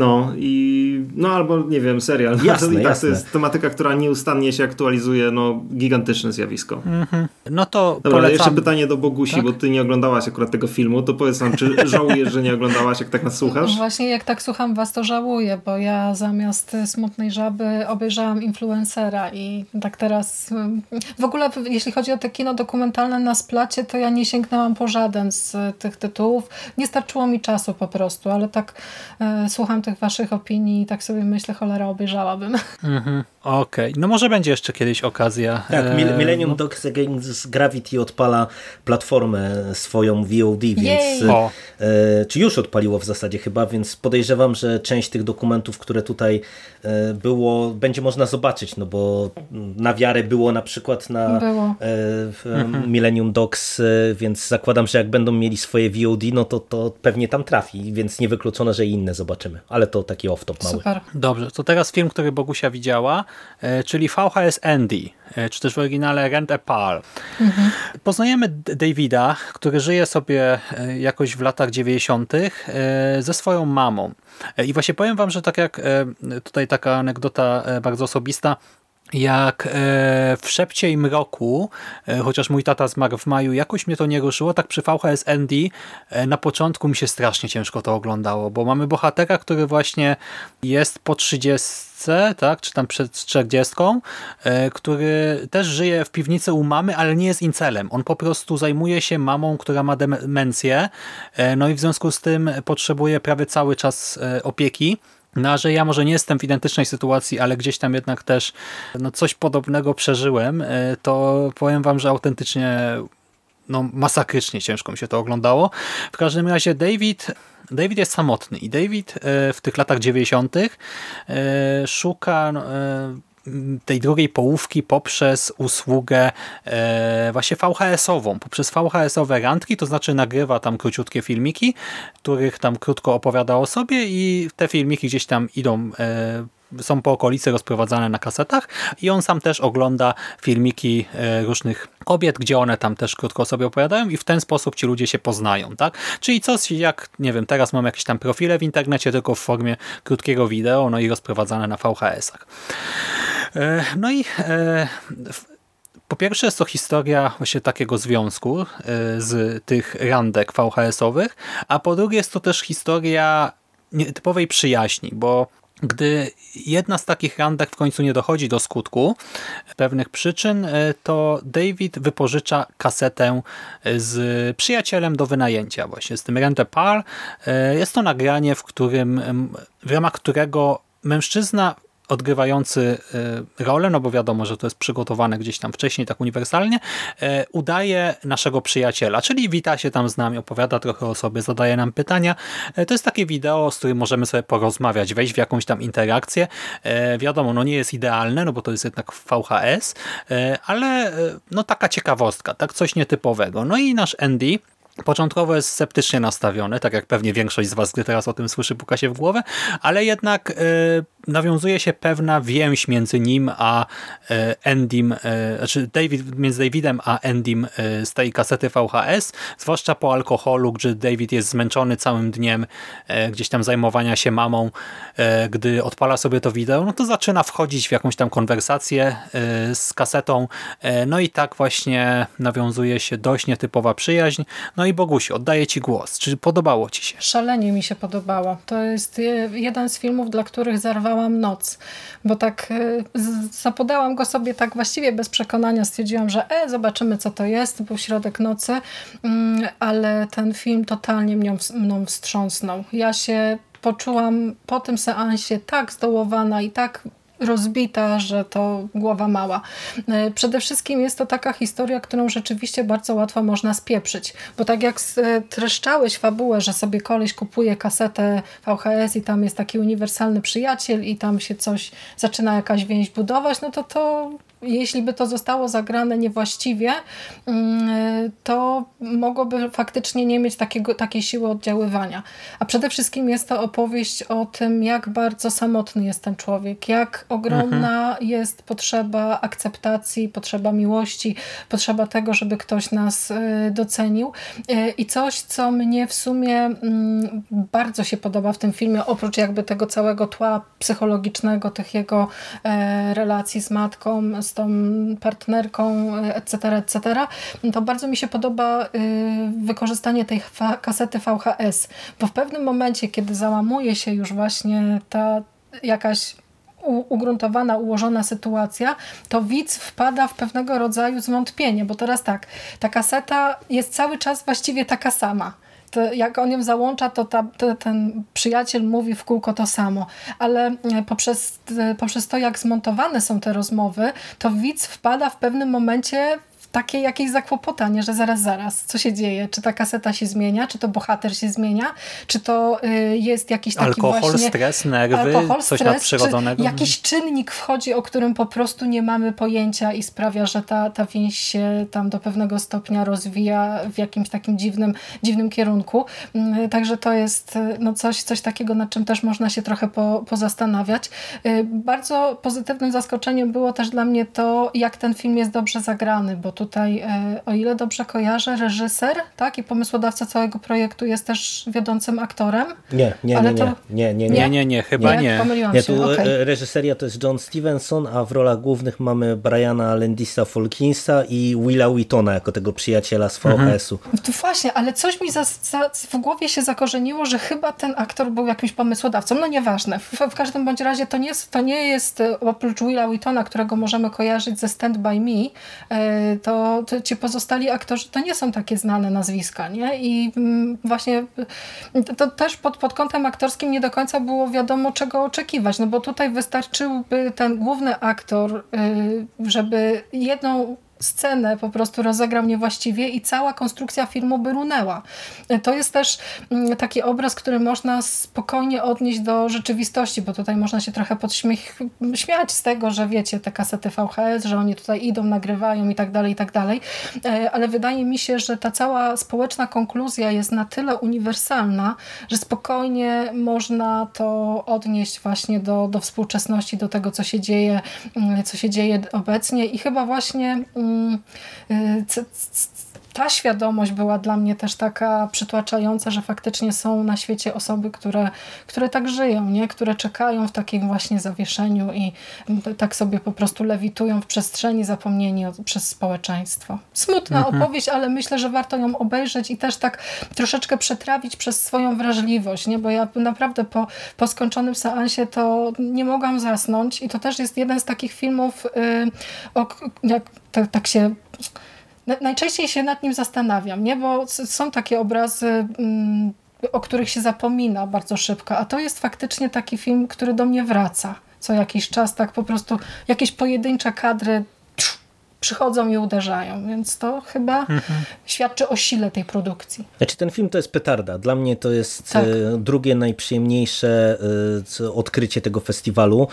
Albo nie wiem, serial. Jasne. To jest tematyka, która nieustannie się aktualizuje, gigantyczne zjawisko. No to dobra, polecam. jeszcze pytanie do Bogusi, tak? Bo ty nie oglądałaś akurat tego filmu, to powiedz nam, czy żałujesz, że nie oglądałaś, jak tak nas słuchasz? Właśnie jak tak słucham was, to żałuję, bo ja zamiast Smutnej Żaby obejrzałam Influencera i tak teraz w ogóle jeśli chodzi o te kino dokumentalne na Splacie, to ja nie sięgnęłam po żaden z tych tytułów. Nie starczyło mi czasu po prostu, ale tak słucham tych waszych opinii i tak sobie myślę, cholera, obejrzałabym. Okej. Może będzie jeszcze kiedyś okazja. Tak, Millennium Dogs Against Gravity odpala platformę swoją VOD, więc czy już odpaliło w zasadzie chyba, więc podejrzewam, że część tych dokumentów, które tutaj było, będzie można zobaczyć, bo na wiarę było na przykład na Millennium Dogs, więc zakładam, że jak będą mieli swoje VOD, to pewnie tam trafi, więc niewykluczone, że i inne zobaczymy. Ale to taki off-top mały. Super. Dobrze, to teraz film, który Bogusia widziała, czyli VHS Andy, czy też w oryginale Rent a Pal. Poznajemy Davida, który żyje sobie jakoś w latach 90. ze swoją mamą. I właśnie powiem wam, że tak jak tutaj taka anegdota bardzo osobista, jak w Szepcie i Mroku, chociaż mój tata zmarł w maju, jakoś mnie to nie ruszyło, tak przy VHS Andy na początku mi się strasznie ciężko to oglądało, bo mamy bohatera, który właśnie jest po 30, tak, czy tam przed 40, który też żyje w piwnicy u mamy, ale nie jest incelem. On po prostu zajmuje się mamą, która ma demencję, i w związku z tym potrzebuje prawie cały czas opieki. Że ja może nie jestem w identycznej sytuacji, ale gdzieś tam jednak też coś podobnego przeżyłem, to powiem wam, że autentycznie masakrycznie ciężko mi się to oglądało. W każdym razie David jest samotny i David w tych latach 90. szuka tej drugiej połówki poprzez usługę właśnie VHS-ową, poprzez VHS-owe randki, to znaczy nagrywa tam króciutkie filmiki, których tam krótko opowiada o sobie i te filmiki gdzieś tam idą są po okolicy rozprowadzane na kasetach i on sam też ogląda filmiki różnych kobiet, gdzie one tam też krótko o sobie opowiadają i w ten sposób ci ludzie się poznają, tak? Czyli coś jak, nie wiem, teraz mam jakieś tam profile w internecie, tylko w formie krótkiego wideo, no i rozprowadzane na VHS-ach. No i po pierwsze jest to historia właśnie takiego związku z tych randek VHS-owych, a po drugie jest to też historia nietypowej przyjaźni, bo gdy jedna z takich randek w końcu nie dochodzi do skutku z pewnych przyczyn, to David wypożycza kasetę z przyjacielem do wynajęcia, właśnie z tym Rent a Par. Jest to nagranie, w ramach którego mężczyzna odgrywający rolę, no bo wiadomo, że to jest przygotowane gdzieś tam wcześniej, tak uniwersalnie, udaje naszego przyjaciela, czyli wita się tam z nami, opowiada trochę o sobie, zadaje nam pytania. To jest takie wideo, z którym możemy sobie porozmawiać, wejść w jakąś tam interakcję. Wiadomo, no nie jest idealne, no bo to jest jednak VHS, ale no taka ciekawostka, tak coś nietypowego. No i nasz Andy początkowo jest sceptycznie nastawiony, tak jak pewnie większość z was, gdy teraz o tym słyszy, puka się w głowę, ale jednak nawiązuje się pewna więź między nim a Andym, znaczy między Davidem a Andym z tej kasety VHS, zwłaszcza po alkoholu, gdzie David jest zmęczony całym dniem gdzieś tam zajmowania się mamą, gdy odpala sobie to wideo, no to zaczyna wchodzić w jakąś tam konwersację z kasetą, no i tak właśnie nawiązuje się dość nietypowa przyjaźń. No i Bogusiu, oddaję ci głos. Czy podobało ci się? Szalenie mi się podobało. To jest jeden z filmów, dla których zarwałam noc, bo tak zapodałam go sobie tak właściwie bez przekonania. Stwierdziłam, że zobaczymy co to jest. Był środek nocy, ale ten film totalnie mną wstrząsnął. Ja się poczułam po tym seansie tak zdołowana i tak rozbita, że to głowa mała. Przede wszystkim jest to taka historia, którą rzeczywiście bardzo łatwo można spieprzyć, bo tak jak streszczałeś fabułę, że sobie koleś kupuje kasetę VHS i tam jest taki uniwersalny przyjaciel i tam się coś zaczyna jakaś więź budować, no to jeśli by to zostało zagrane niewłaściwie, to mogłoby faktycznie nie mieć takiej siły oddziaływania. A przede wszystkim jest to opowieść o tym, jak bardzo samotny jest ten człowiek, jak ogromna jest potrzeba akceptacji, potrzeba miłości, potrzeba tego, żeby ktoś nas docenił. I coś, co mnie w sumie bardzo się podoba w tym filmie, oprócz jakby tego całego tła psychologicznego, tych jego relacji z matką, z tą partnerką, etc., to bardzo mi się podoba wykorzystanie tej kasety VHS, bo w pewnym momencie, kiedy załamuje się już właśnie ta jakaś ugruntowana, ułożona sytuacja, to widz wpada w pewnego rodzaju zwątpienie, bo teraz tak, ta kaseta jest cały czas właściwie taka sama. To jak on ją załącza, to ten przyjaciel mówi w kółko to samo. Ale poprzez to, jak zmontowane są te rozmowy, to widz wpada w pewnym momencie w takie jakieś zakłopotanie, że zaraz, co się dzieje? Czy ta kaseta się zmienia? Czy to bohater się zmienia? Czy to jest jakiś taki alkohol, stres, nerwy, coś nadprzyrodzonego? Czy jakiś czynnik wchodzi, o którym po prostu nie mamy pojęcia i sprawia, że ta więź się tam do pewnego stopnia rozwija w jakimś takim dziwnym kierunku. Także to jest coś takiego, nad czym też można się trochę pozastanawiać. Bardzo pozytywnym zaskoczeniem było też dla mnie to, jak ten film jest dobrze zagrany, bo tutaj, o ile dobrze kojarzę, reżyser, tak, i pomysłodawca całego projektu jest też wiodącym aktorem. Nie, chyba nie. Pomyliłam się. Tu reżyseria to jest John Stevenson, a w rolach głównych mamy Briana Landisa Folkinsa i Willa Wheatona jako tego przyjaciela z VHS-u. To właśnie, ale coś mi w głowie się zakorzeniło, że chyba ten aktor był jakimś pomysłodawcą. No nieważne. W każdym bądź razie to nie jest oprócz Willa Wheatona, którego możemy kojarzyć ze Stand By Me, to ci pozostali aktorzy to nie są takie znane nazwiska, nie? I właśnie to też pod kątem aktorskim nie do końca było wiadomo, czego oczekiwać, no bo tutaj wystarczyłby ten główny aktor, żeby jedną scenę po prostu rozegrał niewłaściwie i cała konstrukcja filmu by runęła. To jest też taki obraz, który można spokojnie odnieść do rzeczywistości, bo tutaj można się trochę śmiać z tego, że wiecie, te kasety VHS, że oni tutaj idą, nagrywają i tak dalej, ale wydaje mi się, że ta cała społeczna konkluzja jest na tyle uniwersalna, że spokojnie można to odnieść właśnie do współczesności, do tego, co się dzieje obecnie i chyba właśnie ta świadomość była dla mnie też taka przytłaczająca, że faktycznie są na świecie osoby, które tak żyją, nie? Które czekają w takim właśnie zawieszeniu i tak sobie po prostu lewitują w przestrzeni, zapomnieni przez społeczeństwo. Smutna opowieść, ale myślę, że warto ją obejrzeć i też tak troszeczkę przetrawić przez swoją wrażliwość, nie? Bo ja naprawdę po skończonym seansie to nie mogłam zasnąć i to też jest jeden z takich filmów, tak się... Najczęściej się nad nim zastanawiam, nie? Bo są takie obrazy, o których się zapomina bardzo szybko, a to jest faktycznie taki film, który do mnie wraca co jakiś czas, tak po prostu jakieś pojedyncze kadry przychodzą i uderzają, więc to chyba świadczy o sile tej produkcji. Znaczy ten film to jest petarda. Dla mnie to jest drugie najprzyjemniejsze odkrycie tego festiwalu,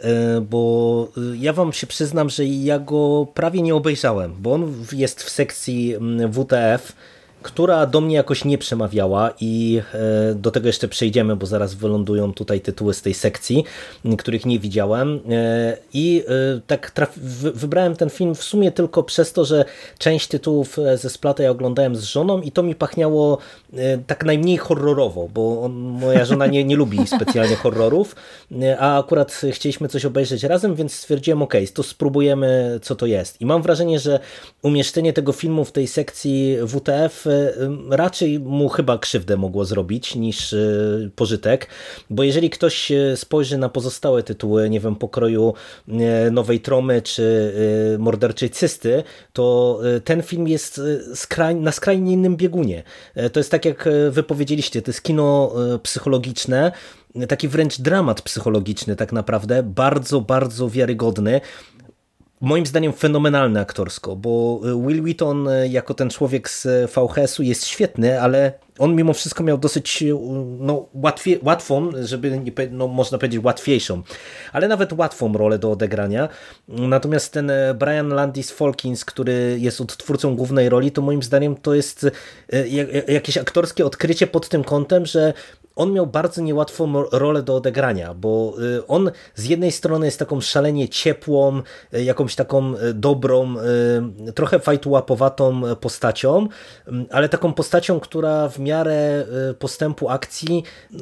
bo ja wam się przyznam, że ja go prawie nie obejrzałem, bo on jest w sekcji WTF, która do mnie jakoś nie przemawiała i do tego jeszcze przejdziemy, bo zaraz wylądują tutaj tytuły z tej sekcji, których nie widziałem i tak wybrałem ten film w sumie tylko przez to, że część tytułów ze Splata ja oglądałem z żoną i to mi pachniało tak najmniej horrorowo, bo moja żona nie lubi specjalnie horrorów, a akurat chcieliśmy coś obejrzeć razem, więc stwierdziłem, okej, to spróbujemy, co to jest. I mam wrażenie, że umieszczenie tego filmu w tej sekcji WTF raczej mu chyba krzywdę mogło zrobić niż pożytek, bo jeżeli ktoś spojrzy na pozostałe tytuły, nie wiem, pokroju Nowej Tromy czy Morderczej Cysty, to ten film jest na skrajnie innym biegunie. To jest tak, jak wy powiedzieliście, to jest kino psychologiczne, taki wręcz dramat psychologiczny tak naprawdę, bardzo, bardzo wiarygodny. Moim zdaniem fenomenalny aktorsko, bo Will Wheaton jako ten człowiek z VHS-u jest świetny, ale on mimo wszystko miał dosyć łatwą, żeby można powiedzieć łatwiejszą, ale nawet łatwą rolę do odegrania. Natomiast ten Brian Landis Falkins, który jest odtwórcą głównej roli, to moim zdaniem to jest jakieś aktorskie odkrycie pod tym kątem, że on miał bardzo niełatwą rolę do odegrania, bo on z jednej strony jest taką szalenie ciepłą, jakąś taką dobrą, trochę fajtułapowatą postacią, ale taką postacią, która w miarę postępu akcji,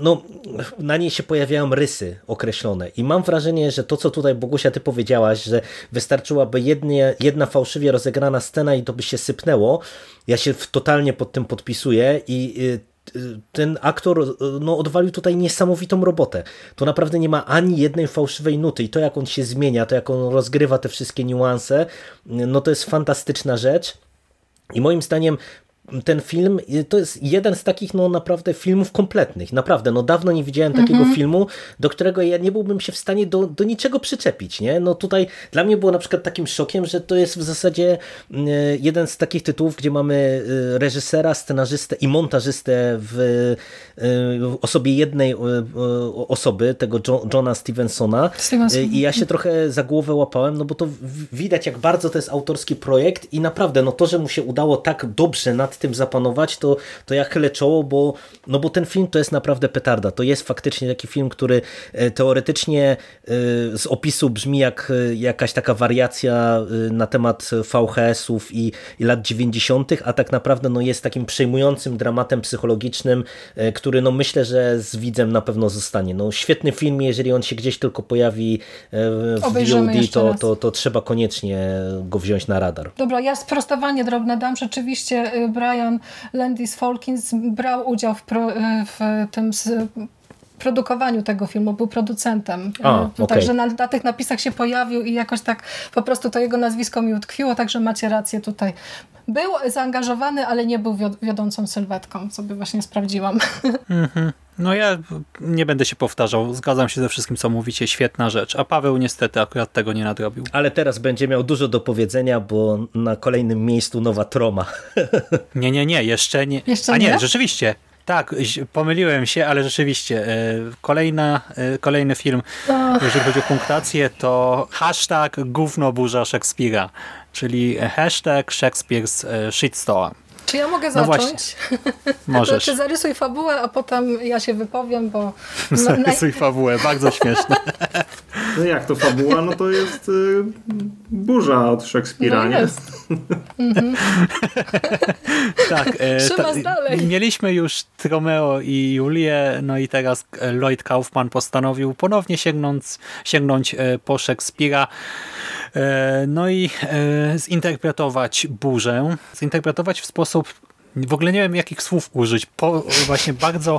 na niej się pojawiają rysy określone. I mam wrażenie, że to, co tutaj Bogusia ty powiedziałaś, że wystarczyłaby jedna fałszywie rozegrana scena i to by się sypnęło, ja się totalnie pod tym podpisuję i ten aktor odwalił tutaj niesamowitą robotę. To naprawdę nie ma ani jednej fałszywej nuty i to, jak on się zmienia, to jak on rozgrywa te wszystkie niuanse, to jest fantastyczna rzecz i moim zdaniem ten film to jest jeden z takich naprawdę filmów kompletnych. Naprawdę, dawno nie widziałem takiego filmu, do którego ja nie byłbym się w stanie do niczego przyczepić. Nie? Tutaj dla mnie było na przykład takim szokiem, że to jest w zasadzie jeden z takich tytułów, gdzie mamy reżysera, scenarzystę i montażystę w osobie jednej osoby, tego Johna Stevensona. I ja się trochę za głowę łapałem, bo to widać, jak bardzo to jest autorski projekt i naprawdę, to, że mu się udało tak dobrze nad tym zapanować, to ja chylę czoło, bo ten film to jest naprawdę petarda. To jest faktycznie taki film, który teoretycznie z opisu brzmi jak jakaś taka wariacja na temat VHS-ów i lat 90., a tak naprawdę jest takim przejmującym dramatem psychologicznym, który myślę, że z widzem na pewno zostanie. Świetny film, jeżeli on się gdzieś tylko pojawi w VOD, to trzeba koniecznie go wziąć na radar. Dobra, ja sprostowanie drobne dam. Rzeczywiście Brian Landis Falkins brał udział w tym produkowaniu tego filmu, był producentem. Także na tych napisach się pojawił i jakoś tak po prostu to jego nazwisko mi utkwiło, także macie rację tutaj. Był zaangażowany, ale nie był wiodącą sylwetką, sobie właśnie sprawdziłam. No ja nie będę się powtarzał, zgadzam się ze wszystkim, co mówicie, świetna rzecz, a Paweł niestety akurat tego nie nadrobił. Ale teraz będzie miał dużo do powiedzenia, bo na kolejnym miejscu nowa Troma. Nie, jeszcze nie. Jeszcze a nie, nie? rzeczywiście. Tak, pomyliłem się, ale rzeczywiście kolejny film, jeżeli chodzi o punktację, to hashtag gówno burza Szekspira, czyli hashtag Shakespeare's shitstorm. Czy ja mogę No zacząć? Możesz. Czy zarysuj fabułę, a potem ja się wypowiem, bo... Zarysuj fabułę, bardzo śmieszne. No jak to fabuła? No to jest burza od Szekspira, No nie? jest. Tak, Trzymasz dalej. mieliśmy już Romeo i Julię, no i teraz Lloyd Kaufman postanowił ponownie sięgnąć po Szekspira, no i zinterpretować burzę. Zinterpretować w sposób, w ogóle nie wiem jakich słów użyć, właśnie bardzo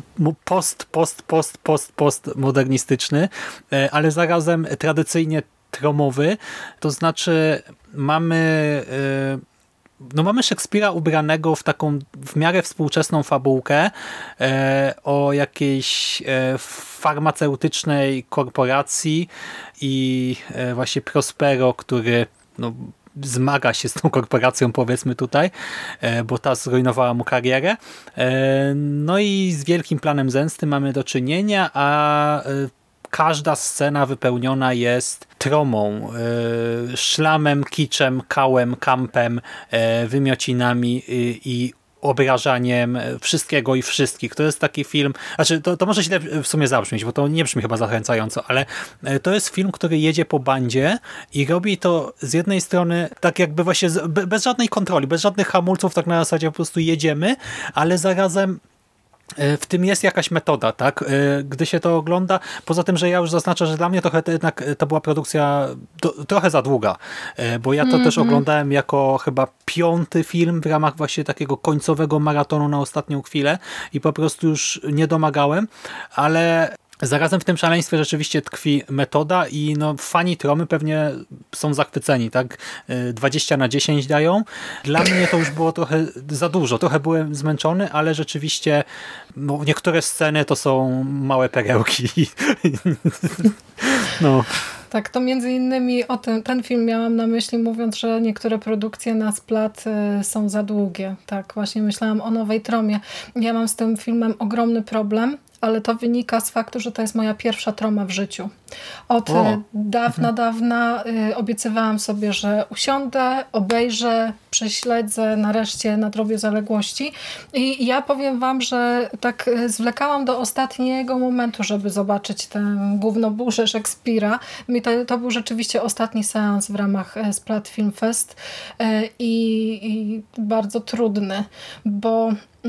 postmodernistyczny, ale zarazem tradycyjnie tromowy, to znaczy mamy Szekspira ubranego w taką w miarę współczesną fabułkę o jakiejś farmaceutycznej korporacji i właśnie Prospero, który zmaga się z tą korporacją, powiedzmy tutaj, bo ta zrujnowała mu karierę. No i z wielkim planem zemsty mamy do czynienia, a każda scena wypełniona jest tromą, szlamem, kiczem, kałem, kampem, wymiocinami i obrażaniem wszystkiego i wszystkich. To jest taki film, znaczy to może źle w sumie zabrzmieć, bo to nie brzmi chyba zachęcająco, ale to jest film, który jedzie po bandzie i robi to z jednej strony tak jakby właśnie bez żadnej kontroli, bez żadnych hamulców, tak na zasadzie po prostu jedziemy, ale zarazem w tym jest jakaś metoda, tak? Gdy się to ogląda, poza tym, że ja już zaznaczę, że dla mnie trochę jednak to była produkcja trochę za długa, bo ja to też oglądałem jako chyba 5. film w ramach właśnie takiego końcowego maratonu na ostatnią chwilę i po prostu już nie domagałem, ale zarazem w tym szaleństwie rzeczywiście tkwi metoda i fani Tromy pewnie są zachwyceni, tak? 20/10 dają. Dla mnie to już było trochę za dużo. Trochę byłem zmęczony, ale rzeczywiście niektóre sceny to są małe perełki. No. Tak, to między innymi ten film miałam na myśli, mówiąc, że niektóre produkcje na splat są za długie. Tak, właśnie myślałam o nowej Tromie. Ja mam z tym filmem ogromny problem, ale to wynika z faktu, że to jest moja pierwsza Troma w życiu. Od dawna obiecywałam sobie, że usiądę, obejrzę, prześledzę nareszcie, nadrobię zaległości i ja powiem wam, że tak zwlekałam do ostatniego momentu, żeby zobaczyć tę gównoburzę Szekspira. To był rzeczywiście ostatni seans w ramach Splat Film Fest i bardzo trudny, bo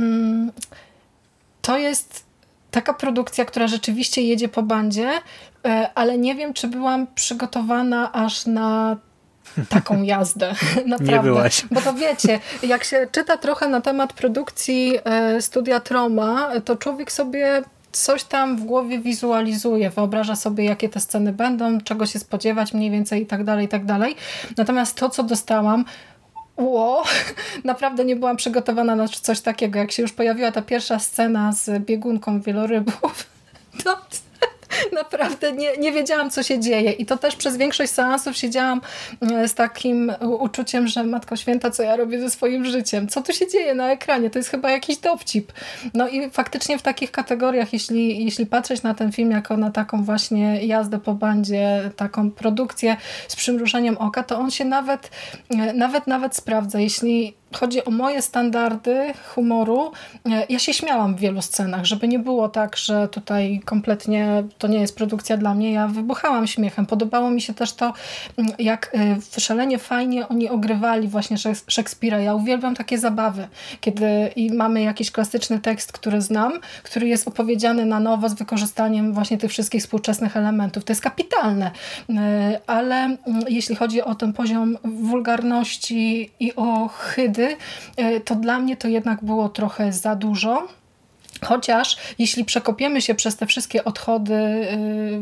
to jest taka produkcja, która rzeczywiście jedzie po bandzie, ale nie wiem, czy byłam przygotowana aż na taką jazdę. Naprawdę. Nie byłaś. Bo to wiecie, jak się czyta trochę na temat produkcji studia Troma, to człowiek sobie coś tam w głowie wizualizuje, wyobraża sobie, jakie te sceny będą, czego się spodziewać mniej więcej i tak dalej. Natomiast to, co dostałam, naprawdę nie byłam przygotowana na coś takiego. Jak się już pojawiła ta pierwsza scena z biegunką wielorybów, to naprawdę nie wiedziałam, co się dzieje. I to też przez większość seansów siedziałam z takim uczuciem, że Matko Święta, co ja robię ze swoim życiem? Co tu się dzieje na ekranie? To jest chyba jakiś dowcip. No i faktycznie w takich kategoriach, jeśli patrzeć na ten film jako na taką właśnie jazdę po bandzie, taką produkcję z przymrużeniem oka, to on się nawet sprawdza. Jeśli chodzi o moje standardy humoru, ja się śmiałam w wielu scenach, żeby nie było tak, że tutaj kompletnie to nie jest produkcja dla mnie. Ja wybuchałam śmiechem. Podobało mi się też to, jak szalenie fajnie oni ogrywali właśnie Szekspira. Ja uwielbiam takie zabawy, kiedy mamy jakiś klasyczny tekst, który znam, który jest opowiedziany na nowo z wykorzystaniem właśnie tych wszystkich współczesnych elementów. To jest kapitalne, ale jeśli chodzi o ten poziom wulgarności i ohydy, to dla mnie to jednak było trochę za dużo. Chociaż jeśli przekopiemy się przez te wszystkie odchody,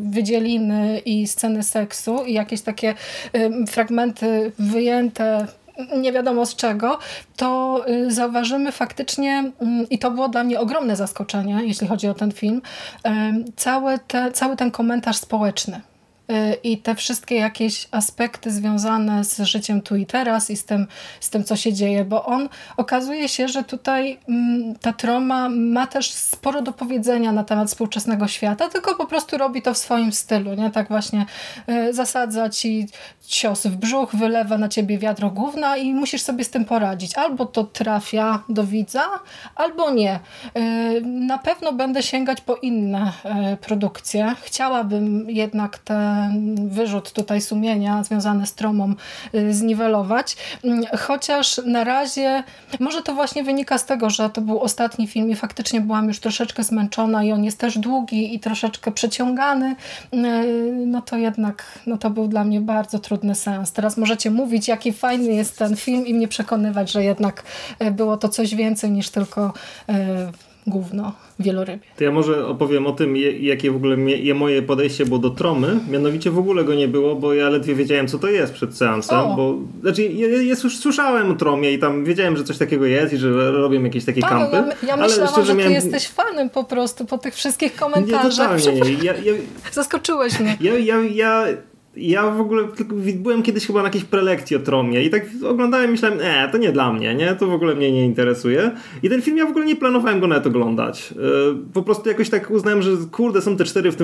wydzieliny i sceny seksu i jakieś takie fragmenty wyjęte nie wiadomo z czego, to zauważymy faktycznie, i to było dla mnie ogromne zaskoczenie, jeśli chodzi o ten film, cały ten komentarz społeczny. I te wszystkie jakieś aspekty związane z życiem tu i teraz i z tym, co się dzieje, bo okazuje się, że tutaj ta Troma ma też sporo do powiedzenia na temat współczesnego świata, tylko po prostu robi to w swoim stylu, nie? Tak właśnie zasadza ci cios w brzuch, wylewa na ciebie wiadro gówna i musisz sobie z tym poradzić. Albo to trafia do widza, albo nie. Na pewno będę sięgać po inne produkcje. Chciałabym jednak ten wyrzut tutaj sumienia związany z Tromą zniwelować. Chociaż na razie, może to właśnie wynika z tego, że to był ostatni film i faktycznie byłam już troszeczkę zmęczona i on jest też długi i troszeczkę przeciągany, no to jednak to był dla mnie bardzo trudny seans. Teraz możecie mówić, jaki fajny jest ten film i mnie przekonywać, że jednak było to coś więcej niż tylko gówno wielorybie. To ja może opowiem o tym, jakie w ogóle moje podejście było do Tromy. Mianowicie w ogóle go nie było, bo ja ledwie wiedziałem, co to jest przed seansem. Bo, znaczy, ja już słyszałem o Tromie i tam wiedziałem, że coś takiego jest i że robią jakieś takie kampy. Ja myślałam, że ty jesteś fanem po prostu po tych wszystkich komentarzach. Nie, totalnie. Zaskoczyłeś mnie. Ja w ogóle byłem kiedyś chyba na jakiejś prelekcji o Tromie i tak oglądałem i myślałem, to nie dla mnie, nie? To w ogóle mnie nie interesuje. I ten film ja w ogóle nie planowałem go nawet oglądać. Po prostu jakoś tak uznałem, że kurde, są te 4 w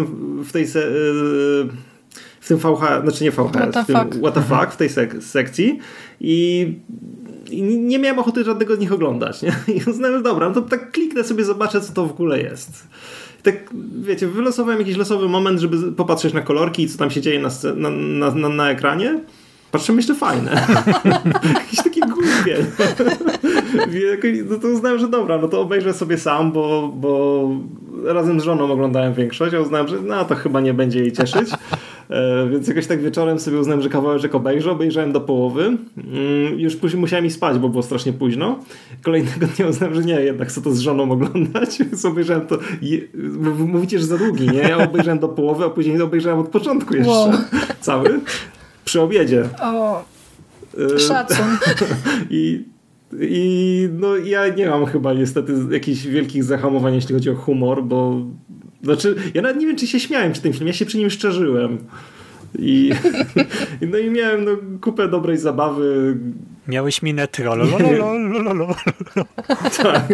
tym VHS, znaczy nie VHS, What the fuck w tej sekcji i nie miałem ochoty żadnego z nich oglądać, nie? I uznałem, że dobra, no to tak kliknę sobie, zobaczę, co to w ogóle jest. Tak, wiecie, wylosowałem jakiś losowy moment, żeby popatrzeć na kolorki i co tam się dzieje na ekranie. Patrzę, myślę, fajne. Jakieś takie głupie. No to uznałem, że dobra, no to obejrzę sobie sam, bo razem z żoną oglądałem większość, a uznałem, że to chyba nie będzie jej cieszyć. Więc jakoś tak wieczorem sobie uznałem, że kawałeczek obejrzałem do połowy. Już musiałem iść spać, bo było strasznie późno. Kolejnego dnia uznałem, że nie, jednak chcę to z żoną oglądać. Więc obejrzałem to. Mówicie, że za długi, nie? Ja obejrzałem do połowy, a później obejrzałem od początku jeszcze. Wow. Cały. Przy obiedzie. O, szacun. I no ja nie mam chyba niestety jakichś wielkich zahamowań, jeśli chodzi o humor, bo znaczy, ja nawet nie wiem, czy się śmiałem przy tym filmie, ja się przy nim szczerzyłem. No i miałem kupę dobrej zabawy. Miałeś minę troll. Tak.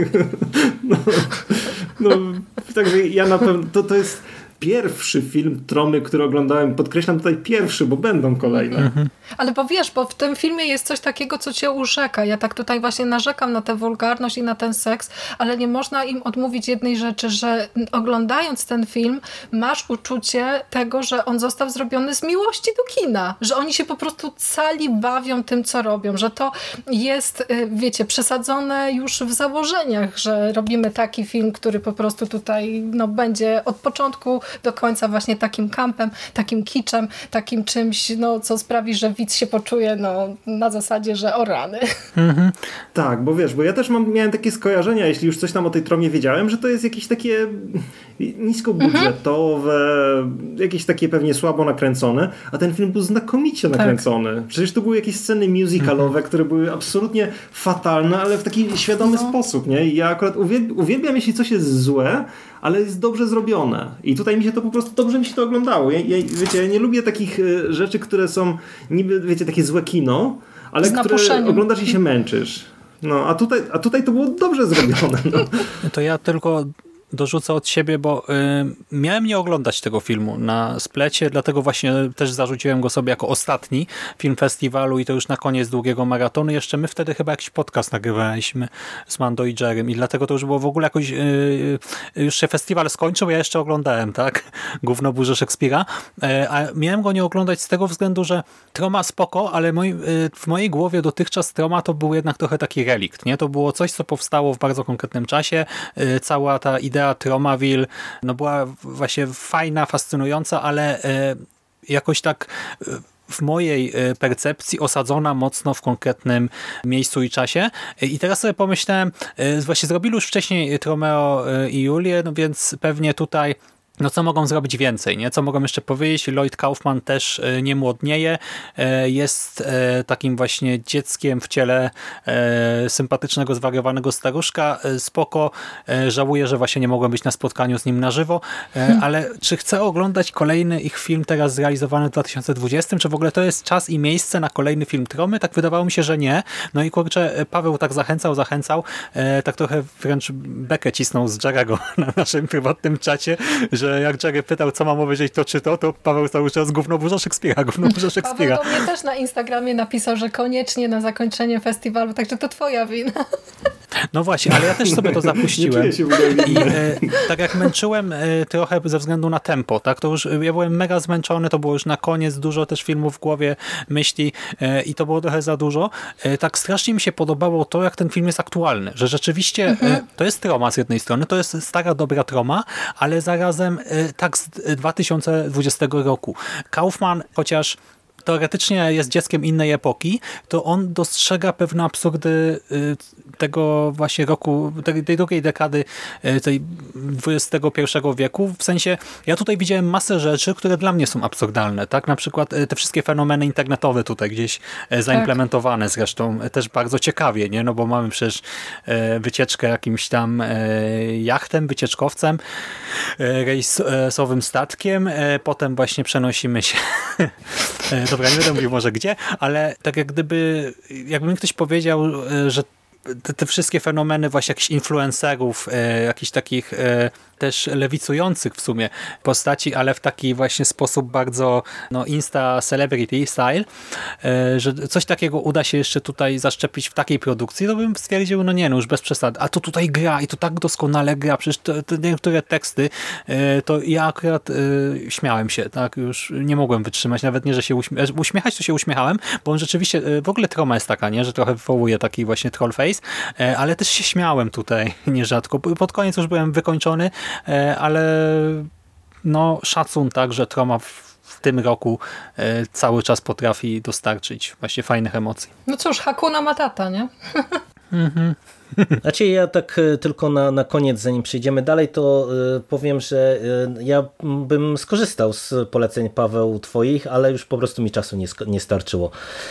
No, także ja na pewno, to jest pierwszy film Tromy, który oglądałem. Podkreślam tutaj pierwszy, bo będą kolejne. Ale bo w tym filmie jest coś takiego, co cię urzeka. Ja tak tutaj właśnie narzekam na tę wulgarność i na ten seks, ale nie można im odmówić jednej rzeczy, że oglądając ten film masz uczucie tego, że on został zrobiony z miłości do kina. Że oni się po prostu cali bawią tym, co robią. Że to jest, wiecie, przesadzone już w założeniach, że robimy taki film, który po prostu tutaj będzie od początku do końca właśnie takim kampem, takim kiczem, takim czymś, co sprawi, że widz się poczuje na zasadzie, że o rany. Tak, bo wiesz, bo ja też miałem takie skojarzenia, jeśli już coś tam o tej Tromie wiedziałem, że to jest jakieś takie niskobudżetowe, jakieś takie pewnie słabo nakręcone, a ten film był znakomicie nakręcony. Tak. Przecież to były jakieś sceny musicalowe, które były absolutnie fatalne, ale w taki świadomy sposób, nie? I ja akurat uwielbiam, jeśli coś jest złe, ale jest dobrze zrobione. I tutaj mi się to po prostu dobrze mi się to oglądało. Wiecie, ja nie lubię takich rzeczy, które są niby, wiecie, takie złe kino, ale które oglądasz i się męczysz. No, a tutaj to było dobrze zrobione. No. To ja tylko dorzucę od siebie, bo miałem nie oglądać tego filmu na splecie, dlatego właśnie też zarzuciłem go sobie jako ostatni film festiwalu i to już na koniec długiego maratonu. Jeszcze my wtedy chyba jakiś podcast nagrywaliśmy z Mando i Jerrym i dlatego to już było w ogóle jakoś już się festiwal skończył, ja jeszcze oglądałem, tak? Gówno Burzę Szekspira, a miałem go nie oglądać z tego względu, że Troma spoko, ale w mojej głowie dotychczas Troma to był jednak trochę taki relikt, nie? To było coś, co powstało w bardzo konkretnym czasie. Cała ta idea Tromaville była właśnie fajna, fascynująca, ale jakoś tak w mojej percepcji osadzona mocno w konkretnym miejscu i czasie. I teraz sobie pomyślałem, właśnie zrobili już wcześniej Romeo i Julię, więc pewnie tutaj no co mogą zrobić więcej, nie? Co mogą jeszcze powiedzieć? Lloyd Kaufman też nie młodnieje, jest takim właśnie dzieckiem w ciele sympatycznego, zwariowanego staruszka, spoko, żałuję, że właśnie nie mogłem być na spotkaniu z nim na żywo, ale czy chcę oglądać kolejny ich film teraz zrealizowany w 2020, czy w ogóle to jest czas i miejsce na kolejny film Tromy? Tak wydawało mi się, że nie. No i kurczę, Paweł tak zachęcał, tak trochę wręcz bekę cisnął z Jerego na naszym prywatnym czacie, że jak Jerry pytał, co mam obejrzeć, to czy to Paweł cały czas gówno burza Szekspira. Paweł do mnie też na Instagramie napisał, że koniecznie na zakończenie festiwalu, także to twoja wina. No właśnie, ale ja też sobie to zapuściłem. I tak jak męczyłem trochę ze względu na tempo, tak, to już ja byłem mega zmęczony, to było już na koniec, dużo też filmów w głowie, myśli i to było trochę za dużo. Tak strasznie mi się podobało to, jak ten film jest aktualny, że rzeczywiście to jest Troma z jednej strony, to jest stara, dobra Troma, ale zarazem tak z 2020 roku. Kaufman, chociaż teoretycznie jest dzieckiem innej epoki, to on dostrzega pewne absurdy tego właśnie roku, tej drugiej dekady, tej XXI wieku. W sensie, ja tutaj widziałem masę rzeczy, które dla mnie są absurdalne, tak? Na przykład te wszystkie fenomeny internetowe tutaj gdzieś zaimplementowane, zresztą też bardzo ciekawie, nie? No bo mamy przecież wycieczkę jakimś tam jachtem, wycieczkowcem, rejsowym statkiem, potem właśnie przenosimy się dobra, nie będę mówił może gdzie, ale tak jak gdyby, jakby mi ktoś powiedział, że te wszystkie fenomeny właśnie jakichś influencerów, jakichś takich też lewicujących w sumie postaci, ale w taki właśnie sposób bardzo insta celebrity style, że coś takiego uda się jeszcze tutaj zaszczepić w takiej produkcji, to bym stwierdził, już bez przesady. A to tutaj gra i to tak doskonale gra, przecież te niektóre teksty, to ja akurat śmiałem się, tak, już nie mogłem wytrzymać, nawet nie, że się uśmiechać, to się uśmiechałem, bo on rzeczywiście, w ogóle Troma jest taka, nie, że trochę wywołuje taki właśnie troll face, ale też się śmiałem tutaj nierzadko. Pod koniec już byłem wykończony, ale szacun tak, że Troma w tym roku cały czas potrafi dostarczyć właśnie fajnych emocji. No cóż, Hakuna Matata, nie? Znaczy ja tak tylko na koniec, zanim przejdziemy dalej, to powiem, że ja bym skorzystał z poleceń, Paweł, twoich, ale już po prostu mi czasu nie starczyło.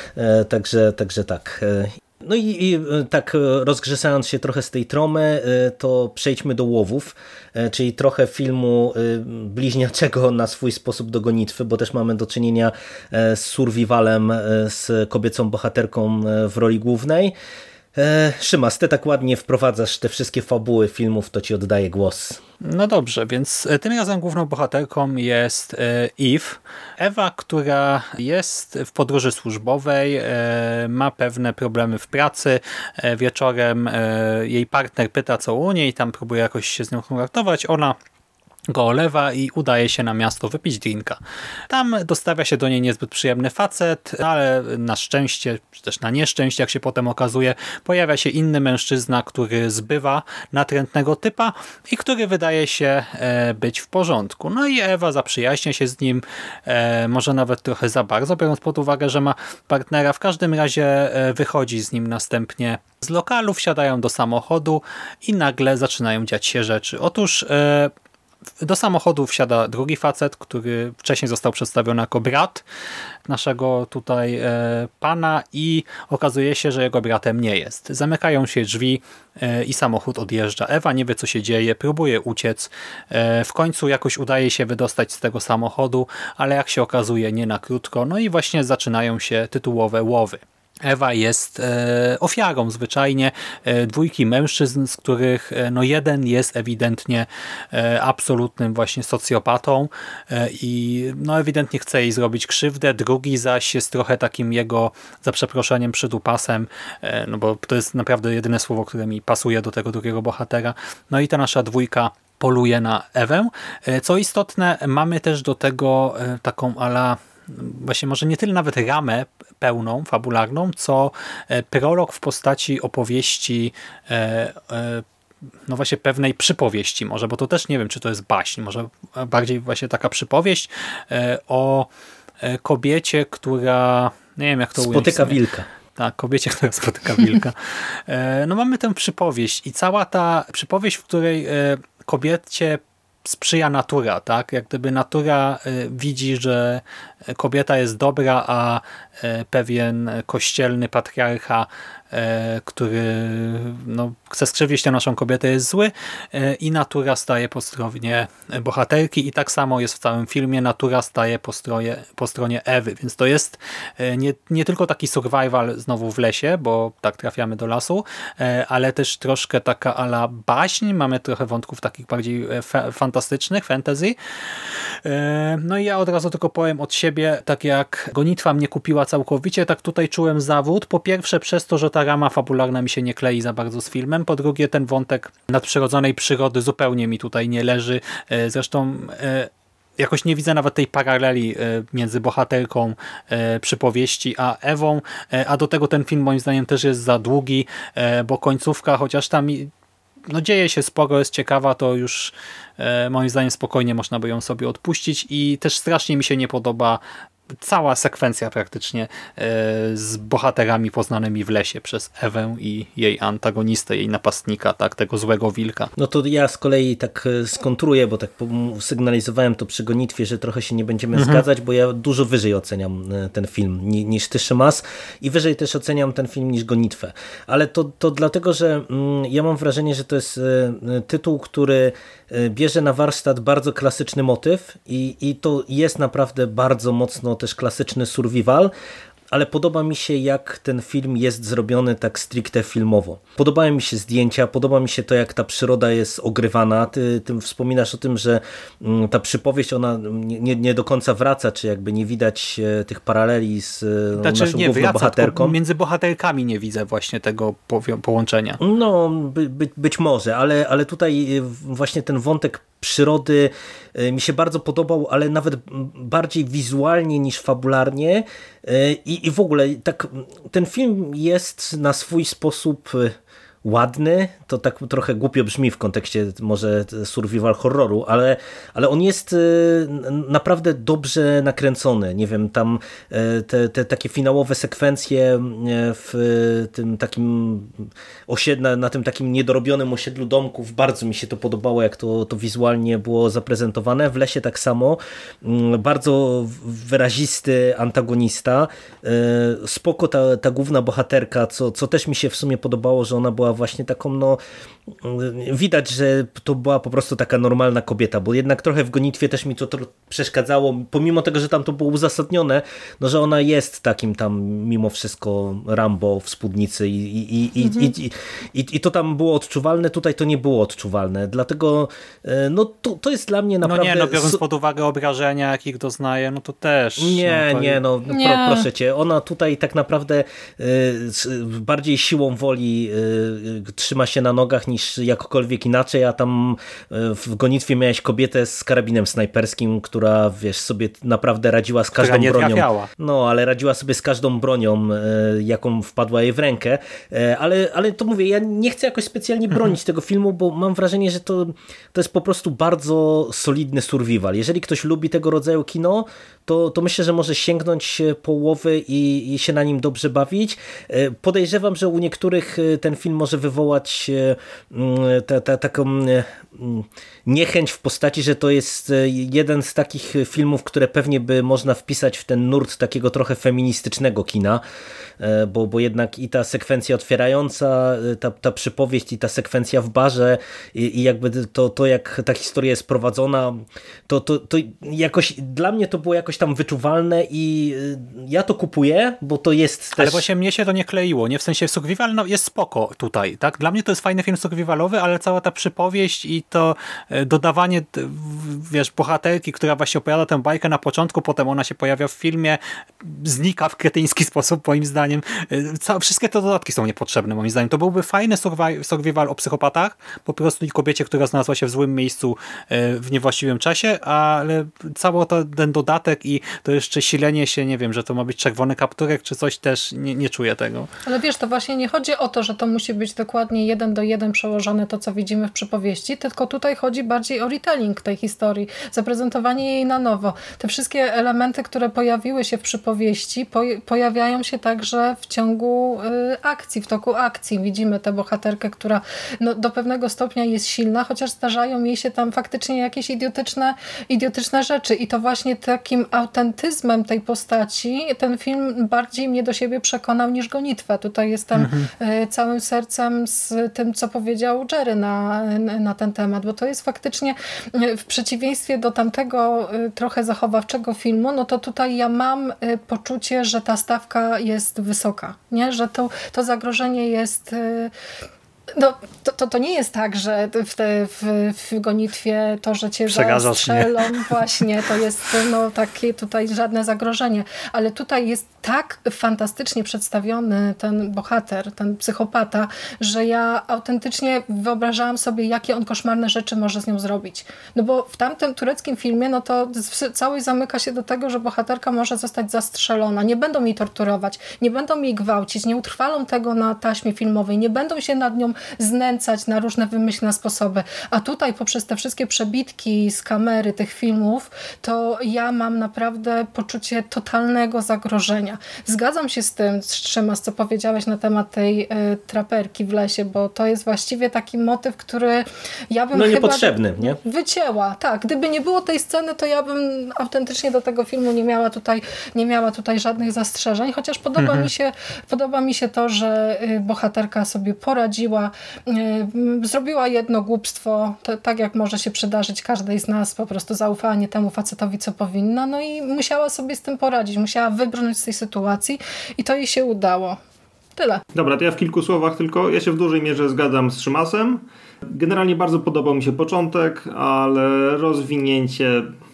Także tak. No i tak rozgrzeszając się trochę z tej Tromy, to przejdźmy do Łowów, czyli trochę filmu bliźniaczego na swój sposób do Gonitwy, bo też mamy do czynienia z survivalem, z kobiecą bohaterką w roli głównej. Szymas, ty tak ładnie wprowadzasz te wszystkie fabuły filmów, to ci oddaję głos. No dobrze, więc tym razem główną bohaterką jest Eve. Ewa, która jest w podróży służbowej, ma pewne problemy w pracy. Wieczorem jej partner pyta, co u niej, tam próbuje jakoś się z nią kontaktować. Ona go olewa i udaje się na miasto wypić drinka. Tam dostawia się do niej niezbyt przyjemny facet, ale na szczęście, czy też na nieszczęście, jak się potem okazuje, pojawia się inny mężczyzna, który zbywa natrętnego typa i który wydaje się być w porządku. No i Ewa zaprzyjaźnia się z nim, może nawet trochę za bardzo, biorąc pod uwagę, że ma partnera. W każdym razie wychodzi z nim następnie z lokalu, wsiadają do samochodu i nagle zaczynają dziać się rzeczy. Otóż do samochodu wsiada drugi facet, który wcześniej został przedstawiony jako brat naszego tutaj pana i okazuje się, że jego bratem nie jest. Zamykają się drzwi i samochód odjeżdża. Ewa nie wie, co się dzieje, próbuje uciec. W końcu jakoś udaje się wydostać z tego samochodu, ale jak się okazuje, nie na krótko. No i właśnie zaczynają się tytułowe łowy. Ewa jest ofiarą zwyczajnie dwójki mężczyzn, z których jeden jest ewidentnie absolutnym właśnie socjopatą i ewidentnie chce jej zrobić krzywdę, drugi zaś jest trochę takim jego, za przeproszeniem, przydupasem, bo to jest naprawdę jedyne słowo, które mi pasuje do tego drugiego bohatera. No i ta nasza dwójka poluje na Ewę. Co istotne, mamy też do tego taką właśnie może nie tyle nawet ramę pełną, fabularną, co prolog w postaci opowieści, właśnie pewnej przypowieści może, bo to też nie wiem, czy to jest baśń, może bardziej właśnie taka przypowieść o kobiecie, która, nie wiem jak to ująć. Spotyka wilka. Tak, kobiecie, która spotyka wilka. Mamy tę przypowieść i cała ta przypowieść, w której kobiecie sprzyja natura, tak? Jak gdyby natura widzi, że kobieta jest dobra, a pewien kościelny patriarcha, który chce skrzywdzić tę naszą kobietę, jest zły i natura staje po stronie bohaterki i tak samo jest w całym filmie, natura staje po stronie Ewy, więc to jest nie tylko taki survival znowu w lesie, bo tak trafiamy do lasu, ale też troszkę taka a la baśń, mamy trochę wątków takich bardziej fantastycznych, fantasy. No i ja od razu tylko powiem od siebie, tak jak Gonitwa mnie kupiła całkowicie, tak tutaj czułem zawód. Po pierwsze przez to, że ta rama fabularna mi się nie klei za bardzo z filmem. Po drugie ten wątek nadprzyrodzonej przyrody zupełnie mi tutaj nie leży. Zresztą jakoś nie widzę nawet tej paraleli między bohaterką przypowieści a Ewą, a do tego ten film moim zdaniem też jest za długi, bo końcówka, chociaż tam dzieje się sporo, jest ciekawa, to już moim zdaniem spokojnie można by ją sobie odpuścić i też strasznie mi się nie podoba cała sekwencja praktycznie z bohaterami poznanymi w lesie przez Ewę i jej antagonistę, jej napastnika, tak, tego złego wilka. No to ja z kolei tak skontruję, bo tak sygnalizowałem to przy Gonitwie, że trochę się nie będziemy zgadzać, bo ja dużo wyżej oceniam ten film niż ty, Szymas, i wyżej też oceniam ten film niż Gonitwę. Ale to dlatego, że ja mam wrażenie, że to jest tytuł, który bierze na warsztat bardzo klasyczny motyw i to jest naprawdę bardzo mocno też klasyczny survival, ale podoba mi się, jak ten film jest zrobiony tak stricte filmowo. Podobają mi się zdjęcia, podoba mi się to, jak ta przyroda jest ogrywana. Ty wspominasz o tym, że ta przypowieść, ona nie do końca wraca, czy jakby nie widać tych paraleli z naszą główną bohaterką. Między bohaterkami nie widzę właśnie tego połączenia. No, być może, ale tutaj właśnie ten wątek przyrody mi się bardzo podobał, ale nawet bardziej wizualnie niż fabularnie i w ogóle tak ten film jest na swój sposób ładny, to tak trochę głupio brzmi w kontekście może survival horroru, ale on jest naprawdę dobrze nakręcony. Nie wiem, tam te takie finałowe sekwencje w tym takim na tym takim niedorobionym osiedlu domków, bardzo mi się to podobało, jak to wizualnie było zaprezentowane. W lesie tak samo. Bardzo wyrazisty antagonista. Spoko ta główna bohaterka, co też mi się w sumie podobało, że ona była właśnie taką, widać, że to była po prostu taka normalna kobieta, bo jednak trochę w Gonitwie też mi to przeszkadzało, pomimo tego, że tam to było uzasadnione, że ona jest takim tam mimo wszystko Rambo w spódnicy i to tam było odczuwalne, tutaj to nie było odczuwalne, dlatego to jest dla mnie naprawdę... biorąc pod uwagę obrażenia, jakich doznaje, to też... Proszę cię, ona tutaj tak naprawdę bardziej siłą woli trzyma się na nogach niż jakkolwiek inaczej, a tam w Gonitwie miałeś kobietę z karabinem snajperskim, która sobie naprawdę radziła z każdą bronią. Trafiała. No, ale radziła sobie z każdą bronią, jaką wpadła jej w rękę. Ale to mówię, ja nie chcę jakoś specjalnie bronić tego filmu, bo mam wrażenie, że to jest po prostu bardzo solidny survival. Jeżeli ktoś lubi tego rodzaju kino, to myślę, że może sięgnąć połowy i się na nim dobrze bawić. Podejrzewam, że u niektórych ten film może wywołać taką niechęć w postaci, że to jest jeden z takich filmów, które pewnie by można wpisać w ten nurt takiego trochę feministycznego kina, bo jednak i ta sekwencja otwierająca, ta przypowieść i ta sekwencja w barze i jakby to jak ta historia jest prowadzona, to jakoś dla mnie to było jakoś tam wyczuwalne i ja to kupuję, bo to jest też... Ale właśnie mnie się to nie kleiło, nie? W sensie survival jest spoko tutaj, tak? Dla mnie to jest fajny film survivalowy, ale cała ta przypowieść i to dodawanie, bohaterki, która właśnie opowiada tę bajkę na początku, potem ona się pojawia w filmie, znika w kretyński sposób, moim zdaniem. Wszystkie te dodatki są niepotrzebne, moim zdaniem. To byłby fajny survival o psychopatach, po prostu i kobiecie, która znalazła się w złym miejscu w niewłaściwym czasie, ale cały ten dodatek i to jeszcze silenie się, nie wiem, że to ma być czerwony kapturek czy coś, też nie czuję tego. Ale wiesz, to właśnie nie chodzi o to, że to musi być dokładnie 1:1 przełożone to, co widzimy w przypowieści, tylko tutaj chodzi bardziej o retelling tej historii, zaprezentowanie jej na nowo. Te wszystkie elementy, które pojawiły się w przypowieści, pojawiają się także w ciągu akcji, w toku akcji. Widzimy tę bohaterkę, która do pewnego stopnia jest silna, chociaż zdarzają jej się tam faktycznie jakieś idiotyczne rzeczy i to właśnie takim autentyzmem tej postaci ten film bardziej mnie do siebie przekonał niż Gonitwę. Tutaj jestem całym sercem z tym, co powiedział Jerry na ten temat, bo to jest faktycznie w przeciwieństwie do tamtego trochę zachowawczego filmu, no to tutaj ja mam poczucie, że ta stawka jest wysoka, nie? Że to zagrożenie jest... No, to nie jest tak, że w gonitwie to, że cię zastrzelą, właśnie, to jest takie tutaj żadne zagrożenie. Ale tutaj jest tak fantastycznie przedstawiony ten bohater, ten psychopata, że ja autentycznie wyobrażałam sobie, jakie on koszmarne rzeczy może z nią zrobić. No bo w tamtym tureckim filmie, no to całość zamyka się do tego, że bohaterka może zostać zastrzelona. Nie będą jej torturować, nie będą jej gwałcić, nie utrwalą tego na taśmie filmowej, nie będą się nad nią znęcać na różne wymyślne sposoby. A tutaj poprzez te wszystkie przebitki z kamery tych filmów, to ja mam naprawdę poczucie totalnego zagrożenia. Zgadzam się z tym, Szymas, co powiedziałeś na temat tej traperki w lesie, bo to jest właściwie taki motyw, który ja bym niepotrzebny, nie? Wycięła. Tak, gdyby nie było tej sceny, to ja bym autentycznie do tego filmu nie miała tutaj żadnych zastrzeżeń, chociaż podoba mi się to, że bohaterka sobie poradziła, zrobiła jedno głupstwo, tak jak może się przydarzyć każdej z nas, po prostu zaufała nie temu facetowi, co powinna, no i musiała sobie z tym poradzić, musiała wybrnąć z tej sytuacji i to jej się udało. Tyle. Dobra, to ja w kilku słowach tylko, ja się w dużej mierze zgadzam z Szymasem. Generalnie bardzo podobał mi się początek, ale rozwinięcie,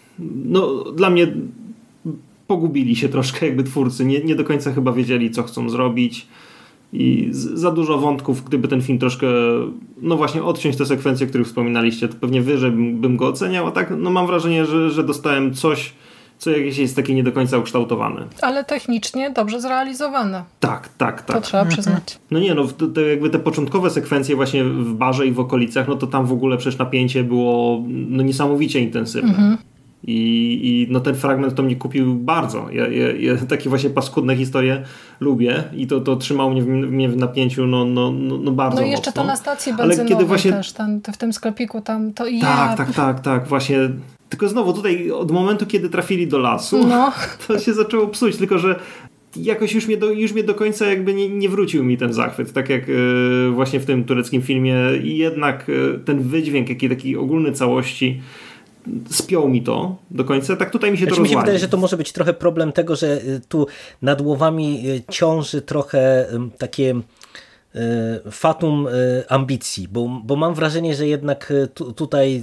dla mnie pogubili się troszkę jakby twórcy, nie do końca chyba wiedzieli, co chcą zrobić. I za dużo wątków, gdyby ten film troszkę, właśnie odciąć te sekwencje, o których wspominaliście, to pewnie wyżej bym go oceniał, a tak mam wrażenie, że dostałem coś, co jakieś jest takie nie do końca ukształtowane. Ale technicznie dobrze zrealizowane. Tak. To trzeba przyznać. To jakby te początkowe sekwencje właśnie w barze i w okolicach, to tam w ogóle przecież napięcie było niesamowicie intensywne. I ten fragment to mnie kupił bardzo. Ja takie właśnie paskudne historie lubię i to trzymało mnie w napięciu bardzo No i jeszcze mocno. to na stacji benzynowej też, w tym sklepiku tam to Tak, właśnie. Tylko znowu tutaj od momentu, kiedy trafili do lasu, to się zaczęło psuć, tylko że jakoś już mnie do końca jakby nie wrócił mi ten zachwyt, tak jak właśnie w tym tureckim filmie i jednak ten wydźwięk taki ogólny całości spiął mi to do końca, tak tutaj mi się to rozwali. Mi się wydaje, że to może być trochę problem tego, że tu nad głowami ciąży trochę takie fatum ambicji, bo mam wrażenie, że jednak tutaj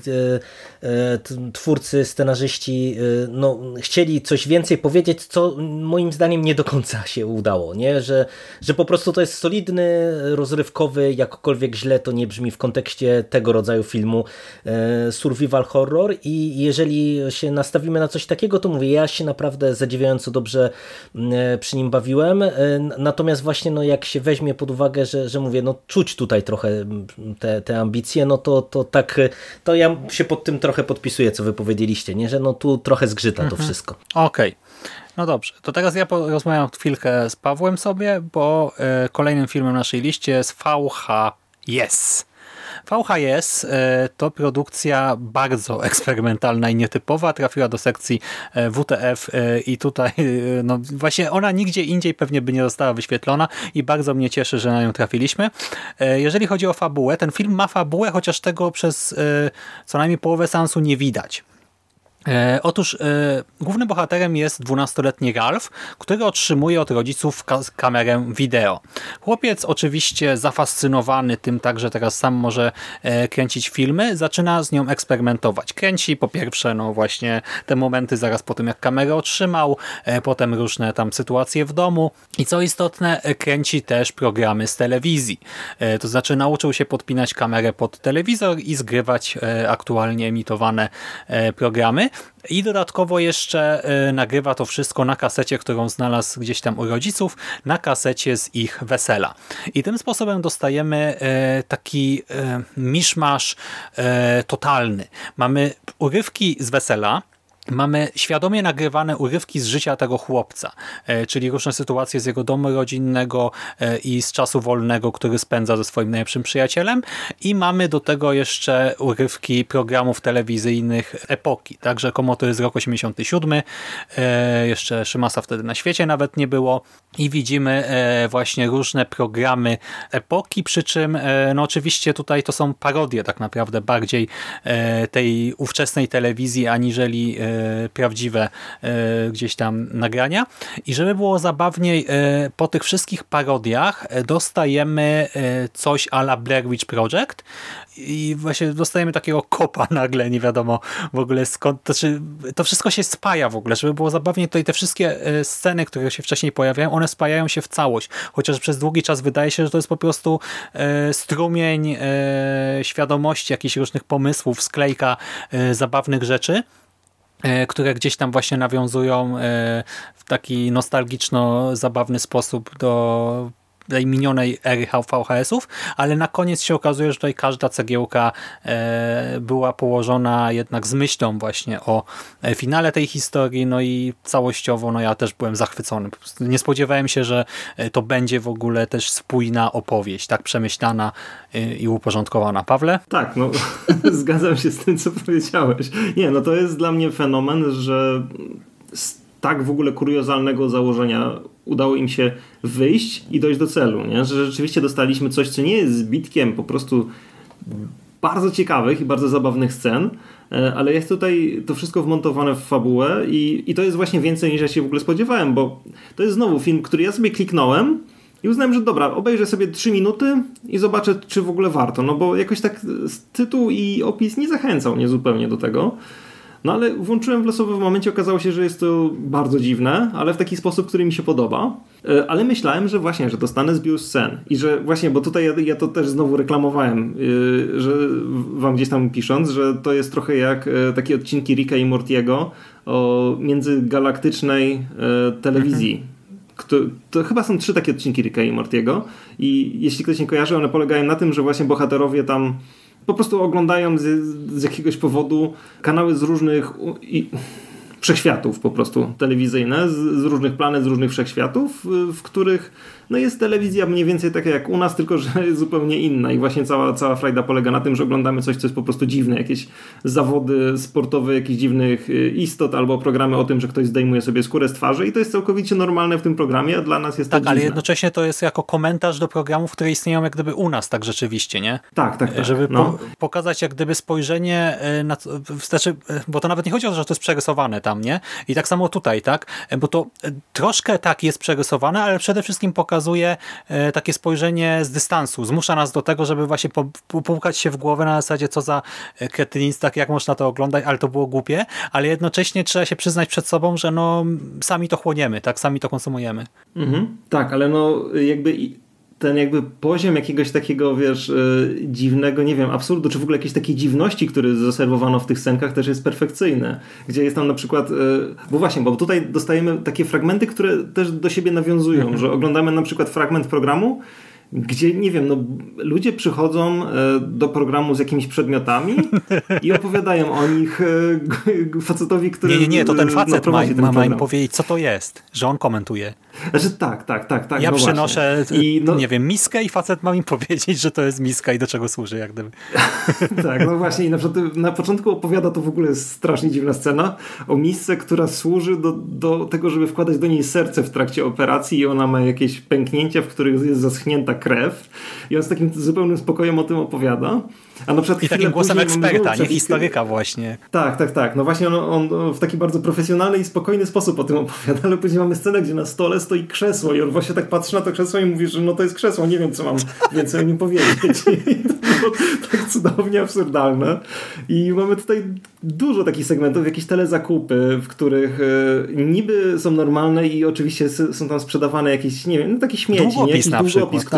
twórcy, scenarzyści chcieli coś więcej powiedzieć, co moim zdaniem nie do końca się udało, nie? Że po prostu to jest solidny, rozrywkowy, jakkolwiek źle to nie brzmi w kontekście tego rodzaju filmu, survival horror i jeżeli się nastawimy na coś takiego, to mówię, ja się naprawdę zadziwiająco dobrze przy nim bawiłem, natomiast właśnie jak się weźmie pod uwagę, że mówię, czuć tutaj trochę te ambicje, to ja się pod tym trochę podpisuję, co wy powiedzieliście, nie? Że tu trochę zgrzyta to wszystko. Okej. No dobrze, to teraz ja porozmawiam chwilkę z Pawłem sobie, bo kolejnym filmem na naszej liście jest VHS. VHS to produkcja bardzo eksperymentalna i nietypowa, trafiła do sekcji WTF i tutaj właśnie ona nigdzie indziej pewnie by nie została wyświetlona i bardzo mnie cieszy, że na nią trafiliśmy. Jeżeli chodzi o fabułę, ten film ma fabułę, chociaż tego przez co najmniej połowę seansu nie widać. Otóż głównym bohaterem jest 12-letni Ralph, który otrzymuje od rodziców kamerę wideo. Chłopiec oczywiście zafascynowany tym tak, że teraz sam może kręcić filmy, zaczyna z nią eksperymentować. Kręci po pierwsze właśnie te momenty zaraz po tym jak kamerę otrzymał, potem różne tam sytuacje w domu i co istotne kręci też programy z telewizji. To znaczy nauczył się podpinać kamerę pod telewizor i zgrywać aktualnie emitowane programy. I dodatkowo jeszcze nagrywa to wszystko na kasecie, którą znalazł gdzieś tam u rodziców, na kasecie z ich wesela. I tym sposobem dostajemy taki miszmasz totalny. Mamy urywki z wesela, mamy świadomie nagrywane urywki z życia tego chłopca, czyli różne sytuacje z jego domu rodzinnego i z czasu wolnego, który spędza ze swoim najlepszym przyjacielem, i mamy do tego jeszcze urywki programów telewizyjnych epoki. Także komo to jest rok 87, jeszcze Szymasa wtedy na świecie nawet nie było, i widzimy właśnie różne programy epoki, przy czym no oczywiście tutaj to są parodie tak naprawdę bardziej tej ówczesnej telewizji aniżeli prawdziwe gdzieś tam nagrania. I żeby było zabawniej, po tych wszystkich parodiach dostajemy coś a la Blair Witch Project i właśnie dostajemy takiego kopa nagle, nie wiadomo w ogóle skąd, to wszystko się spaja w ogóle, żeby było zabawniej. Tutaj te wszystkie sceny, które się wcześniej pojawiają, one spajają się w całość, chociaż przez długi czas wydaje się, że to jest po prostu strumień świadomości, jakichś różnych pomysłów, sklejka zabawnych rzeczy, które gdzieś tam właśnie nawiązują w taki nostalgiczno-zabawny sposób do tej minionej ery VHS-ów, ale na koniec się okazuje, że tutaj każda cegiełka była położona jednak z myślą właśnie o finale tej historii, no i całościowo no ja też byłem zachwycony. Po prostu nie spodziewałem się, że to będzie w ogóle też spójna opowieść, tak przemyślana i uporządkowana. Pawle? Tak, no zgadzam się z tym, co powiedziałeś. Nie, no to jest dla mnie fenomen, że tak w ogóle kuriozalnego założenia udało im się wyjść i dojść do celu, nie? Że rzeczywiście dostaliśmy coś, co nie jest zbitkiem po prostu bardzo ciekawych i bardzo zabawnych scen, ale jest tutaj to wszystko wmontowane w fabułę i to jest właśnie więcej niż ja się w ogóle spodziewałem, bo to jest znowu film, który ja sobie kliknąłem i uznałem, że dobra, obejrzę sobie 3 minuty i zobaczę, czy w ogóle warto, no bo jakoś tak tytuł i opis nie zachęcał mnie zupełnie do tego. No ale włączyłem w losowym momencie, okazało się, że jest to bardzo dziwne, ale w taki sposób, który mi się podoba. Ale myślałem, że właśnie, że dostanę zbiór scen i że właśnie, bo tutaj ja to też znowu reklamowałem, że wam gdzieś tam pisząc, że to jest trochę jak takie odcinki Ricka i Mortiego o międzygalaktycznej telewizji. To chyba są 3 takie odcinki Ricka i Mortiego i jeśli ktoś nie kojarzy, one polegają na tym, że właśnie bohaterowie tam po prostu oglądają z jakiegoś powodu kanały z różnych wszechświatów po prostu telewizyjne, z różnych planet, z różnych wszechświatów, w których no jest telewizja mniej więcej taka jak u nas, tylko że jest zupełnie inna i właśnie cała frajda polega na tym, że oglądamy coś, co jest po prostu dziwne, jakieś zawody sportowe jakichś dziwnych istot albo programy o tym, że ktoś zdejmuje sobie skórę z twarzy i to jest całkowicie normalne w tym programie, a dla nas jest to dziwne. Ale jednocześnie to jest jako komentarz do programów, które istnieją jak gdyby u nas, tak rzeczywiście, nie? Tak. Żeby pokazać jak gdyby spojrzenie na znaczy, bo to nawet nie chodzi o to, że to jest przerysowane tam, nie? I tak samo tutaj, tak? Bo to troszkę tak jest przerysowane, ale przede wszystkim pokazuje takie spojrzenie z dystansu. Zmusza nas do tego, żeby właśnie popukać się w głowę na zasadzie co za kretynizm, tak jak można to oglądać, ale to było głupie, ale jednocześnie trzeba się przyznać przed sobą, że no sami to chłoniemy, tak? Sami to konsumujemy. Tak, ale no ten jakby poziom jakiegoś takiego, wiesz, dziwnego, nie wiem, absurdu, czy w ogóle jakiejś takiej dziwności, który zaserwowano w tych scenkach, też jest perfekcyjny. Gdzie jest tam na przykład, bo tutaj dostajemy takie fragmenty, które też do siebie nawiązują, że oglądamy na przykład fragment programu, gdzie, nie wiem, no ludzie przychodzą do programu z jakimiś przedmiotami i opowiadają o nich facetowi, który Nie, to ten facet ma im program. powiedzieć, co to jest, że on komentuje. Znaczy tak. Ja no przynoszę, no, nie wiem, miskę i facet ma mi powiedzieć, że to jest miska i do czego służy, jak gdyby. Tak, no właśnie i na przykład na początku opowiada, to w ogóle jest strasznie dziwna scena, o misce, która służy do tego, żeby wkładać do niej serce w trakcie operacji i ona ma jakieś pęknięcia, w których jest zaschnięta krew i on z takim zupełnym spokojem o tym opowiada. A na przykład i takim głosem eksperta, nie historyka właśnie. Tak. No właśnie on w taki bardzo profesjonalny i spokojny sposób o tym opowiada, ale później mamy scenę, gdzie na stole stoi krzesło i on właśnie tak patrzy na to krzesło i mówi, że no to jest krzesło, nie wiem co mam więcej o nim powiedzieć. I to było tak cudownie absurdalne. I mamy tutaj dużo takich segmentów, jakieś telezakupy, w których niby są normalne i oczywiście są tam sprzedawane jakieś, nie wiem, no takie śmieci, długopis, jakiś długopis, który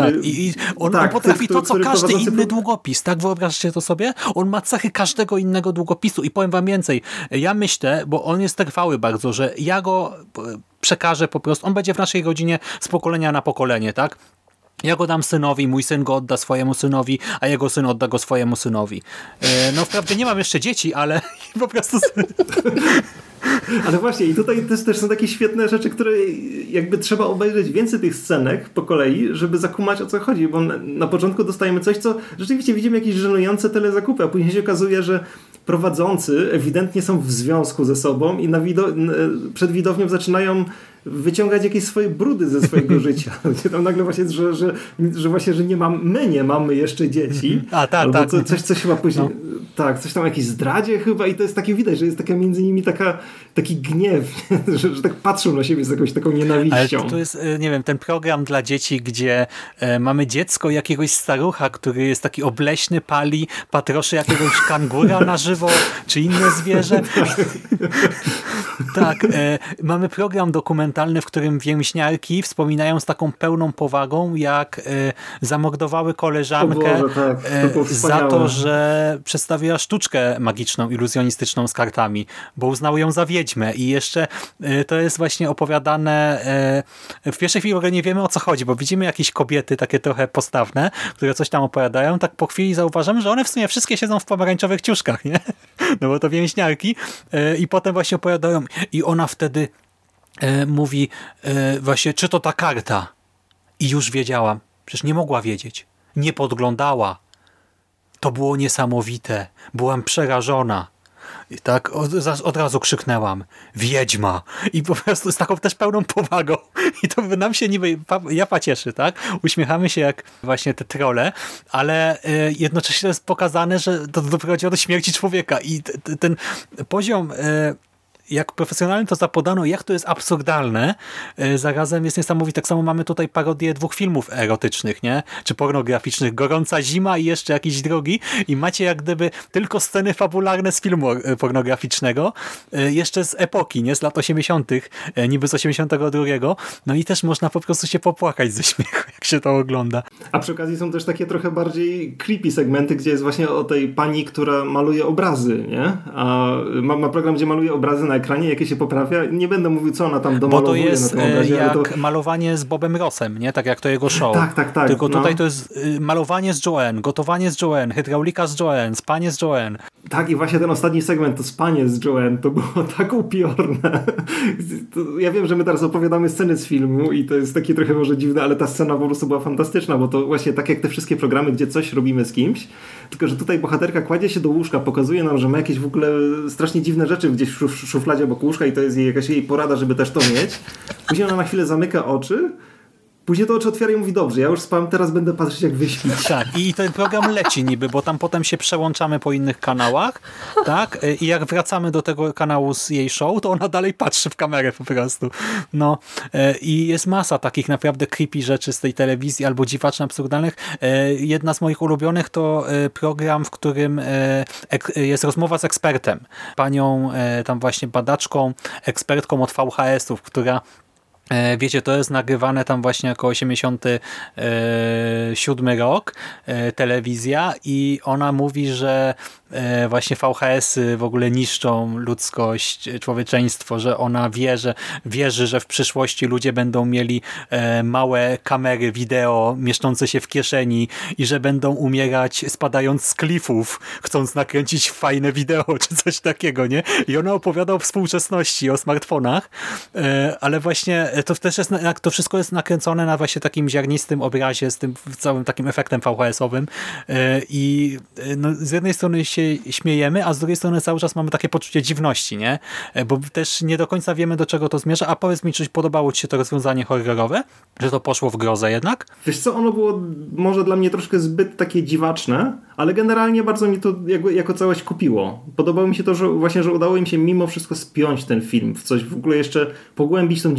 Tak, i on potrafi to, co każdy inny długopis. Tak, wyobraźcie to sobie? On ma cechy każdego innego długopisu i powiem wam więcej. Ja myślę, bo on jest trwały bardzo, że ja go przekażę po prostu. On będzie w naszej rodzinie z pokolenia na pokolenie, tak? Ja go dam synowi, mój syn go odda swojemu synowi, a jego syn odda go swojemu synowi. No wprawdzie nie mam jeszcze dzieci, ale po prostu... Ale właśnie i tutaj też są takie świetne rzeczy, które jakby trzeba obejrzeć więcej tych scenek po kolei, żeby zakumać, o co chodzi, bo na początku dostajemy coś, co rzeczywiście widzimy jakieś żenujące telezakupy, a później się okazuje, że prowadzący ewidentnie są w związku ze sobą i przed widownią zaczynają wyciągać jakieś swoje brudy ze swojego życia. Gdzie tam nagle właśnie jest, że właśnie, że my nie mamy jeszcze dzieci. A tak, albo tak. Coś chyba później... No. Tak, coś tam o jakiejś zdradzie chyba i to jest takie widać, że jest taka między nimi taki gniew, że tak patrzą na siebie z jakąś taką nienawiścią. Ale to jest, nie wiem, ten program dla dzieci, gdzie mamy dziecko jakiegoś starucha, który jest taki obleśny, pali, patroszy jakiegoś kangura na żywo, czy inne zwierzę. Tak, mamy program dokumentalny, w którym więźniarki wspominają z taką pełną powagą, jak zamordowały koleżankę za to, że przedstawiła sztuczkę magiczną, iluzjonistyczną z kartami, bo uznały ją za wiedźmę i jeszcze to jest właśnie opowiadane w pierwszej chwili w ogóle nie wiemy, o co chodzi, bo widzimy jakieś kobiety takie trochę postawne, które coś tam opowiadają, tak po chwili zauważamy, że one w sumie wszystkie siedzą w pomarańczowych ciuszkach, nie? No bo to więźniarki i potem właśnie opowiadają i ona wtedy mówi właśnie, czy to ta karta? I już wiedziałam. Przecież nie mogła wiedzieć. Nie podglądała. To było niesamowite. Byłam przerażona. I tak od razu krzyknęłam. Wiedźma. I po prostu z taką też pełną powagą. I to nam się niby japa cieszy, tak? Uśmiechamy się jak właśnie te trolle, ale jednocześnie to jest pokazane, że to doprowadziło do śmierci człowieka. I ten poziom... jak profesjonalnie to zapodano, jak to jest absurdalne, zarazem jest niesamowite. Tak samo mamy tutaj parodię 2 filmów erotycznych, nie? Czy pornograficznych. Gorąca zima i jeszcze jakiś drugi. I macie jak gdyby tylko sceny fabularne z filmu pornograficznego. Jeszcze z epoki, nie? Z lat 80. Niby z 82. No i też można po prostu się popłakać ze śmiechu, jak się to ogląda. A przy okazji są też takie trochę bardziej creepy segmenty, gdzie jest właśnie o tej pani, która maluje obrazy, nie? A ma program, gdzie maluje obrazy na ekranie, jakie się poprawia. Nie będę mówił, co ona tam domalowuje. Bo to jest na tym obrazie, jak to... malowanie z Bobem Rossem, nie? Tak jak to jego show. Tak. Tylko tutaj to jest malowanie z Joanne, gotowanie z Joanne, hydraulika z Joanne, spanie z Joanne. Tak, i właśnie ten ostatni segment, to spanie z Joanne, to było tak upiorne. Ja wiem, że my teraz opowiadamy sceny z filmu i to jest takie trochę może dziwne, ale ta scena po prostu była fantastyczna, bo to właśnie tak jak te wszystkie programy, gdzie coś robimy z kimś, tylko że tutaj bohaterka kładzie się do łóżka, pokazuje nam, że ma jakieś w ogóle strasznie dziwne rzeczy gdzieś w szufladzie obok łóżka i to jest jakaś jej porada, żeby też to mieć. Później ona na chwilę zamyka oczy, później to oczy otwiera i mówi, dobrze, ja już spałem, teraz będę patrzeć, jak wyśpić. Tak, i ten program leci niby, bo tam potem się przełączamy po innych kanałach, tak? I jak wracamy do tego kanału z jej show, to ona dalej patrzy w kamerę po prostu. No i jest masa takich naprawdę creepy rzeczy z tej telewizji albo dziwacznych, absurdalnych. Jedna z moich ulubionych to program, w którym jest rozmowa z ekspertem. Panią tam właśnie badaczką, ekspertką od VHS-ów, która wiecie, to jest nagrywane tam właśnie jako 87 rok, telewizja i ona mówi, że właśnie VHS-y w ogóle niszczą ludzkość, człowieczeństwo, że ona wierzy, że w przyszłości ludzie będą mieli małe kamery wideo mieszczące się w kieszeni i że będą umierać spadając z klifów, chcąc nakręcić fajne wideo czy coś takiego, nie? I ona opowiada o współczesności, o smartfonach, ale właśnie to też jest, to wszystko jest nakręcone na właśnie takim ziarnistym obrazie z tym całym takim efektem VHS-owym i no, z jednej strony się śmiejemy, a z drugiej strony cały czas mamy takie poczucie dziwności, nie? Bo też nie do końca wiemy, do czego to zmierza, a powiedz mi, czy podobało ci się to rozwiązanie horrorowe? Że to poszło w grozę jednak? Wiesz co, ono było może dla mnie troszkę zbyt takie dziwaczne, ale generalnie bardzo mi to jako całość kupiło. Podobało mi się to, że właśnie, że udało im się mimo wszystko spiąć ten film w coś, w ogóle jeszcze pogłębić tą dziwność. Tak,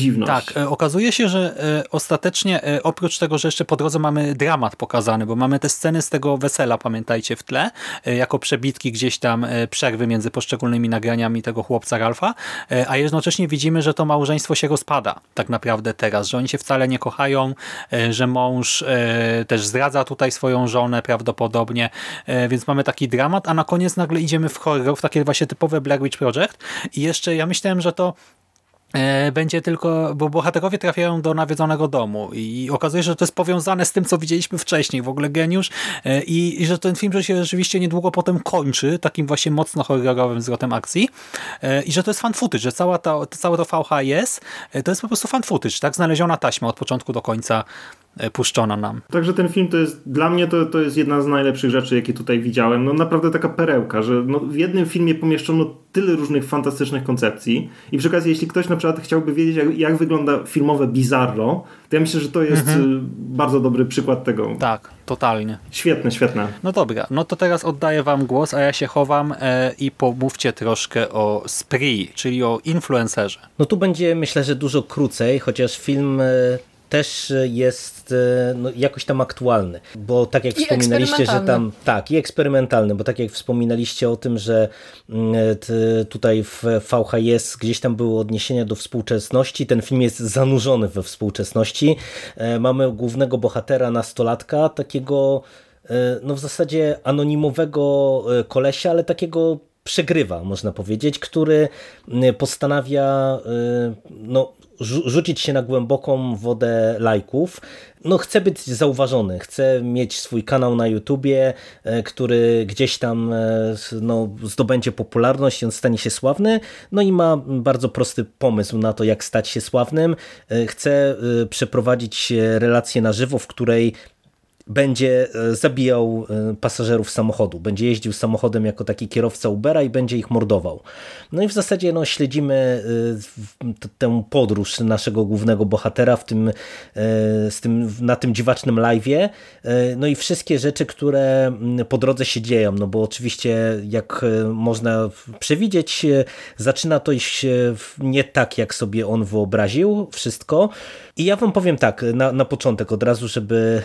okazuje się, że ostatecznie oprócz tego, że jeszcze po drodze mamy dramat pokazany, bo mamy te sceny z tego wesela, pamiętajcie, w tle, jako przebitki gdzieś tam przerwy między poszczególnymi nagraniami tego chłopca Ralfa, a jednocześnie widzimy, że to małżeństwo się rozpada tak naprawdę teraz, że oni się wcale nie kochają, że mąż też zdradza tutaj swoją żonę prawdopodobnie, więc mamy taki dramat, a na koniec nagle idziemy w horror, w takie właśnie typowe Blair Witch Project i jeszcze ja myślałem, że to będzie tylko, bo bohaterowie trafiają do nawiedzonego domu i okazuje się, że to jest powiązane z tym, co widzieliśmy wcześniej, w ogóle geniusz i że ten film że się rzeczywiście niedługo potem kończy takim właśnie mocno horrorowym zwrotem akcji i że to jest fan footage, że całe to VHS to jest po prostu fan footage, tak? Znaleziona taśma od początku do końca puszczona nam. Także ten film to jest, dla mnie to jest jedna z najlepszych rzeczy, jakie tutaj widziałem. No naprawdę taka perełka, że no w jednym filmie pomieszczono tyle różnych fantastycznych koncepcji i przy okazji, jeśli ktoś na przykład chciałby wiedzieć, jak wygląda filmowe Bizarro, to ja myślę, że to jest bardzo dobry przykład tego. Tak, totalnie. Świetne. No dobra, no to teraz oddaję wam głos, a ja się chowam i pomówcie troszkę o Spree, czyli o influencerze. No tu będzie, myślę, że dużo krócej, chociaż film też jest jakoś tam aktualny, bo tak jak wspominaliście, że tam i eksperymentalny, bo tak jak wspominaliście o tym, że tutaj w VHS gdzieś tam były odniesienia do współczesności, ten film jest zanurzony we współczesności. Mamy głównego bohatera, nastolatka, takiego no w zasadzie anonimowego kolesia, ale takiego przegrywa, można powiedzieć, który postanawia rzucić się na głęboką wodę lajków. No chce być zauważony, chce mieć swój kanał na YouTubie, który gdzieś tam zdobędzie popularność i on stanie się sławny. No i ma bardzo prosty pomysł na to, jak stać się sławnym. Chce przeprowadzić relację na żywo, w której będzie zabijał pasażerów samochodu. Będzie jeździł samochodem jako taki kierowca Ubera i będzie ich mordował. No i w zasadzie śledzimy tę podróż naszego głównego bohatera na tym dziwacznym live'ie. No i wszystkie rzeczy, które po drodze się dzieją. No bo oczywiście, jak można przewidzieć, zaczyna to iść nie tak, jak sobie on wyobraził wszystko. I ja wam powiem tak, na początek od razu, żeby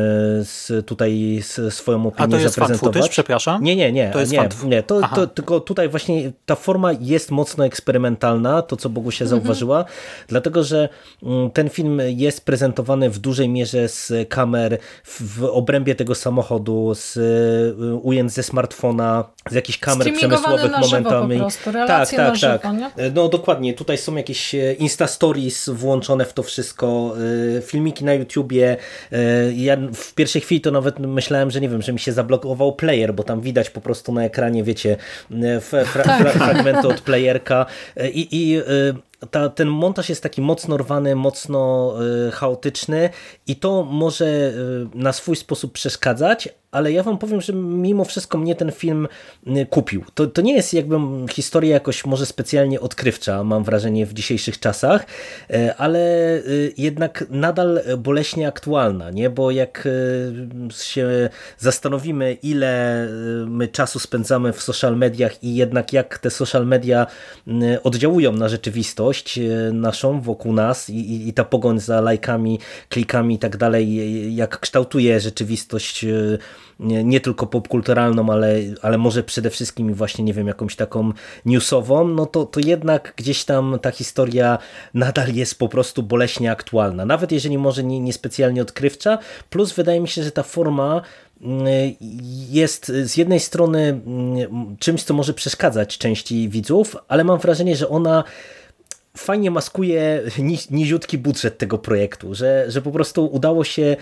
tutaj swoją opinię zaprezentować. A to jest fan footage, przepraszam? Nie. To jest tylko tutaj właśnie ta forma jest mocno eksperymentalna, to co Bogusia zauważyła, dlatego, że ten film jest prezentowany w dużej mierze z kamer w obrębie tego samochodu, z ujęć ze smartfona, z jakichś kamer przemysłowych momentami. Po prostu, relacje na żywo, nie? No dokładnie, tutaj są jakieś Insta Stories włączone w to wszystko, filmiki na YouTubie. Ja w pierwszej chwili to nawet myślałem, że nie wiem, że mi się zablokował player, bo tam widać po prostu na ekranie, wiecie, fragmenty od playerka i ten montaż jest taki mocno rwany, mocno chaotyczny i to może na swój sposób przeszkadzać, ale ja wam powiem, że mimo wszystko mnie ten film kupił. To nie jest jakby historia jakoś może specjalnie odkrywcza, mam wrażenie, w dzisiejszych czasach, ale jednak nadal boleśnie aktualna, nie? Bo jak się zastanowimy, ile my czasu spędzamy w social mediach i jednak jak te social media oddziałują na rzeczywistość naszą wokół nas i ta pogoń za lajkami, klikami i tak dalej, jak kształtuje rzeczywistość nie tylko popkulturalną, ale może przede wszystkim właśnie, nie wiem, jakąś taką newsową, no to jednak gdzieś tam ta historia nadal jest po prostu boleśnie aktualna. Nawet jeżeli może nie specjalnie odkrywcza, plus wydaje mi się, że ta forma jest z jednej strony czymś, co może przeszkadzać części widzów, ale mam wrażenie, że ona fajnie maskuje niziutki budżet tego projektu, że po prostu udało się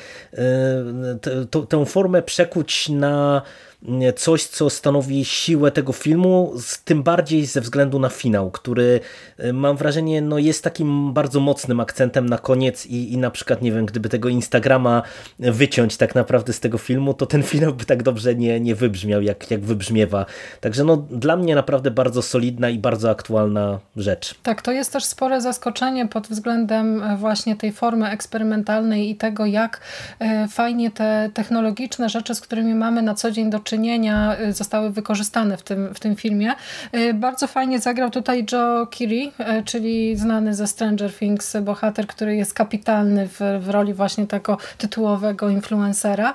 tę formę przekuć na coś, co stanowi siłę tego filmu, tym bardziej ze względu na finał, który mam wrażenie jest takim bardzo mocnym akcentem na koniec i na przykład, nie wiem, gdyby tego Instagrama wyciąć tak naprawdę z tego filmu, to ten finał by tak dobrze nie wybrzmiał, jak wybrzmiewa. Także dla mnie naprawdę bardzo solidna i bardzo aktualna rzecz. Tak, to jest też spore zaskoczenie pod względem właśnie tej formy eksperymentalnej i tego, jak fajnie te technologiczne rzeczy, z którymi mamy na co dzień do czynienia, zostały wykorzystane w tym filmie. Bardzo fajnie zagrał tutaj Joe Keery, czyli znany ze Stranger Things bohater, który jest kapitalny w roli właśnie tego tytułowego influencera.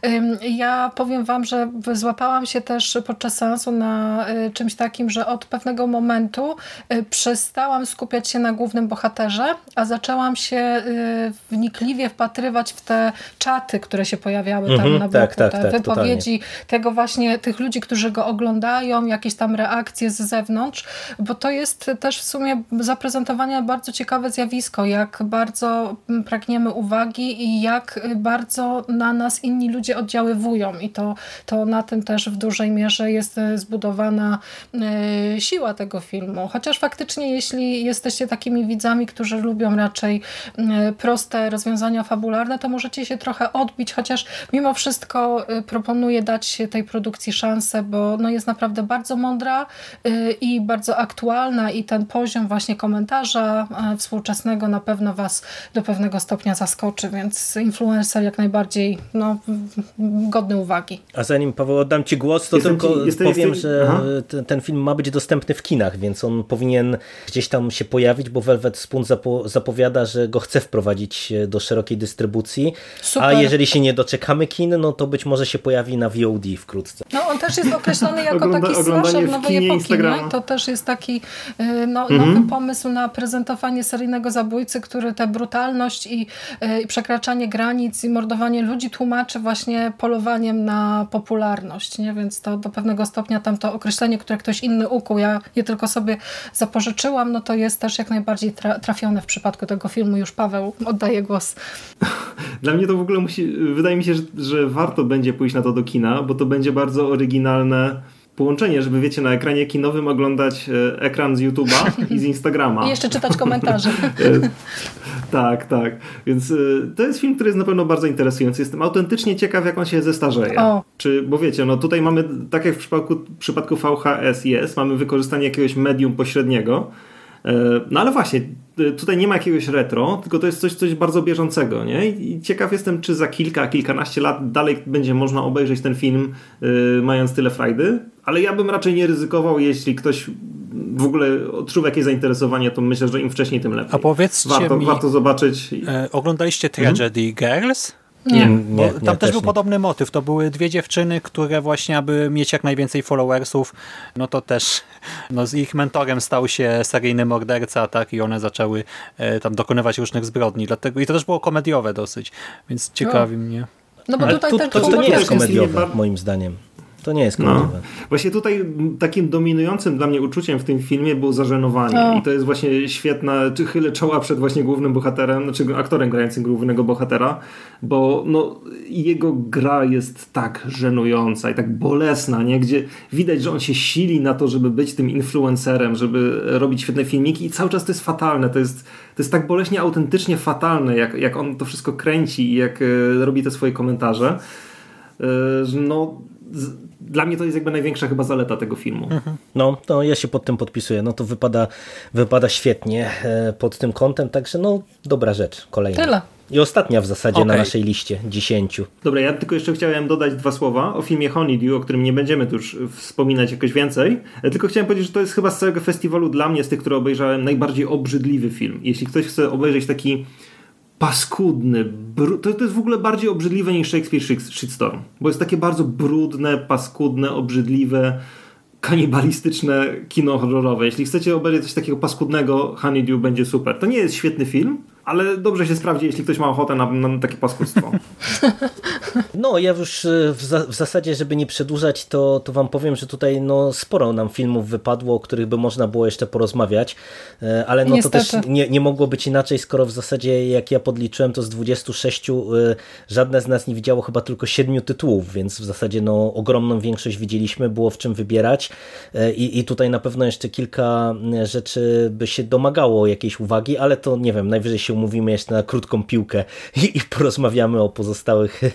Ja powiem wam, że złapałam się też podczas seansu na czymś takim, że od pewnego momentu przestałam skupiać się na głównym bohaterze, a zaczęłam się wnikliwie wpatrywać w te czaty, które się pojawiały tam na bloku, te wypowiedzi tego właśnie, tych ludzi, którzy go oglądają, jakieś tam reakcje z zewnątrz, bo to jest też w sumie zaprezentowanie bardzo ciekawe zjawisko, jak bardzo pragniemy uwagi i jak bardzo na nas inni ludzie oddziaływują i to na tym też w dużej mierze jest zbudowana siła tego filmu. Chociaż faktycznie jeśli jesteście takimi widzami, którzy lubią raczej proste rozwiązania fabularne, to możecie się trochę odbić, chociaż mimo wszystko proponuję dać tej produkcji szansę, bo no jest naprawdę bardzo mądra i bardzo aktualna i ten poziom właśnie komentarza współczesnego na pewno was do pewnego stopnia zaskoczy, więc influencer jak najbardziej godny uwagi. A zanim, Paweł, oddam ci głos, to powiem, że ten film ma być dostępny w kinach, więc on powinien gdzieś tam się pojawić, bo Velvet Spoon zapowiada, że go chce wprowadzić do szerokiej dystrybucji. Super. A jeżeli się nie doczekamy kin, no to być może się pojawi na VOD wkrótce. No on też jest określony jako taki slasher nowej epoki. Nie? To też jest taki nowy pomysł na prezentowanie seryjnego zabójcy, który tę brutalność i przekraczanie granic i mordowanie ludzi tłumaczy właśnie polowaniem na popularność. Nie? Więc to do pewnego stopnia tam to określenie, które ktoś inny ukuł, ja je tylko sobie zapożyczyłam, no to jest też jak najbardziej trafione w przypadku tego filmu. Już Paweł oddaje głos. Dla mnie to w ogóle wydaje mi się, że warto będzie pójść na to do kina, bo to będzie bardzo oryginalne połączenie, żeby wiecie, na ekranie kinowym oglądać ekran z YouTube'a i z Instagrama. I jeszcze czytać komentarze. Tak. Więc to jest film, który jest na pewno bardzo interesujący. Jestem autentycznie ciekaw, jak on się zestarzeje. Bo wiecie, no tutaj mamy, tak jak w przypadku VHS mamy wykorzystanie jakiegoś medium pośredniego. No ale właśnie, tutaj nie ma jakiegoś retro, tylko to jest coś bardzo bieżącego, nie? I ciekaw jestem, czy za kilkanaście lat dalej będzie można obejrzeć ten film mając tyle frajdy, ale ja bym raczej nie ryzykował, jeśli ktoś w ogóle odczuwa jakieś zainteresowanie, to myślę, że im wcześniej, tym lepiej. A powiedzcie mi, warto zobaczyć. Oglądaliście Tragedy Girls? Nie. Tam też był podobny motyw. To były dwie dziewczyny, które właśnie, aby mieć jak najwięcej followersów, no to też z ich mentorem stał się seryjny morderca, tak, i one zaczęły tam dokonywać różnych zbrodni. Dlatego, i to też było komediowe dosyć, więc ciekawi mnie. No bo tutaj to nie jest komediowe, moim zdaniem. To nie jest komediowe. Właśnie tutaj takim dominującym dla mnie uczuciem w tym filmie było zażenowanie. I to jest właśnie świetna, chylę czoła przed właśnie głównym bohaterem, znaczy aktorem grającym głównego bohatera, bo jego gra jest tak żenująca i tak bolesna, nie? Gdzie widać, że on się sili na to, żeby być tym influencerem, żeby robić świetne filmiki i cały czas to jest fatalne. To jest tak boleśnie, autentycznie fatalne, jak on to wszystko kręci i jak robi te swoje komentarze. Dla mnie to jest jakby największa chyba zaleta tego filmu. No, to ja się pod tym podpisuję. No to wypada świetnie pod tym kątem, także dobra rzecz. Kolejna. Tyle. I ostatnia w zasadzie na naszej liście, 10. Dobra, ja tylko jeszcze chciałem dodać 2 słowa o filmie Honeydew, o którym nie będziemy tu już wspominać jakoś więcej. Tylko chciałem powiedzieć, że to jest chyba z całego festiwalu dla mnie, z tych, które obejrzałem, najbardziej obrzydliwy film. Jeśli ktoś chce obejrzeć taki paskudny, to jest w ogóle bardziej obrzydliwe niż Shakespeare Shitstorm, bo jest takie bardzo brudne, paskudne, obrzydliwe, kanibalistyczne kino horrorowe. Jeśli chcecie obejrzeć coś takiego paskudnego, Honeydew będzie super. To nie jest świetny film, ale dobrze się sprawdzi, jeśli ktoś ma ochotę na takie paskudztwo. No, ja już w zasadzie, żeby nie przedłużać, to wam powiem, że tutaj sporo nam filmów wypadło, o których by można było jeszcze porozmawiać, ale to też nie mogło być inaczej, skoro w zasadzie, jak ja podliczyłem, to z 26 żadne z nas nie widziało chyba tylko 7 tytułów, więc w zasadzie ogromną większość widzieliśmy, było w czym wybierać i tutaj na pewno jeszcze kilka rzeczy by się domagało jakiejś uwagi, ale to nie wiem, najwyżej się umówimy jeszcze na krótką piłkę i porozmawiamy o pozostałych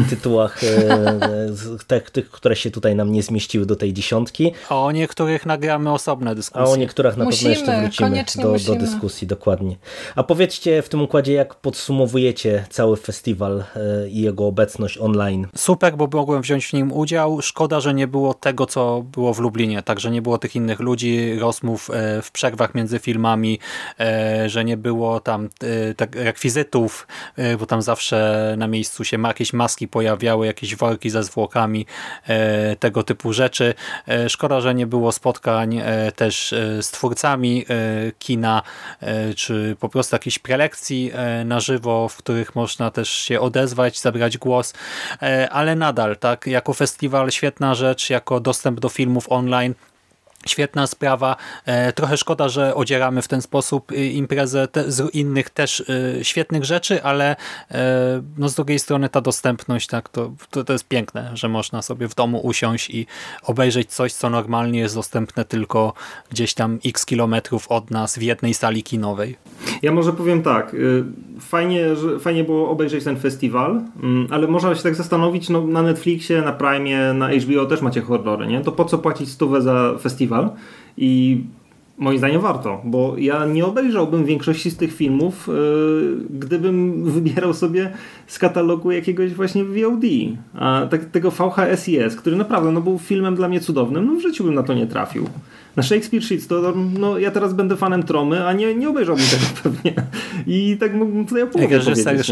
tytułach, tych, które się tutaj nam nie zmieściły do tej 10. A o niektórych nagramy osobne dyskusje. A o niektórych na pewno jeszcze wrócimy do dyskusji, dokładnie. A powiedzcie w tym układzie, jak podsumowujecie cały festiwal i jego obecność online? Super, bo mogłem wziąć w nim udział. Szkoda, że nie było tego, co było w Lublinie. Także nie było tych innych ludzi, rozmów w przerwach między filmami, że nie było tam rekwizytów, bo tam zawsze na miejscu się jakieś maski pojawiały, jakieś worki ze zwłokami, tego typu rzeczy. Szkoda, że nie było spotkań też z twórcami kina, czy po prostu jakichś prelekcji na żywo, w których można też się odezwać, zabrać głos, ale nadal, tak, jako festiwal świetna rzecz, jako dostęp do filmów online, świetna sprawa. Trochę szkoda, że odzieramy w ten sposób imprezę z innych też świetnych rzeczy, ale no z drugiej strony ta dostępność, tak, to jest piękne, że można sobie w domu usiąść i obejrzeć coś, co normalnie jest dostępne tylko gdzieś tam x kilometrów od nas w jednej sali kinowej. Ja może powiem tak, fajnie było obejrzeć ten festiwal, ale można się tak zastanowić, no na Netflixie, na Prime'ie, na HBO też macie horrory, nie? To po co płacić 100 za festiwal? I moim zdaniem warto, bo ja nie obejrzałbym większości z tych filmów, gdybym wybierał sobie z katalogu jakiegoś właśnie VOD. A tego VHS, który naprawdę był filmem dla mnie cudownym, no w życiu bym na to nie trafił. Na Shakespeare Shitstorm, no ja teraz będę fanem Tromy, a nie obejrzałbym tego pewnie. I tak mógłbym tutaj o połowie powiedzieć.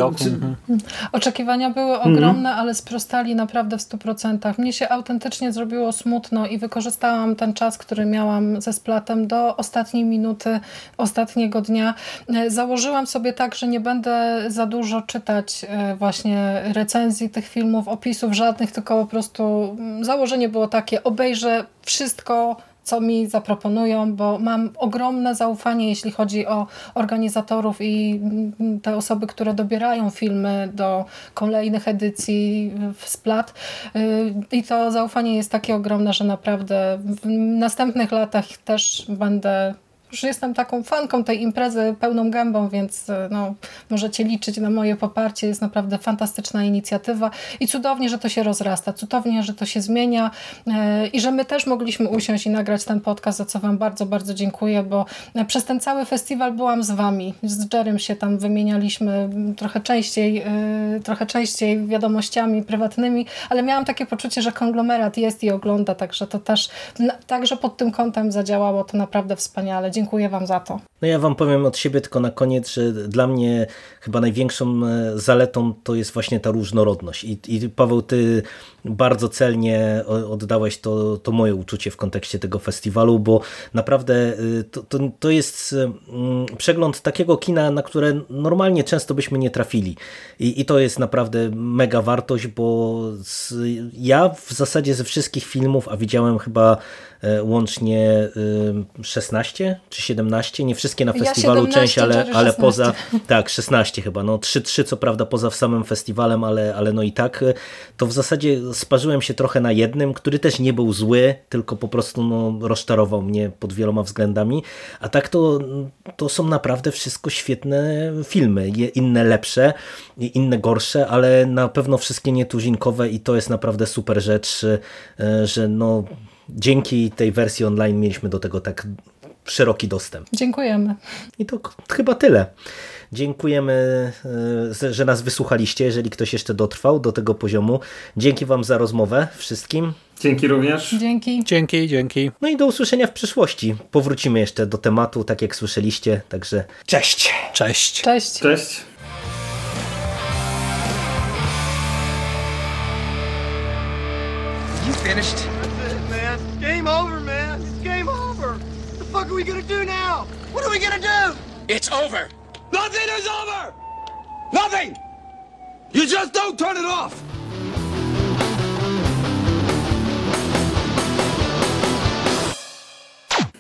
Oczekiwania były ogromne, ale sprostali naprawdę w 100%. Mnie się autentycznie zrobiło smutno i wykorzystałam ten czas, który miałam ze Splatem do ostatniej minuty, ostatniego dnia. Założyłam sobie tak, że nie będę za dużo czytać właśnie recenzji tych filmów, opisów żadnych, tylko po prostu założenie było takie, obejrzę wszystko, co mi zaproponują, bo mam ogromne zaufanie, jeśli chodzi o organizatorów i te osoby, które dobierają filmy do kolejnych edycji w Splat. I to zaufanie jest takie ogromne, że naprawdę w następnych latach też będę... Już jestem taką fanką tej imprezy pełną gębą, więc no, możecie liczyć na moje poparcie. Jest naprawdę fantastyczna inicjatywa i cudownie, że to się rozrasta, cudownie, że to się zmienia i że my też mogliśmy usiąść i nagrać ten podcast, za co wam bardzo, bardzo dziękuję, bo przez ten cały festiwal byłam z wami. Z Jerrym się tam wymienialiśmy trochę częściej wiadomościami prywatnymi, ale miałam takie poczucie, że konglomerat jest i ogląda, także to też także pod tym kątem zadziałało to naprawdę wspaniale. Dziękuję wam za to. No ja wam powiem od siebie tylko na koniec, że dla mnie chyba największą zaletą to jest właśnie ta różnorodność. I Paweł, ty bardzo celnie oddałeś to moje uczucie w kontekście tego festiwalu, bo naprawdę to jest przegląd takiego kina, na które normalnie często byśmy nie trafili. I to jest naprawdę mega wartość, bo ja w zasadzie ze wszystkich filmów, a widziałem chyba łącznie 16 czy 17, nie wszystkie na festiwalu, 17, część, ale 16. poza, tak, 16 chyba, no 3 co prawda poza samym festiwalem, ale no i tak, to w zasadzie sparzyłem się trochę na jednym, który też nie był zły, tylko po prostu rozczarował mnie pod wieloma względami, a tak to są naprawdę wszystko świetne filmy, inne lepsze, inne gorsze, ale na pewno wszystkie nietuzinkowe i to jest naprawdę super rzecz, że no dzięki tej wersji online mieliśmy do tego tak szeroki dostęp. Dziękujemy. I to chyba tyle. Dziękujemy, że nas wysłuchaliście, jeżeli ktoś jeszcze dotrwał do tego poziomu. Dzięki wam za rozmowę wszystkim. Dzięki również. Dzięki. No i do usłyszenia w przyszłości. Powrócimy jeszcze do tematu, tak jak słyszeliście, także cześć. Cześć. Cześć. Cześć. You finished? That's it, man. Game over, man. It's game over. What the fuck are we gonna do now? What are we gonna do? It's over. Nothing is over! Nothing! You just don't turn it off!